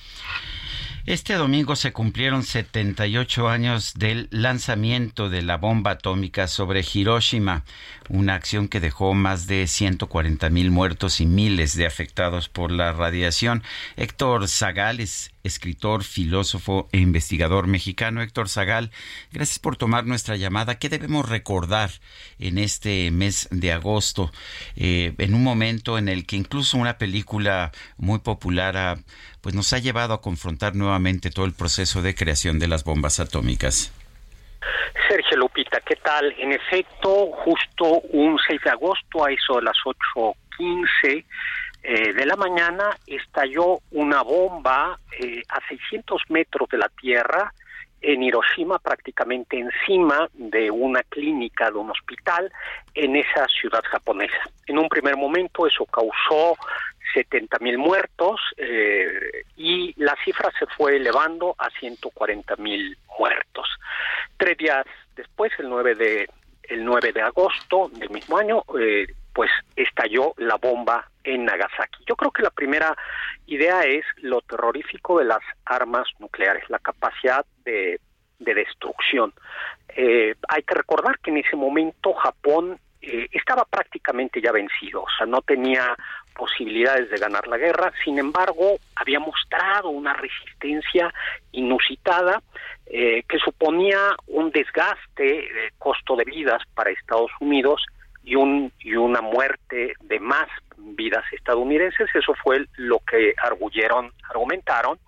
Este domingo se cumplieron setenta y ocho años del lanzamiento de la bomba atómica sobre Hiroshima, una acción que dejó más de ciento cuarenta mil muertos y miles de afectados por la radiación. Héctor Zagal es escritor, filósofo e investigador mexicano. Héctor Zagal, gracias por tomar nuestra llamada. ¿Qué debemos recordar en este mes de agosto, eh, en un momento en el que incluso una película muy popular ha, pues nos ha llevado a confrontar nuevamente todo el proceso de creación de las bombas atómicas? Sergio, Lupita, ¿qué tal? En efecto, justo un seis de agosto, a eso de las ocho quince eh, de la mañana, estalló una bomba eh, a seiscientos metros de la Tierra, en Hiroshima, prácticamente encima de una clínica, de un hospital, en esa ciudad japonesa. En un primer momento eso causó setenta mil muertos eh, y la cifra se fue elevando a ciento cuarenta mil muertos. Tres días después, el nueve de el nueve de agosto del mismo año, eh, pues estalló la bomba en Nagasaki. Yo creo que la primera idea es lo terrorífico de las armas nucleares, la capacidad de, de destrucción. Eh, hay que recordar que en ese momento Japón eh, estaba prácticamente ya vencido, o sea, no tenía posibilidades de ganar la guerra, sin embargo, había mostrado una resistencia inusitada eh, que suponía un desgaste, eh, costo de vidas para Estados Unidos y un y una muerte de más vidas estadounidenses. Eso fue lo que arguyeron, argumentaron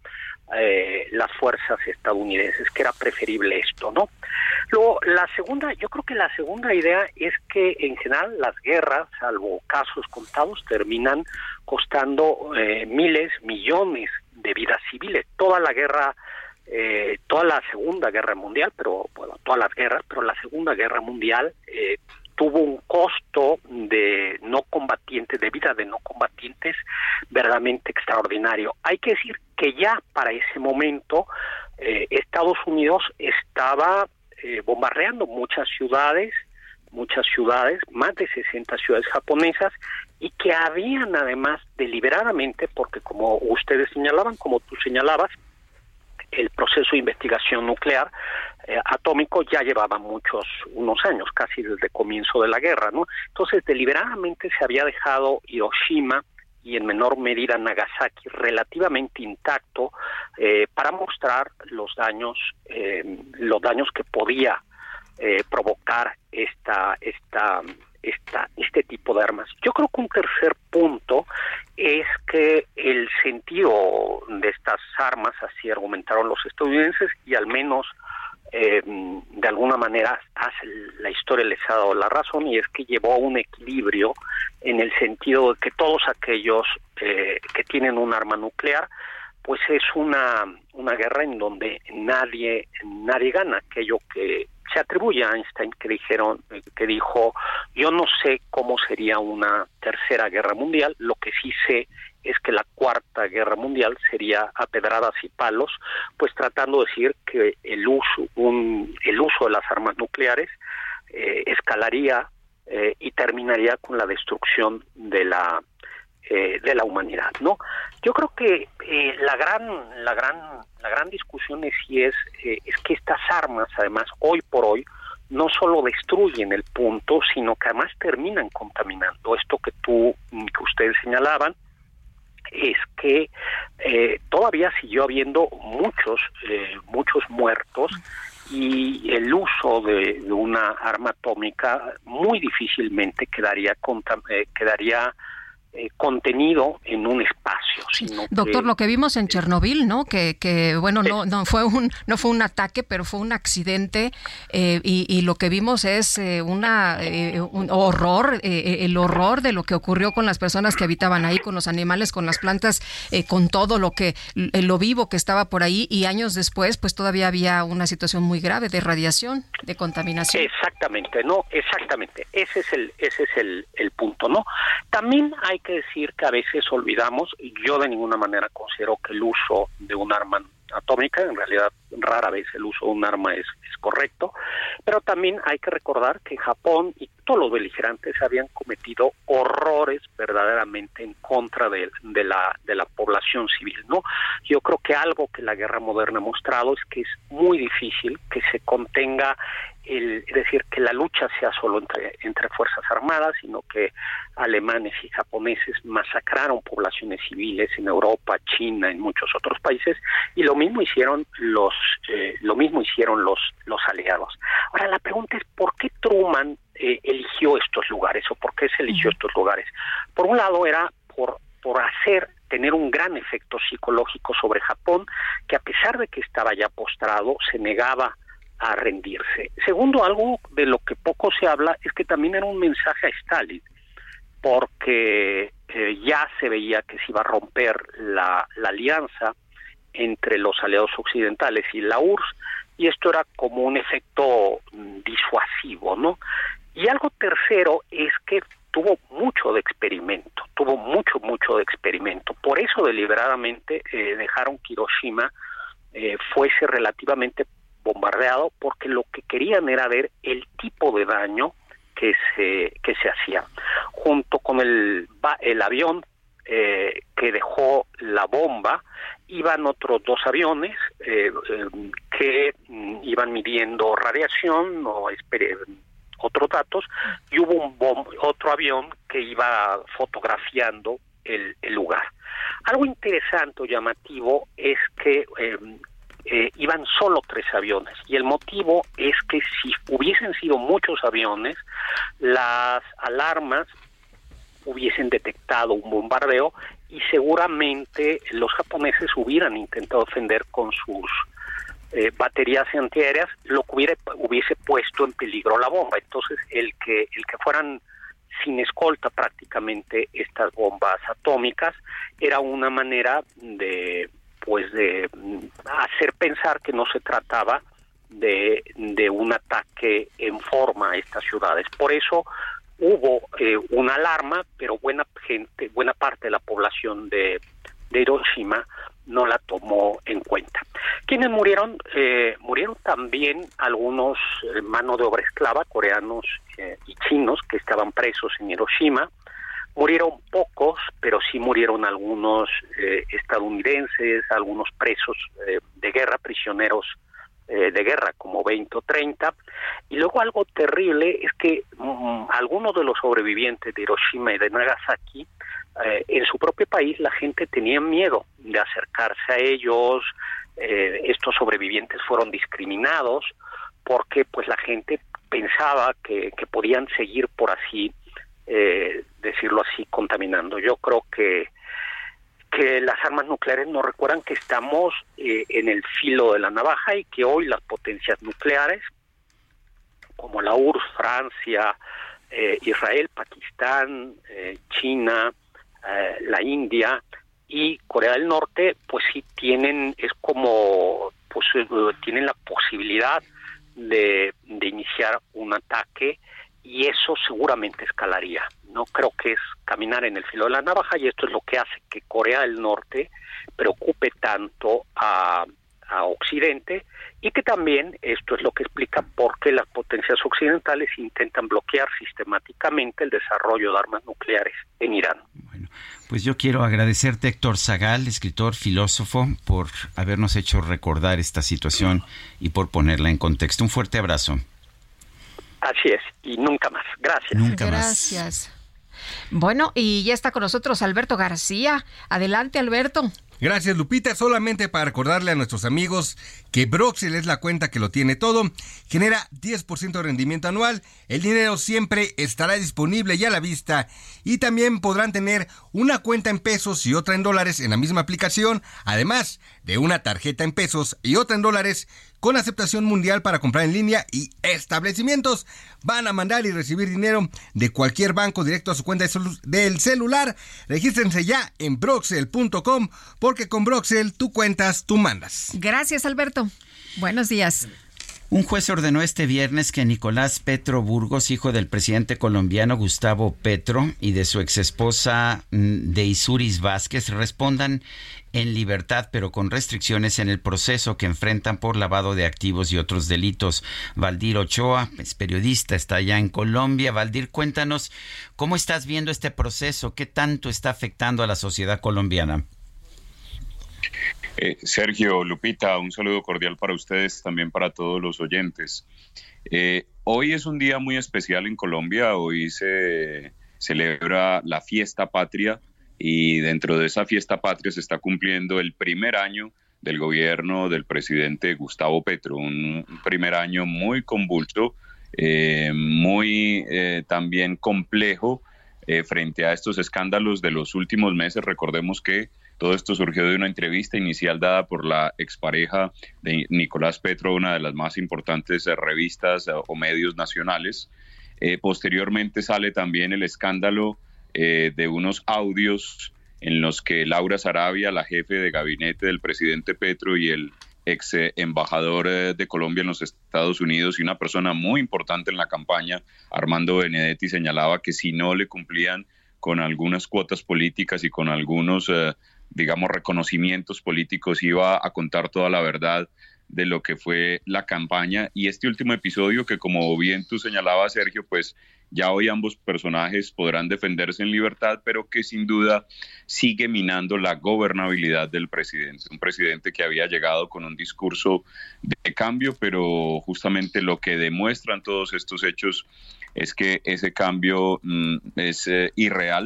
eh, las fuerzas estadounidenses, que era preferible esto, ¿no? Luego, la segunda, yo creo que la segunda idea es que en general las guerras, salvo casos contados, terminan costando eh, miles, millones de vidas civiles. Toda la guerra, eh, toda la Segunda Guerra Mundial, pero bueno, todas las guerras, pero la Segunda Guerra Mundial eh, tuvo un costo de no combatientes, de vida de no combatientes verdaderamente extraordinario. Hay que decir que ya para ese momento eh, Estados Unidos estaba eh, bombardeando muchas ciudades, muchas ciudades, más de sesenta ciudades japonesas, y que habían además deliberadamente, porque como ustedes señalaban, como tú señalabas, el proceso de investigación nuclear eh, atómico ya llevaba muchos, unos años, casi desde el comienzo de la guerra, ¿no? Entonces, deliberadamente se había dejado Hiroshima y en menor medida Nagasaki relativamente intacto eh, para mostrar los daños, eh, los daños que podía eh, provocar esta, esta, esta, este tipo de armas. Yo creo que un tercer punto es que el sentido de estas armas, así argumentaron los estadounidenses, y al menos eh, de alguna manera la historia les ha dado la razón, y es que llevó a un equilibrio en el sentido de que todos aquellos eh, que tienen un arma nuclear, pues es una una guerra en donde nadie nadie gana. Aquello que se atribuye a Einstein, que dijeron que dijo: yo no sé cómo sería una tercera guerra mundial, lo que sí sé es que la cuarta guerra mundial sería a pedradas y palos, pues tratando de decir que el uso un el uso de las armas nucleares eh, escalaría eh, y terminaría con la destrucción de la Eh, de la humanidad, ¿no? Yo creo que eh, la gran la gran la gran discusión es si es eh, es que estas armas, además, hoy por hoy no solo destruyen el punto, sino que además terminan contaminando. Esto que tú que ustedes señalaban es que eh, todavía siguió habiendo muchos eh, muchos muertos, y el uso de, de una arma atómica muy difícilmente quedaría contam- eh, quedaría Eh, contenido en un espacio, sino Doctor, que, lo que vimos en Chernobyl, ¿no? Que, que bueno, no, no fue un, no fue un ataque, pero fue un accidente, eh, y, y lo que vimos es eh, una eh, un horror, eh, el horror de lo que ocurrió con las personas que habitaban ahí, con los animales, con las plantas, eh, con todo lo que lo vivo que estaba por ahí, y años después, pues todavía había una situación muy grave de radiación, de contaminación. Exactamente, no, exactamente. Ese es el, ese es el, el punto, ¿no? También hay que decir que a veces olvidamos, yo de ninguna manera considero que el uso de un arma atómica, en realidad rara vez el uso de un arma es, es correcto, pero también hay que recordar que Japón y todos los beligerantes habían cometido horrores verdaderamente en contra de, de la de la población civil, ¿no? Yo creo que algo que la guerra moderna ha mostrado es que es muy difícil que se contenga el, es decir, que la lucha sea solo entre, entre fuerzas armadas, sino que alemanes y japoneses masacraron poblaciones civiles en Europa, China, en muchos otros países, y lo mismo hicieron los eh, lo mismo hicieron los los aliados. Ahora la pregunta es ¿por qué Truman eh, eligió estos lugares, o por qué se eligió estos lugares? Por un lado era por por hacer tener un gran efecto psicológico sobre Japón, que a pesar de que estaba ya postrado, se negaba a rendirse. Segundo, algo de lo que poco se habla es que también era un mensaje a Stalin, porque eh, ya se veía que se iba a romper la, la alianza entre los aliados occidentales y la U R S S, y esto era como un efecto disuasivo, ¿no? Y algo tercero es que tuvo mucho de experimento, tuvo mucho, mucho de experimento. Por eso deliberadamente eh, dejaron que Hiroshima eh, fuese relativamente bombardeado, porque lo que querían era ver el tipo de daño que se que se hacía. Junto con el el avión eh, que dejó la bomba, iban otros dos aviones eh, eh, que mm, iban midiendo radiación o esper- otros datos, y hubo un bom- otro avión que iba fotografiando el, el lugar. Algo interesante o llamativo es que eh, Eh, iban solo tres aviones, y el motivo es que si hubiesen sido muchos aviones, las alarmas hubiesen detectado un bombardeo y seguramente los japoneses hubieran intentado defender con sus eh, baterías antiaéreas, lo que hubiera, hubiese puesto en peligro la bomba. Entonces, el que el que fueran sin escolta prácticamente estas bombas atómicas era una manera de pues de hacer pensar que no se trataba de, de un ataque en forma a estas ciudades. Por eso hubo eh, una alarma, pero buena gente, buena parte de la población de, de Hiroshima no la tomó en cuenta. ¿Quiénes murieron? Eh, murieron también algunos eh, mano de obra esclava, coreanos eh, y chinos que estaban presos en Hiroshima. Murieron pocos, pero sí murieron algunos eh, estadounidenses, algunos presos eh, de guerra, prisioneros eh, de guerra, como veinte o treinta. Y luego algo terrible es que um, algunos de los sobrevivientes de Hiroshima y de Nagasaki, eh, en su propio país la gente tenía miedo de acercarse a ellos. Eh, estos sobrevivientes fueron discriminados porque pues la gente pensaba que, que podían seguir por así Eh, decirlo así, contaminando. Yo creo que que las armas nucleares nos recuerdan que estamos eh, en el filo de la navaja y que hoy las potencias nucleares, como la U R S S, Francia, eh, Israel, Pakistán, eh, China, eh, la India y Corea del Norte, pues sí tienen, es como, pues eh, tienen la posibilidad de, de iniciar un ataque. Y eso seguramente escalaría. No creo que es caminar en el filo de la navaja, y esto es lo que hace que Corea del Norte preocupe tanto a, a Occidente, y que también esto es lo que explica por qué las potencias occidentales intentan bloquear sistemáticamente el desarrollo de armas nucleares en Irán. Bueno, pues yo quiero agradecerte, Héctor Zagal, escritor, filósofo, por habernos hecho recordar esta situación y por ponerla en contexto. Un fuerte abrazo. Así es, y nunca más. Gracias. Nunca Gracias. Más. Bueno, y ya está con nosotros Alberto García. Adelante, Alberto. Gracias, Lupita. Solamente para recordarle a nuestros amigos que Broxel es la cuenta que lo tiene todo. Genera diez por ciento de rendimiento anual. El dinero siempre estará disponible y a la vista. Y también podrán tener una cuenta en pesos y otra en dólares en la misma aplicación. Además de una tarjeta en pesos y otra en dólares con aceptación mundial para comprar en línea, y establecimientos van a mandar y recibir dinero de cualquier banco directo a su cuenta del celular. Regístrense ya en broxel punto com, porque con Broxel tú cuentas, tú mandas. Gracias, Alberto. Buenos días. Un juez ordenó este viernes que Nicolás Petro Burgos, hijo del presidente colombiano Gustavo Petro y de su exesposa Deisuris Vázquez, respondan en libertad, pero con restricciones en el proceso que enfrentan por lavado de activos y otros delitos. Valdir Ochoa es periodista, está allá en Colombia. Valdir, cuéntanos, ¿cómo estás viendo este proceso? ¿Qué tanto está afectando a la sociedad colombiana? Eh, Sergio, Lupita, un saludo cordial para ustedes, también para todos los oyentes. Eh, hoy es un día muy especial en Colombia. Hoy se celebra la fiesta patria, y dentro de esa fiesta patria se está cumpliendo el primer año del gobierno del presidente Gustavo Petro, un primer año muy convulso, eh, muy eh, también complejo eh, frente a estos escándalos de los últimos meses. Recordemos que todo esto surgió de una entrevista inicial dada por la expareja de Nicolás Petro, una de las más importantes eh, revistas eh, o medios nacionales. Eh, posteriormente sale también el escándalo eh, de unos audios en los que Laura Sarabia, la jefe de gabinete del presidente Petro y el ex eh, embajador eh, de Colombia en los Estados Unidos y una persona muy importante en la campaña, Armando Benedetti, señalaba que si no le cumplían con algunas cuotas políticas y con algunos eh, digamos, reconocimientos políticos, iba a contar toda la verdad de lo que fue la campaña. Y este último episodio, que como bien tú señalabas, Sergio, pues ya hoy ambos personajes podrán defenderse en libertad, pero que sin duda sigue minando la gobernabilidad del presidente. Un presidente que había llegado con un discurso de cambio, pero justamente lo que demuestran todos estos hechos es que ese cambio mm, es eh, irreal.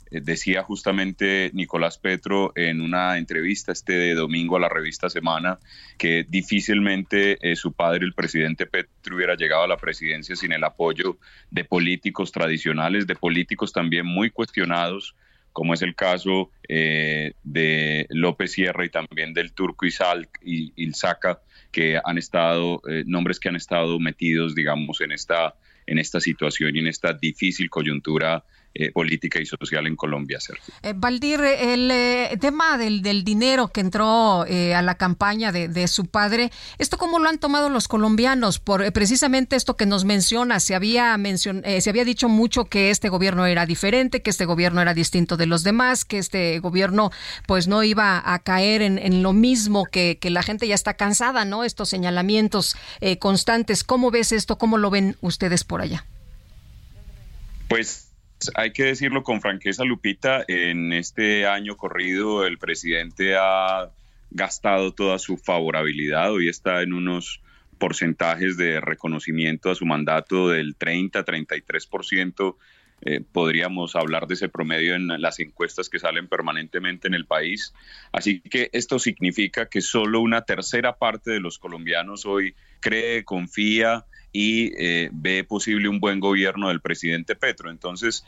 decía justamente Nicolás Petro en una entrevista este domingo a la revista Semana que difícilmente eh, su padre, el presidente Petro, hubiera llegado a la presidencia sin el apoyo de políticos tradicionales, de políticos también muy cuestionados, como es el caso eh, de López Sierra y también del Turco Isal, y Ilzaca, que han estado, eh, nombres que han estado metidos, digamos, en esta, en esta situación y en esta difícil coyuntura Eh, política y social en Colombia, Sergio. Eh, Valdir, el eh, tema del, del dinero que entró eh, a la campaña de, de su padre, ¿esto cómo lo han tomado los colombianos? Por eh, precisamente esto que nos menciona, se había, mencion, eh, se había dicho mucho que este gobierno era diferente, que este gobierno era distinto de los demás, que este gobierno pues no iba a caer en, en lo mismo, que, que la gente ya está cansada, ¿no? Estos señalamientos eh, constantes. ¿Cómo ves esto? ¿Cómo lo ven ustedes por allá? Pues hay que decirlo con franqueza, Lupita, en este año corrido el presidente ha gastado toda su favorabilidad. Hoy está en unos porcentajes de reconocimiento a su mandato del treinta a treinta y tres por ciento. Eh, podríamos hablar de ese promedio en las encuestas que salen permanentemente en el país. Así que esto significa que solo una tercera parte de los colombianos hoy cree, confía y eh, ve posible un buen gobierno del presidente Petro. Entonces,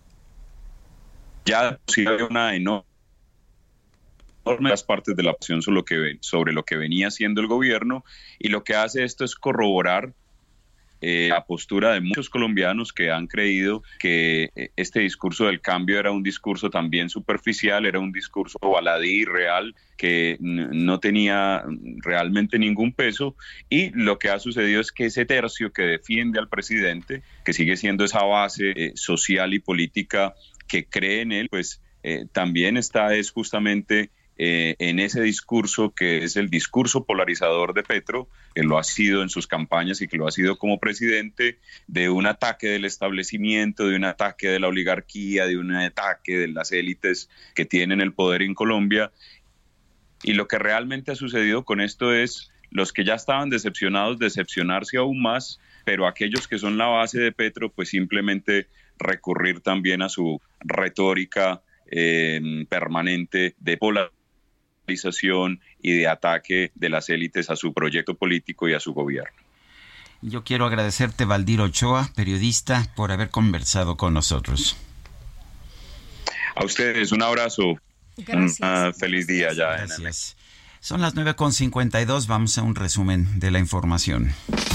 ya sí hay una enorme las partes de la opción sobre lo que, sobre lo que venía haciendo el gobierno, y lo que hace esto es corroborar Eh, la postura de muchos colombianos que han creído que eh, este discurso del cambio era un discurso también superficial, era un discurso baladí, real, que n- no tenía realmente ningún peso, y lo que ha sucedido es que ese tercio que defiende al presidente, que sigue siendo esa base eh, social y política que cree en él, pues eh, también está es justamente Eh, en ese discurso que es el discurso polarizador de Petro, que lo ha sido en sus campañas y que lo ha sido como presidente, de un ataque del establecimiento, de un ataque de la oligarquía, de un ataque de las élites que tienen el poder en Colombia. Y lo que realmente ha sucedido con esto es los que ya estaban decepcionados, decepcionarse aún más, pero aquellos que son la base de Petro, pues simplemente recurrir también a su retórica eh, permanente de polarización y de ataque de las élites a su proyecto político y a su gobierno. Yo quiero agradecerte, Valdir Ochoa, periodista, por haber conversado con nosotros. A ustedes un abrazo. Gracias. Un uh, feliz día ya. Gracias. Son las nueve con cincuenta y dos, vamos a un resumen de la información.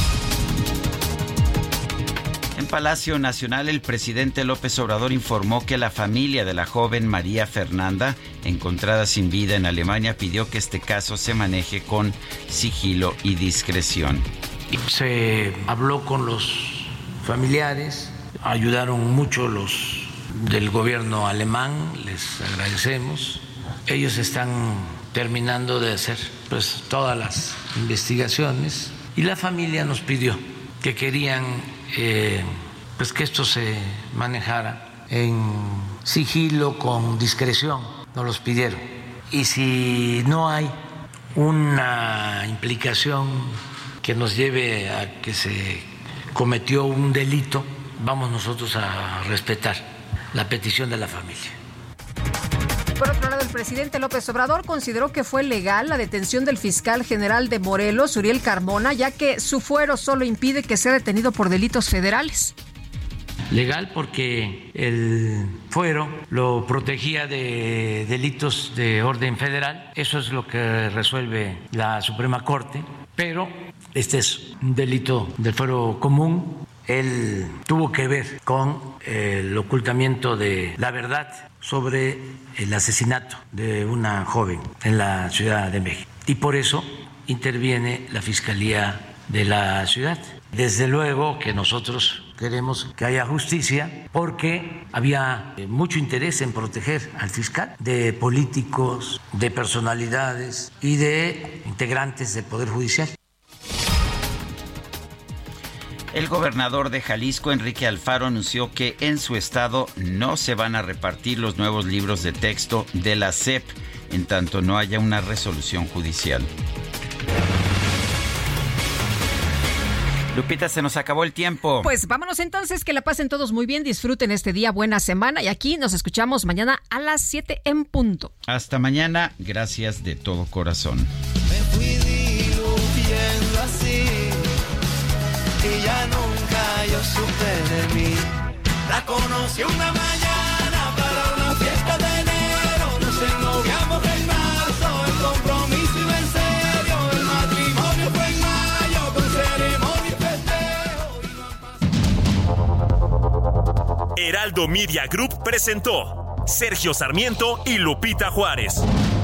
En Palacio Nacional, el presidente López Obrador informó que la familia de la joven María Fernanda, encontrada sin vida en Alemania, pidió que este caso se maneje con sigilo y discreción. Se habló con los familiares, ayudaron mucho los del gobierno alemán, les agradecemos. Ellos están terminando de hacer pues todas las investigaciones, y la familia nos pidió que querían Eh, pues que esto se manejara en sigilo, con discreción, nos los pidieron. Y si no hay una implicación que nos lleve a que se cometió un delito, vamos nosotros a respetar la petición de la familia. Por otro lado, el presidente López Obrador consideró que fue legal la detención del fiscal general de Morelos, Uriel Carmona, ya que su fuero solo impide que sea detenido por delitos federales. Legal porque el fuero lo protegía de delitos de orden federal, eso es lo que resuelve la Suprema Corte, pero este es un delito del fuero común. Él tuvo que ver con el ocultamiento de la verdad sobre el asesinato de una joven en la Ciudad de México, y por eso interviene la Fiscalía de la ciudad. Desde luego que nosotros queremos que haya justicia, porque había mucho interés en proteger al fiscal de políticos, de personalidades y de integrantes del Poder Judicial. El gobernador de Jalisco, Enrique Alfaro, anunció que en su estado no se van a repartir los nuevos libros de texto de la S E P, en tanto no haya una resolución judicial. Lupita, se nos acabó el tiempo. Pues vámonos entonces, que la pasen todos muy bien, disfruten este día, buena semana y aquí nos escuchamos mañana a las siete en punto. Hasta mañana, gracias de todo corazón. Me fui diluyendo así y ya nunca yo supe de mí. La conocí una mañana para una fiesta de enero, nos ennoviamos en marzo, el compromiso iba en serio, el matrimonio fue en mayo con ceremonia y festejo. Heraldo Media Group presentó Sergio Sarmiento y Lupita Juárez.